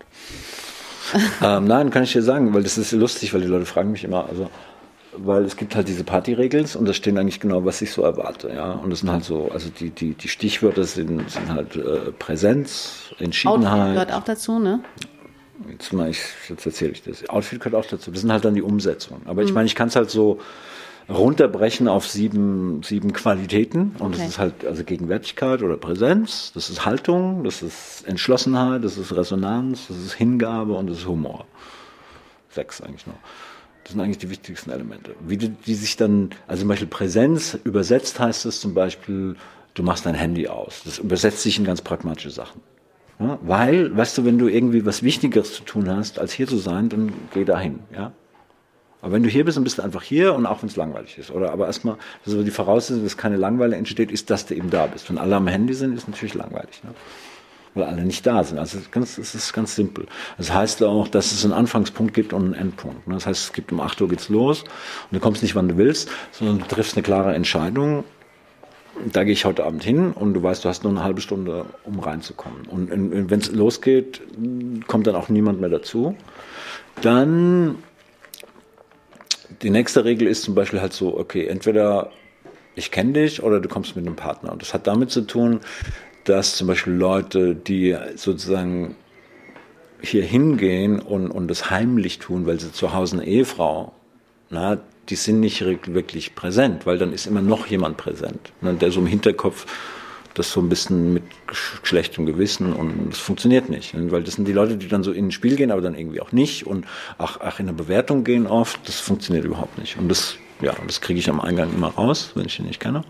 ähm, nein, kann ich dir sagen, weil das ist lustig, weil die Leute fragen mich immer, also weil es gibt halt diese Party-Regeln und da stehen eigentlich genau, was ich so erwarte, ja. Und das sind halt so, also die, die, die Stichwörter sind, sind halt äh, Präsenz, Entschiedenheit. Outfit gehört auch dazu, ne? Jetzt, mal, ich, jetzt erzähle ich das. Outfit gehört auch dazu. Das sind halt dann die Umsetzungen. Aber mhm. ich meine, ich kann es halt so runterbrechen auf sieben, sieben Qualitäten. Und okay. Das ist halt also Gegenwärtigkeit oder Präsenz, das ist Haltung, das ist Entschlossenheit, das ist Resonanz, das ist Hingabe und das ist Humor. Sechs eigentlich noch. Das sind eigentlich die wichtigsten Elemente. Wie die, die sich dann, also zum Beispiel Präsenz, übersetzt heißt es zum Beispiel, du machst dein Handy aus. Das übersetzt sich in ganz pragmatische Sachen. Ja? Weil, weißt du, wenn du irgendwie was Wichtigeres zu tun hast, als hier zu sein, dann geh dahin, ja. Aber wenn du hier bist, dann bist du einfach hier und auch wenn es langweilig ist. Oder aber erstmal, also die Voraussetzung, dass keine Langeweile entsteht, ist, dass du eben da bist. Wenn alle am Handy sind, ist natürlich langweilig, ne? Weil alle nicht da sind. Also es ist ganz simpel. Das heißt auch, dass es einen Anfangspunkt gibt und einen Endpunkt. Das heißt, es gibt um acht Uhr geht's los und du kommst nicht, wann du willst, sondern du triffst eine klare Entscheidung. Da gehe ich heute Abend hin und du weißt, du hast nur eine halbe Stunde, um reinzukommen. Und wenn es losgeht, kommt dann auch niemand mehr dazu. Dann die nächste Regel ist zum Beispiel halt so, okay, entweder ich kenne dich oder du kommst mit einem Partner. Und das hat damit zu tun, dass zum Beispiel Leute, die sozusagen hier hingehen und, und das heimlich tun, weil sie zu Hause eine Ehefrau, na, die sind nicht wirklich präsent, weil dann ist immer noch jemand präsent, ne, der so im Hinterkopf das so ein bisschen mit schlechtem Gewissen und es funktioniert nicht, ne, weil das sind die Leute, die dann so in ein Spiel gehen, aber dann irgendwie auch nicht und ach, ach in eine Bewertung gehen oft, das funktioniert überhaupt nicht und das, ja, das kriege ich am Eingang immer raus, wenn ich ihn nicht kenne.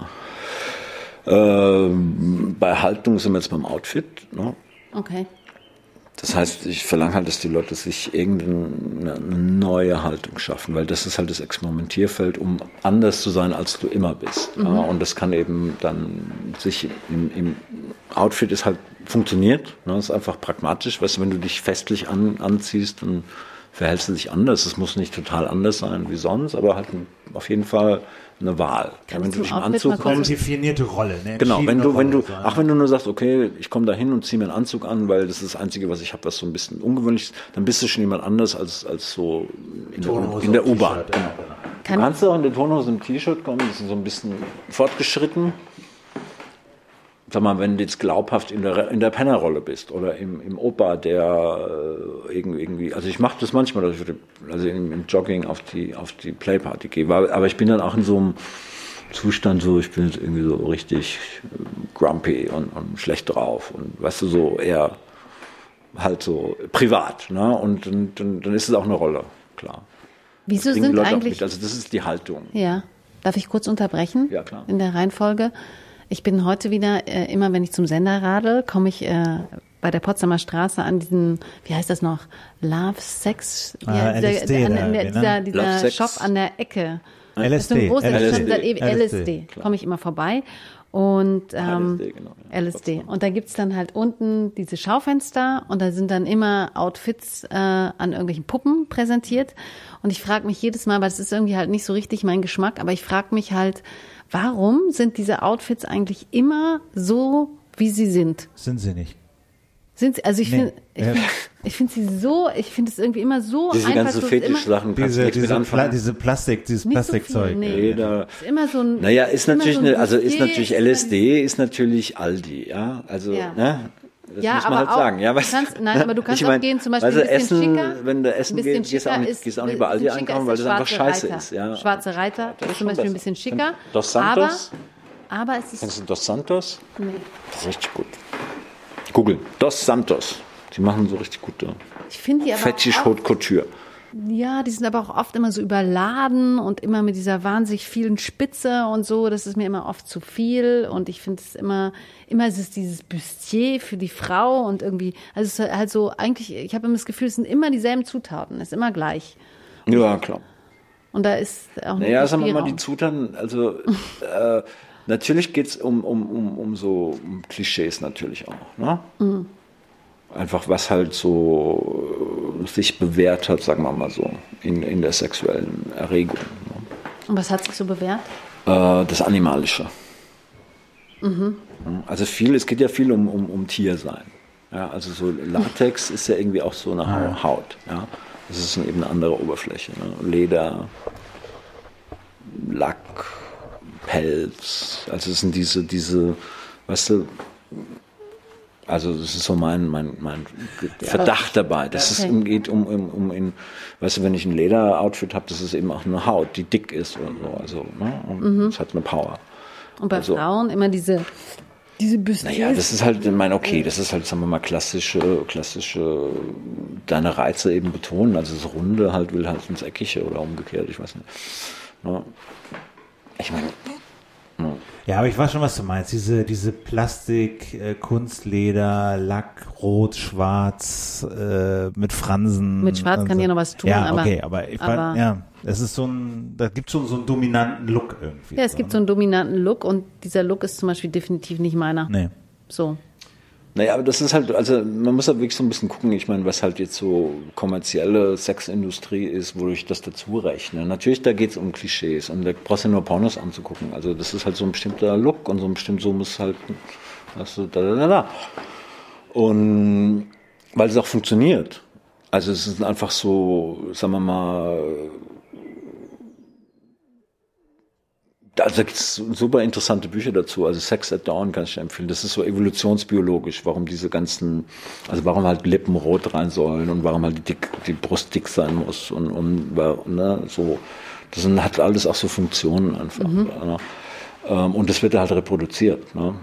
Ähm, bei Haltung sind wir jetzt beim Outfit, ne? Okay. Das heißt, ich verlange halt, dass die Leute sich irgendeine neue Haltung schaffen, weil das ist halt das Experimentierfeld, um anders zu sein, als du immer bist. Mhm. Ja, und das kann eben dann sich im, im Outfit ist halt funktioniert. Ne, ist einfach pragmatisch. Weißt du, wenn du dich festlich an, anziehst, dann verhältst du dich anders. Es muss nicht total anders sein wie sonst, aber halt auf jeden Fall eine Wahl. Ja, wenn du dich im Anzug eine definierte Rolle, ne? Genau, wenn du, wenn du, ach, wenn du nur sagst, okay, ich komme da hin und ziehe mir einen Anzug an, weil das ist das Einzige, was ich habe, was so ein bisschen ungewöhnlich ist, dann bist du schon jemand anders als, als so in der, in der U-Bahn. Genau. Kann du kannst auch in der Tonhose im T-Shirt kommen, das ist so ein bisschen fortgeschritten. Sag mal, wenn du jetzt glaubhaft in der, in der Pennerrolle bist oder im, im Opa, der äh, irgendwie, also ich mache das manchmal, dass ich also im, im Jogging auf die, auf die Playparty gehe, aber ich bin dann auch in so einem Zustand so, ich bin jetzt irgendwie so richtig grumpy und, und schlecht drauf und weißt du, so eher halt so privat, ne? Und, und, und dann ist es auch eine Rolle, klar. Wieso sind eigentlich, also das ist die Haltung. Ja, darf ich kurz unterbrechen? Ja, klar. In der Reihenfolge. Ich bin heute wieder, äh, immer wenn ich zum Sender radel, komme ich äh, bei der Potsdamer Straße an diesen, wie heißt das noch, Love, Sex? Ah, ja, L S D dieser, da, an der, ne? dieser, dieser Love, Shop an der Ecke. L S D. Das ist ein großer, L S D. schon seit ewig, L S D. L S D, Komme ich immer vorbei. Und ähm, L S D, genau, ja. L S D. Und da gibt's dann halt unten diese Schaufenster und da sind dann immer Outfits äh, an irgendwelchen Puppen präsentiert. Und ich frage mich jedes Mal, weil es ist irgendwie halt nicht so richtig mein Geschmack, aber ich frage mich halt, warum sind diese Outfits eigentlich immer so, wie sie sind? Sind sie nicht. Sind sie, also ich Nee. finde, ich, Ja. find- ich finde sie so, ich finde es irgendwie immer so Diese ganzen einfallslos, immer- Fetisch-Sachen kannst du Diese, nichts mit diese, Pla anfangen. diese Plastik, dieses Nicht so Plastikzeug. viel, nee. Jeder, ist immer so ein, naja, ist immer natürlich, so ein eine, also ist Bustier, natürlich ist L S D, immer ist natürlich Aldi, ja, also, Ja. ne, das Ja, muss man aber halt auch- sagen, ja, du weißt kannst- nein, aber du kannst ich auch mein, gehen, zum Beispiel weißt du, ein bisschen Essen, schicker, wenn du essen ein bisschen gehst, gehst du auch schicker nicht, ist- gehst auch nicht ein bei Aldi bisschen schicker einkaufen, ist weil der das einfach Schwarze scheiße Reiter. ist, ja. Schwarze Reiter Das ist zum schon Beispiel ein besser. bisschen schicker, Dos aber, Santos, aber es ist, kennst du Dos Santos? nee. Das ist richtig gut. Google, Dos Santos, die machen so richtig gute Ich finde die aber Fetisch auch Haute Couture. Ja, die sind aber auch oft immer so überladen und immer mit dieser wahnsinnig vielen Spitze und so. Das ist mir immer oft zu viel und ich finde es immer, immer ist es dieses Bustier für die Frau und irgendwie, also es ist halt so, eigentlich, ich habe immer das Gefühl, es sind immer dieselben Zutaten, es ist immer gleich. Ja, klar. Und da ist auch nicht Naja, viel sagen wir mal, Spielraum. die Zutaten, also äh, natürlich geht's um, um, um, um so um Klischees natürlich auch. Ne? Mhm. Einfach was halt so äh, sich bewährt hat, sagen wir mal so, in, in der sexuellen Erregung. Ne? Und was hat sich so bewährt? Äh, das Animalische. Also viel, es geht ja viel um, um, um Tiersein. Ja, also so Latex ist ja irgendwie auch so eine Hau- Haut. Ja? Das ist eben eine andere Oberfläche. Ne? Leder, Lack, Pelz. Also es sind diese, diese, weißt du, also das ist so mein, mein, mein Verdacht dabei. Dass es Okay. geht um, um, um in, weißt du, wenn ich ein Lederoutfit habe, das ist eben auch eine Haut, die dick ist oder so. Also, ne? Und es hat eine Power. Und bei Also- Frauen immer diese, diese Bustiers. Naja, das ist halt, ich meine, okay, das ist halt, sagen wir mal, klassische, klassische, deine Reize eben betonen. Also das Runde halt will halt ins Eckige oder umgekehrt, ich weiß nicht. Ne? Ich meine, Ja, aber ich weiß schon, was du meinst. Diese, diese Plastik, äh, Kunstleder, Lack, Rot, Schwarz, äh, mit Fransen. Mit Schwarz und kann so. ja noch was tun, Ja, aber- okay, aber ich aber- war, ja, es ist so ein, da gibt schon so einen dominanten Look irgendwie. Ja, es gibt so einen dominanten Look und dieser Look ist zum Beispiel definitiv nicht meiner. Nee. So. naja, aber das ist halt, also man muss halt wirklich so ein bisschen gucken, ich meine, was halt jetzt so kommerzielle Sexindustrie ist, wodurch das dazu rechne. Natürlich, da geht es um Klischees und da brauchst du nur Pornos anzugucken. Also das ist halt so ein bestimmter Look und so ein bestimmt, so muss halt, weißt du, da, da, da, da. Und weil es auch funktioniert. Also es ist einfach so, sagen wir mal, also da gibt es super interessante Bücher dazu. Also Sex at Dawn kann ich dir empfehlen. Das ist so evolutionsbiologisch, warum diese ganzen, also warum halt Lippen rot rein sollen und warum halt die, dick, die Brust dick sein muss und, und ne, so. Das sind, hat alles auch so Funktionen einfach. Mhm. Ne? Ähm, und das wird halt reproduziert. Ne?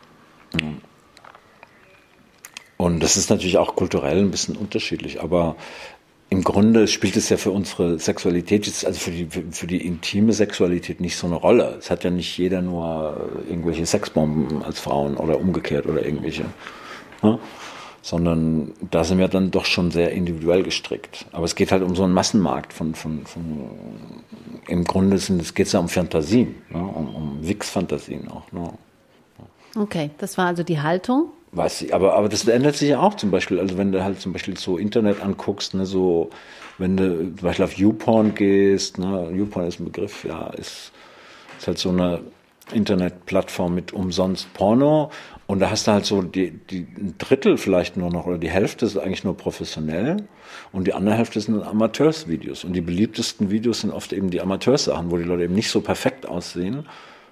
Und das ist natürlich auch kulturell ein bisschen unterschiedlich, aber im Grunde spielt es ja für unsere Sexualität, also für die, für die intime Sexualität nicht so eine Rolle. Es hat ja nicht jeder nur irgendwelche Sexbomben als Frauen oder umgekehrt oder irgendwelche. Ne? Sondern da sind wir dann doch schon sehr individuell gestrickt. Aber es geht halt um so einen Massenmarkt von, von, von im Grunde geht es ja um Fantasien, ne? um, um Wix-Fantasien auch. Ne? Okay, das war also die Haltung. Weiß ich, aber, aber das ändert sich ja auch zum Beispiel, also wenn du halt zum Beispiel so Internet anguckst, ne, so, wenn du zum Beispiel auf YouPorn gehst, ne, YouPorn ist ein Begriff, ja, ist, ist halt so eine Internetplattform mit umsonst Porno und da hast du halt so die, die ein Drittel vielleicht nur noch oder die Hälfte ist eigentlich nur professionell und die andere Hälfte sind Amateursvideos und die beliebtesten Videos sind oft eben die Amateursachen, wo die Leute eben nicht so perfekt aussehen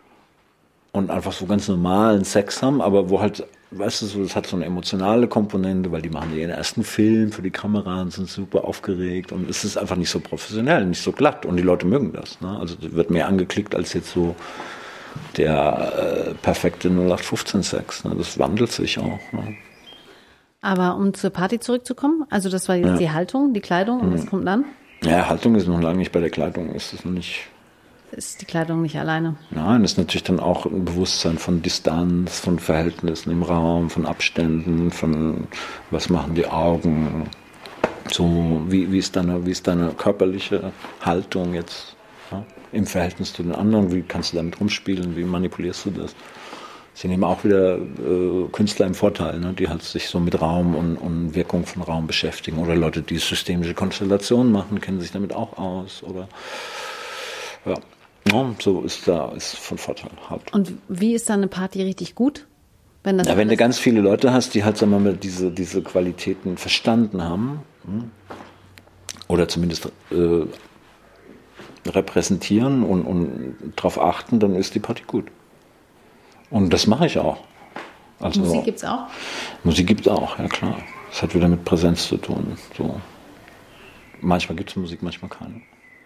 und einfach so ganz normalen Sex haben, aber wo halt, weißt du, so, das hat so eine emotionale Komponente, weil die machen ihren ersten Film für die Kamera und sind super aufgeregt und es ist einfach nicht so professionell, nicht so glatt und die Leute mögen das. Ne? Also wird mehr angeklickt als jetzt so der äh, perfekte null acht fünfzehn Sex. Ne? Das wandelt sich auch. Ne? Aber um zur Party zurückzukommen, also das war jetzt ja. die Haltung, die Kleidung und mhm. was kommt dann? Ja, Haltung ist noch lange nicht bei der Kleidung, ist es noch nicht. Ist die Kleidung nicht alleine? Nein, das ist natürlich dann auch ein Bewusstsein von Distanz, von Verhältnissen im Raum, von Abständen, von was machen die Augen, so wie, wie, ist, deine, wie ist deine körperliche Haltung jetzt ja, im Verhältnis zu den anderen, wie kannst du damit rumspielen, wie manipulierst du das? Das sind eben auch wieder äh, Künstler im Vorteil, ne, die halt sich so mit Raum und, und Wirkung von Raum beschäftigen oder Leute, die systemische Konstellationen machen, kennen sich damit auch aus oder ja. Ja, so ist da ist von Vorteil halt. Und wie ist da eine Party richtig gut? Wenn, das ja, wenn du ganz viele Leute hast, die halt sagen wir mal, diese, diese Qualitäten verstanden haben hm, oder zumindest äh, repräsentieren und, und darauf achten, dann ist die Party gut. Und das mache ich auch. Also, Musik gibt's auch? Musik gibt's auch, ja klar. Das hat wieder mit Präsenz zu tun. So. Manchmal gibt es Musik, manchmal keine.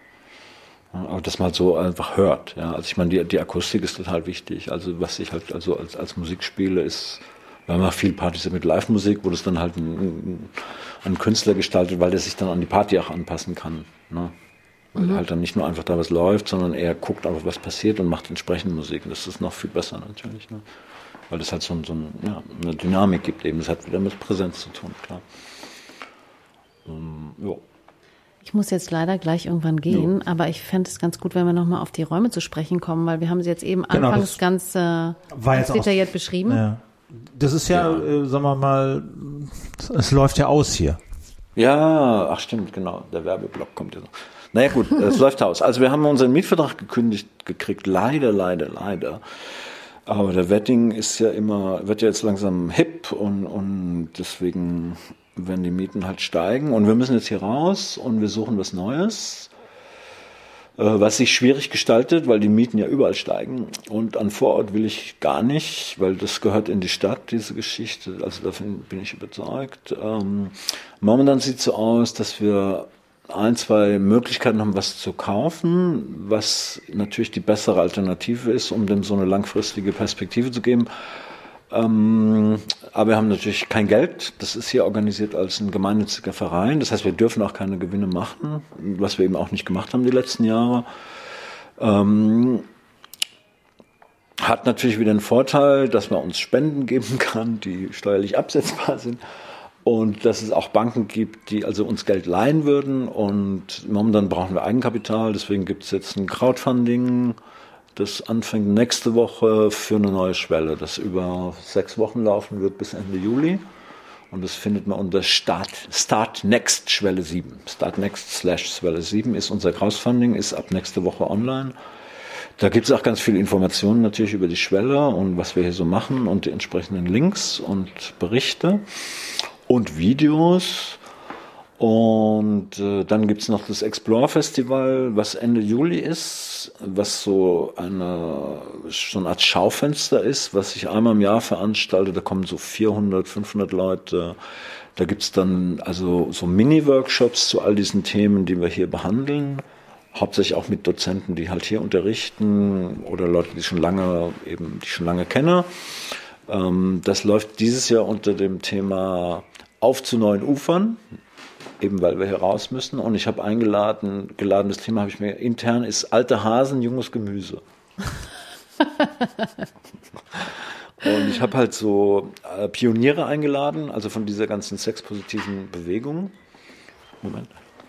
Aber dass man halt so einfach hört. Ja. Also ich meine, die, die Akustik ist total wichtig. Also was ich halt also als, als Musik spiele, ist, wir haben auch viel Partys mit Live-Musik, wo das dann halt ein, ein Künstler gestaltet, weil der sich dann an die Party auch anpassen kann. Ne? Weil mhm. halt dann nicht nur einfach da was läuft, sondern er guckt einfach, was passiert und macht entsprechend Musik. Und das ist noch viel besser natürlich. Ne? Weil das halt so, so ein, ja, eine Dynamik gibt eben. Das hat wieder mit Präsenz zu tun, klar. Ähm, ja. Ich muss jetzt leider gleich irgendwann gehen, ja. aber ich fände es ganz gut, wenn wir nochmal auf die Räume zu sprechen kommen, weil wir haben sie jetzt eben genau, anfangs ganz, äh, ganz detailliert aus, beschrieben. Ja. Das ist ja, ja. Äh, sagen wir mal, es läuft ja aus hier. Ja, ach stimmt, genau, der Werbeblock kommt ja noch. Naja gut, es läuft aus. Also wir haben unseren Mietvertrag gekündigt gekriegt, leider, leider, leider. Aber der Wedding ist ja immer, wird ja jetzt langsam hip und, und deswegen werden die Mieten halt steigen und wir müssen jetzt hier raus und wir suchen was Neues, äh, was sich schwierig gestaltet, weil die Mieten ja überall steigen und an Vorort will ich gar nicht, weil das gehört in die Stadt, diese Geschichte, also davon bin ich überzeugt. Ähm, momentan sieht es so aus, dass wir ein, zwei Möglichkeiten haben, was zu kaufen, was natürlich die bessere Alternative ist, um dem so eine langfristige Perspektive zu geben. Ähm, aber wir haben natürlich kein Geld. Das ist hier organisiert als ein gemeinnütziger Verein. Das heißt, wir dürfen auch keine Gewinne machen, was wir eben auch nicht gemacht haben die letzten Jahre. Ähm, hat natürlich wieder einen Vorteil, dass man uns Spenden geben kann, die steuerlich absetzbar sind. Und dass es auch Banken gibt, die also uns Geld leihen würden. Und momentan brauchen wir Eigenkapital. Deswegen gibt es jetzt ein Crowdfunding, das anfängt nächste Woche für eine neue Schwelle, das über sechs Wochen laufen wird bis Ende Juli. Und das findet man unter Start, Start Next Schwelle sieben. Start Next slash Schwelle sieben ist unser Crowdfunding, ist ab nächste Woche online. Da gibt es auch ganz viele Informationen natürlich über die Schwelle und was wir hier so machen und die entsprechenden Links und Berichte und Videos. Und äh, dann gibt's noch das Explore Festival, was Ende Juli ist, was so eine, so eine Art Schaufenster ist, was sich einmal im Jahr veranstaltet. Da kommen so vierhundert, fünfhundert Leute. Da gibt's dann also so Mini-Workshops zu all diesen Themen, die wir hier behandeln. hauptsächlich auch mit Dozenten, die halt hier unterrichten oder Leute, die schon lange eben, die ich schon lange kenne. Ähm, das läuft dieses Jahr unter dem Thema Auf zu neuen Ufern, eben weil wir hier raus müssen. Und ich habe eingeladen, geladen, das Thema habe ich mir intern, ist alte Hasen, junges Gemüse. Und ich habe halt so äh, Pioniere eingeladen, also von dieser ganzen sexpositiven Bewegung. Moment.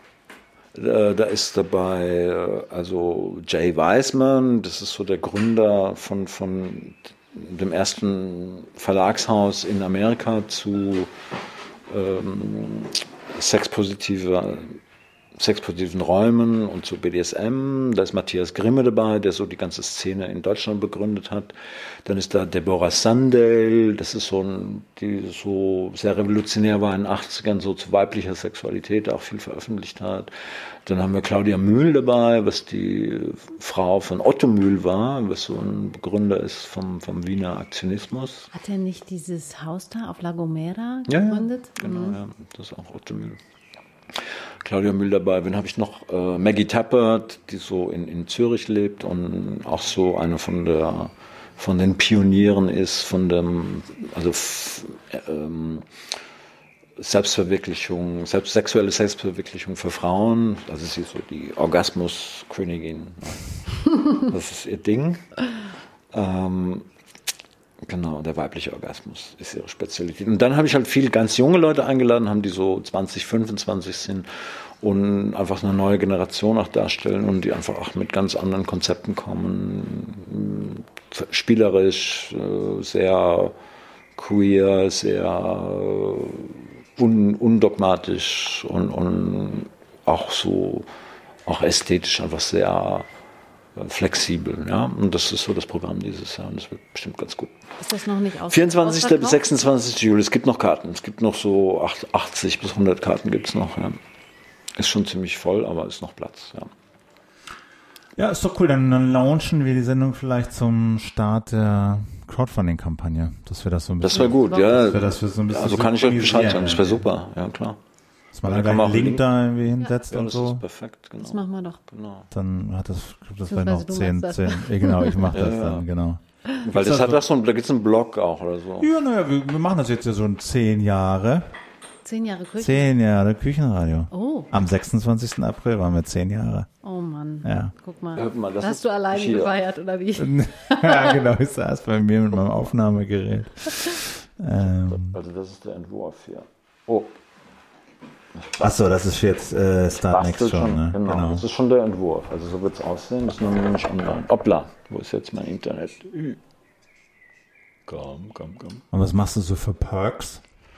Äh, da ist dabei äh, also Jay Weisman, das ist so der Gründer von, von dem ersten Verlagshaus in Amerika zu ähm, sexpositive sexpositiven Räumen und zu B D S M. Da ist Matthias Grimme dabei, der so die ganze Szene in Deutschland begründet hat. Dann ist da Deborah Sandel, das ist so ein, die so sehr revolutionär war in den achtzigern, so zu weiblicher Sexualität auch viel veröffentlicht hat. Dann haben wir Claudia Mühl dabei, was die Frau von Otto Mühl war, was so ein Begründer ist vom, vom Wiener Aktionismus. Hat er nicht dieses Haus da auf La Gomera Ja, gegründet? ja, genau, Mhm. ja, das ist auch Otto Mühl. Claudia Mühl dabei. Wen habe ich noch? Äh, Maggie Tappert, die so in, in Zürich lebt und auch so eine von der von den Pionieren ist, von dem, also f, ähm, Selbstverwirklichung, selbst, sexuelle Selbstverwirklichung für Frauen. Also sie ist so die Orgasmuskönigin. Das ist ihr Ding. Ähm, Genau, der weibliche Orgasmus ist ihre Spezialität. Und dann habe ich halt viele ganz junge Leute eingeladen, haben die so zwanzig, fünfundzwanzig sind und einfach eine neue Generation auch darstellen und die einfach auch mit ganz anderen Konzepten kommen. Spielerisch, sehr queer, sehr un, undogmatisch und, und auch so, auch ästhetisch einfach sehr flexibel, ja, und das ist so das Programm dieses Jahr und das wird bestimmt ganz gut. Ist das noch nicht aus vierundzwanzigsten bis sechsundzwanzigsten Juli, es gibt noch Karten, es gibt noch so achtzig bis hundert Karten gibt es noch, ja. Ist schon ziemlich voll, aber ist noch Platz, ja. Ja, ist doch cool, dann, dann launchen wir die Sendung vielleicht zum Start der Crowdfunding-Kampagne, dass wir das so ein bisschen... Das wäre gut, ja, dass wir das für so ein bisschen also kann ich euch Bescheid sagen, das wäre ja. super, ja klar. Dass man Ja, da kann man gleich einen auch Link da irgendwie hinsetzt Ja, und das so. ist perfekt, genau. Das machen wir doch. Genau. Dann hat das, ich glaub, das wäre Beziehungsweise noch du zehn, machst zehn, das. ja, genau, ich mache das Ja, ja. dann, genau. Weil das das hat so- auch so ein, da gibt es einen Blog auch oder so. Ja, naja, wir, wir machen das jetzt ja schon zehn Jahre. Zehn Jahre Küche? Zehn Jahre Küchenradio. Oh. Am sechsundzwanzigsten April waren wir zehn Jahre. Oh Mann. Ja. Guck mal. Hört mal, das Hast ist du alleine hier. gefeiert oder wie? Ja, genau, ich saß bei mir mit meinem Aufnahmegerät. Ähm, Also das ist der Entwurf hier. Oh, achso, das ist jetzt äh, Start Next bastelt schon, schon, ne? genau. Genau. Das ist schon der Entwurf. Also so wird es aussehen. Das ist noch nicht online. Hoppla, wo ist jetzt mein Internet? Ü. Komm, komm, komm. Und was machst du so für Perks?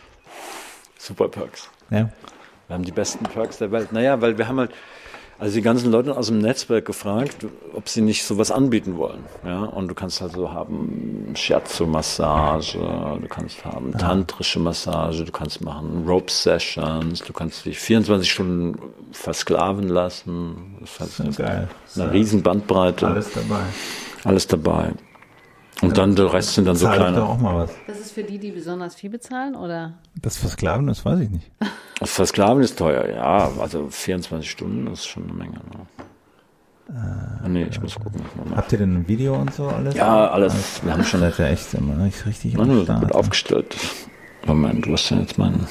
Super Perks. Ja. Wir haben die besten Perks der Welt. Naja, weil wir haben halt, also die ganzen Leute aus dem Netzwerk gefragt, ob sie nicht sowas anbieten wollen. Ja, und du kannst halt so haben Shiatsu-Massage, du kannst haben tantrische Massage, du kannst machen Rope-Sessions, du kannst dich vierundzwanzig Stunden versklaven lassen. Das heißt, Das ist geil. eine riesen Bandbreite. Alles dabei. Alles dabei. Und dann der Rest sind dann so Zahl ich kleine. doch auch mal was. Das ist für die, die besonders viel bezahlen, oder? Das Versklaven, das weiß ich nicht. Das Versklaven ist teuer, ja. Also vierundzwanzig Stunden, das ist schon eine Menge. Ne? Äh, nee, ich muss gucken. Habt ihr denn ein Video und so alles? Ja, alles. Wir haben schon Seid ihr echt immer nicht richtig Nein, am gut Start. aufgestellt. Moment, was ist denn jetzt mein...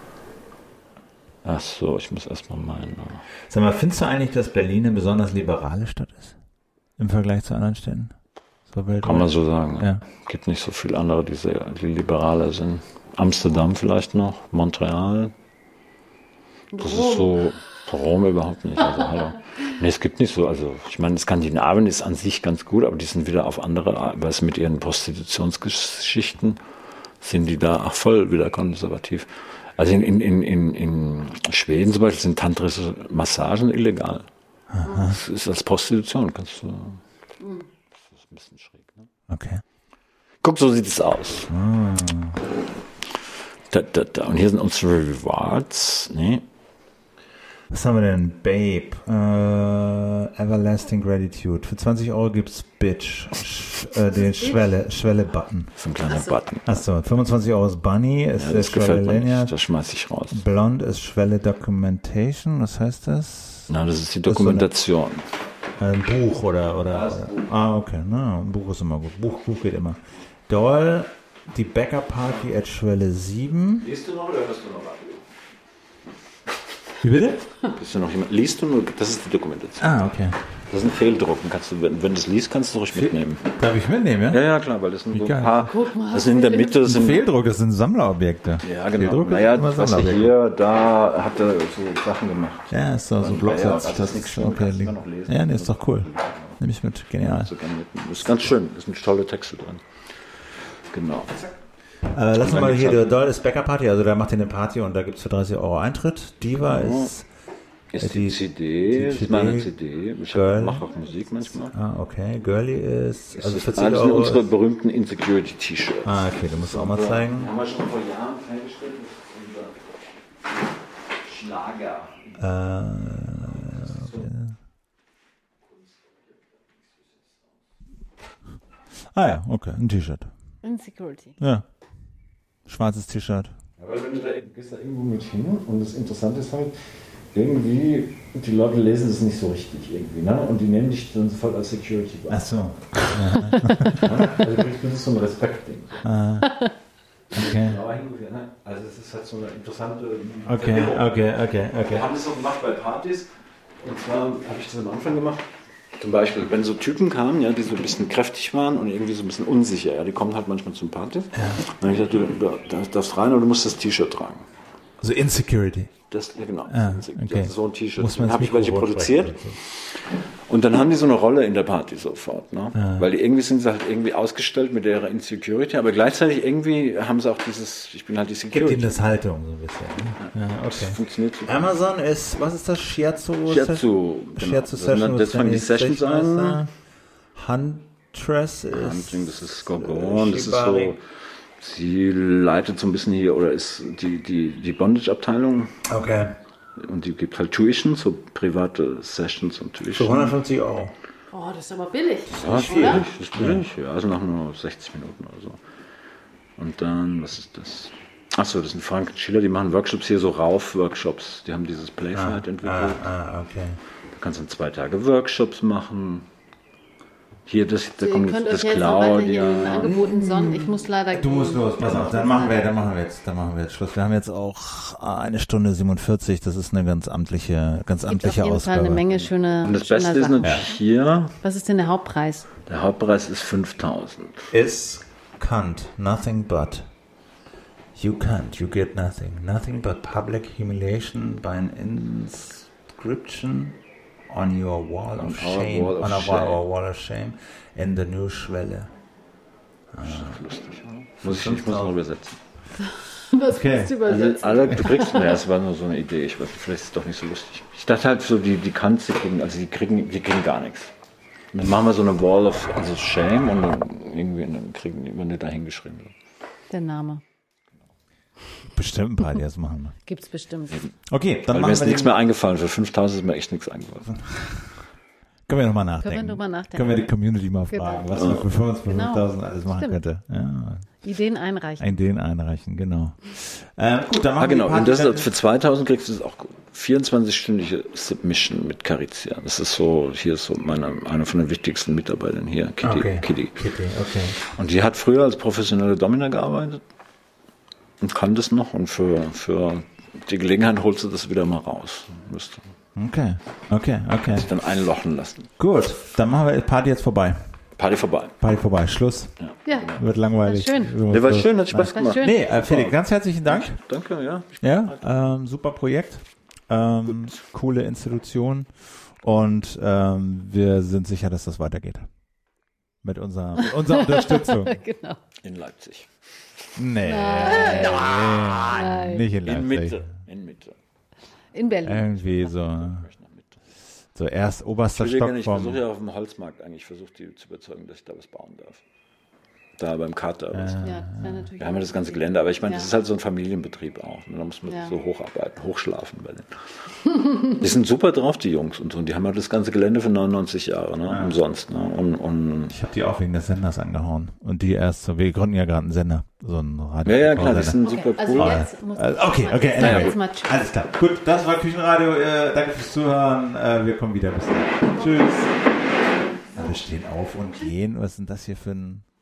Ach so, ich muss erstmal meinen... Sag mal, findest du eigentlich, dass Berlin eine besonders liberale Stadt ist? Im Vergleich zu anderen Städten? So weltweit? Kann man so sagen. Ja. Gibt nicht so viele andere, die, sehr, die liberaler sind. Amsterdam vielleicht noch, Montreal. Das ist so... Rom überhaupt nicht. Also, hallo. Nee, es gibt nicht so. Also, ich meine, Skandinavien ist an sich ganz gut, aber die sind wieder auf andere Art, weil es mit ihren Prostitutionsgeschichten sind die da auch voll wieder konservativ. Also in, in, in, in, in Schweden zum Beispiel sind tantrische Massagen illegal. Aha. Das ist als Prostitution. Kannst du, das ist ein bisschen schräg. Ne? Okay. Guck, so sieht es aus. Ah. Da, da, da. Und hier sind unsere Rewards. Nee. Was haben wir denn? Babe. Äh, Everlasting Gratitude. Für zwanzig Euro gibt's Bitch. Sch, äh, den Schwelle, Schwelle-Button. Das ist ein kleiner Achso. Button. Achso, fünfundzwanzig Euro ist Bunny, ist Ja, der das Schwelle gefällt mir Linear. nicht. Das schmeiß ich raus. Blond ist Schwelle Documentation. Was heißt das? Na, das ist die Das ist so eine- Dokumentation. Ein Buch oder, oder, Ja, ist oder. ein Buch. Ah, okay. Na, ein Buch ist immer gut. Buch, Buch geht immer. Doll, die Bäcker Party at Schwelle sieben. Liest du noch oder hörst du noch Radio? Wie bitte? Bist du noch jemand? Liest du nur? Das ist die Dokumentation. Ah, okay. Das ist ein Fehldruck. Den kannst du, wenn, wenn du es liest, kannst du ruhig mitnehmen. Darf ich mitnehmen, ja? Ja, ja, klar, weil das sind Wie so ein geil. paar. Guck mal, Das sind in der Mitte. Das Ein sind, Fehldruck, das sind Sammlerobjekte. ja, genau. Fehldruck Naja, ist immer was er Sammlerobjekte. hier, da hat er so Sachen gemacht. Ja, ist doch so ein Ja, Blocksatz. ja, also das das ist nichts ist Schlimmes, okay. kannst du immer noch lesen. Ja, nee, ist doch cool. Nehme ich mit. Genial. So gerne mitnehmen. Das ist ganz schön. Da sind tolle Texte drin. Genau. Äh, lass uns dann mal gibt's hier, halt- der Doll ist Bäcker Party, also da macht ihr eine Party und da gibt's für dreißig Euro Eintritt. Diva ist, Ist die- die, C D, die ist C D, meine C D. Ich Girl. mache auch Musik manchmal. ah, okay. Girly ist, also Das für ist zehn alles sind Euro. unsere Ist, berühmten Insecurity-T-Shirts. ah, okay, du musst auch mal zeigen. Haben wir schon vor Jahren hergestellt. Das ist unser Schlager. Äh, okay. Ah ja, okay, ein T-Shirt. Insecurity. Ja. Schwarzes T-Shirt. Ja, weil wenn du da, du gehst da irgendwo mit hin und das Interessante ist halt, irgendwie, die Leute lesen es nicht so richtig irgendwie, ne? Und die nehmen dich dann sofort als Security wahr. Ach so. Ja? Also das ist so ein Respektding. Ah, okay. Aber hingeführt, ne? Also es ist halt so eine interessante Okay, Verwirrung. okay, okay, Wir okay. haben das so gemacht bei Partys. Und zwar habe ich das am Anfang gemacht. Zum Beispiel, wenn so Typen kamen, ja, die so ein bisschen kräftig waren und irgendwie so ein bisschen unsicher, ja, die kommen halt manchmal zum Partys. Ja. Dann habe ich gesagt, du, du darfst rein, aber du musst das T-Shirt tragen. Also Insecurity. Das, ja, genau. Ah, Das ist okay. so ein T-Shirt. Muss man Dann habe ins ich welche Mikro produziert. sprechen. Und dann haben die so eine Rolle in der Party sofort. Ne? Ah. Weil die irgendwie sind sie halt irgendwie ausgestellt mit ihrer Insecurity, aber gleichzeitig irgendwie haben sie auch dieses, ich bin halt die Gibt Security. ihm das Haltung so ein bisschen. Ne? Ja, Das okay. funktioniert so. Amazon ist, was ist das? Shiatsu? Shiatsu, genau. Shiatsu Das sind Session. dann- das fangen die Sessions an. Huntress ist. Hunting, das ist Gorgon, das ist Shibari. so, sie leitet so ein bisschen hier, oder ist die, die, die Bondage-Abteilung Okay. und die gibt halt Tuition, so private Sessions und Für Tuition. hundertfünfzig Euro. Oh, das ist aber billig. Ja, das ist Oder? billig, das ist billig, ja, also nach nur sechzig Minuten oder so. Und dann, was ist das? Achso, das sind Frank und Schiller, die machen Workshops hier, so Rauf-Workshops, die haben dieses Playfight entwickelt. Ah, ah, okay. Da kannst du dann zwei Tage Workshops machen. Hier, das, da Ihr kommt könnt das euch jetzt noch weiter hier in den Claudia. Angeboten sonnen. Ich muss leider Du musst los, pass auf, dann machen wir, dann machen wir jetzt, dann machen wir jetzt Schluss. Wir haben jetzt auch eine Stunde siebenundvierzig, das ist eine ganz amtliche, ganz Es gibt auf amtliche jeden Fall Ausgabe. eine Menge schöne, Und das schöner Beste ist Sachen. natürlich hier, Was ist denn der Hauptpreis? der Hauptpreis ist fünftausend. Is can't, nothing but. You can't, you get nothing. Nothing but public humiliation by an inscription on your wall On of our shame. wall of on our shame. wall, our wall of shame in the new Schwelle. Lustig. Muss ich, ich muss mal übersetzen. Was Okay. willst du Also, übersetzen? alle, du kriegst, naja, es war nur so eine Idee, ich weiß nicht, vielleicht ist es doch nicht so lustig. Ich dachte halt so, die, die Kants, die kriegen, also die kriegen, die kriegen gar nichts. Und dann machen wir so eine Wall of, also Shame und dann irgendwie, und dann kriegen die, wenn die da hingeschrieben wird. Der Name. Bestimmt ein paar, die das machen. Gibt's bestimmt. Okay, dann Weil mir machen ist wir nichts den, mehr eingefallen, für fünftausend ist mir echt nichts eingefallen. können wir nochmal nachdenken. Können wir drüber nachdenken. Können wir die Community mal Genau. fragen, was man für fünftausend alles machen Stimmt. könnte. Ja, Ideen einreichen. ein den einreichen, genau. Ähm, gut, dann machen Ah, genau, wir die und das Party ist, für zweitausend kriegst du das auch gut. vierundzwanzig-stündige Submission mit Carizia. Das ist so, hier ist so meine, eine von den wichtigsten Mitarbeitern hier, Kitty. Okay. Kitty. Kitty, okay. Und die hat früher als professionelle Domina gearbeitet und kann das noch und für, für die Gelegenheit holst du das wieder mal raus. Müsste Okay, okay, okay. sich dann einlochen lassen. Gut, dann machen wir Party jetzt vorbei. Party vorbei. Party vorbei, Schluss. Ja, Wird langweilig. War schön. Wir Der war müssen- schön, hat Spaß war gemacht. schön. Nee, äh, Felix, ganz herzlichen Dank. Danke, ja. Ja, ähm, super Projekt. Ähm, coole Institution. Und ähm, wir sind sicher, dass das weitergeht. Mit unserer, mit unserer Unterstützung. genau. In Leipzig. Nee, Nein. nicht in Leipzig. In Mitte. In Mitte. In Berlin. Irgendwie so, Ich nach Mitte. so erst oberster Ich, will Stock gerne, ich vom... versuche ja auf dem Holzmarkt eigentlich, ich versuche die zu überzeugen, dass ich da was bauen darf. da beim Kater. Äh, Ja, das wäre natürlich. Wir haben ja das ganze Gelände, aber ich meine, Ja. das ist halt so ein Familienbetrieb auch. Da muss man Ja. so hocharbeiten, hochschlafen bei denen. Die sind super drauf, die Jungs und so. Und die haben halt das ganze Gelände für neunundneunzig Jahre, ne? Ja. Umsonst. Ne? Und, und Ich habe die auch wegen des Senders angehauen. Und die erst so, wir gründen ja gerade einen Sender, so einen Radio. ja, ja, klar, die sind Okay, super also cool. jetzt muss Also, okay, okay, Jetzt anyway. jetzt mal tschüss. Alles klar. Gut, das war Küchenradio. Äh, danke fürs Zuhören. Äh, wir kommen wieder. Bis dann. Tschüss. Alle stehen auf und gehen. Was ist denn das hier für ein...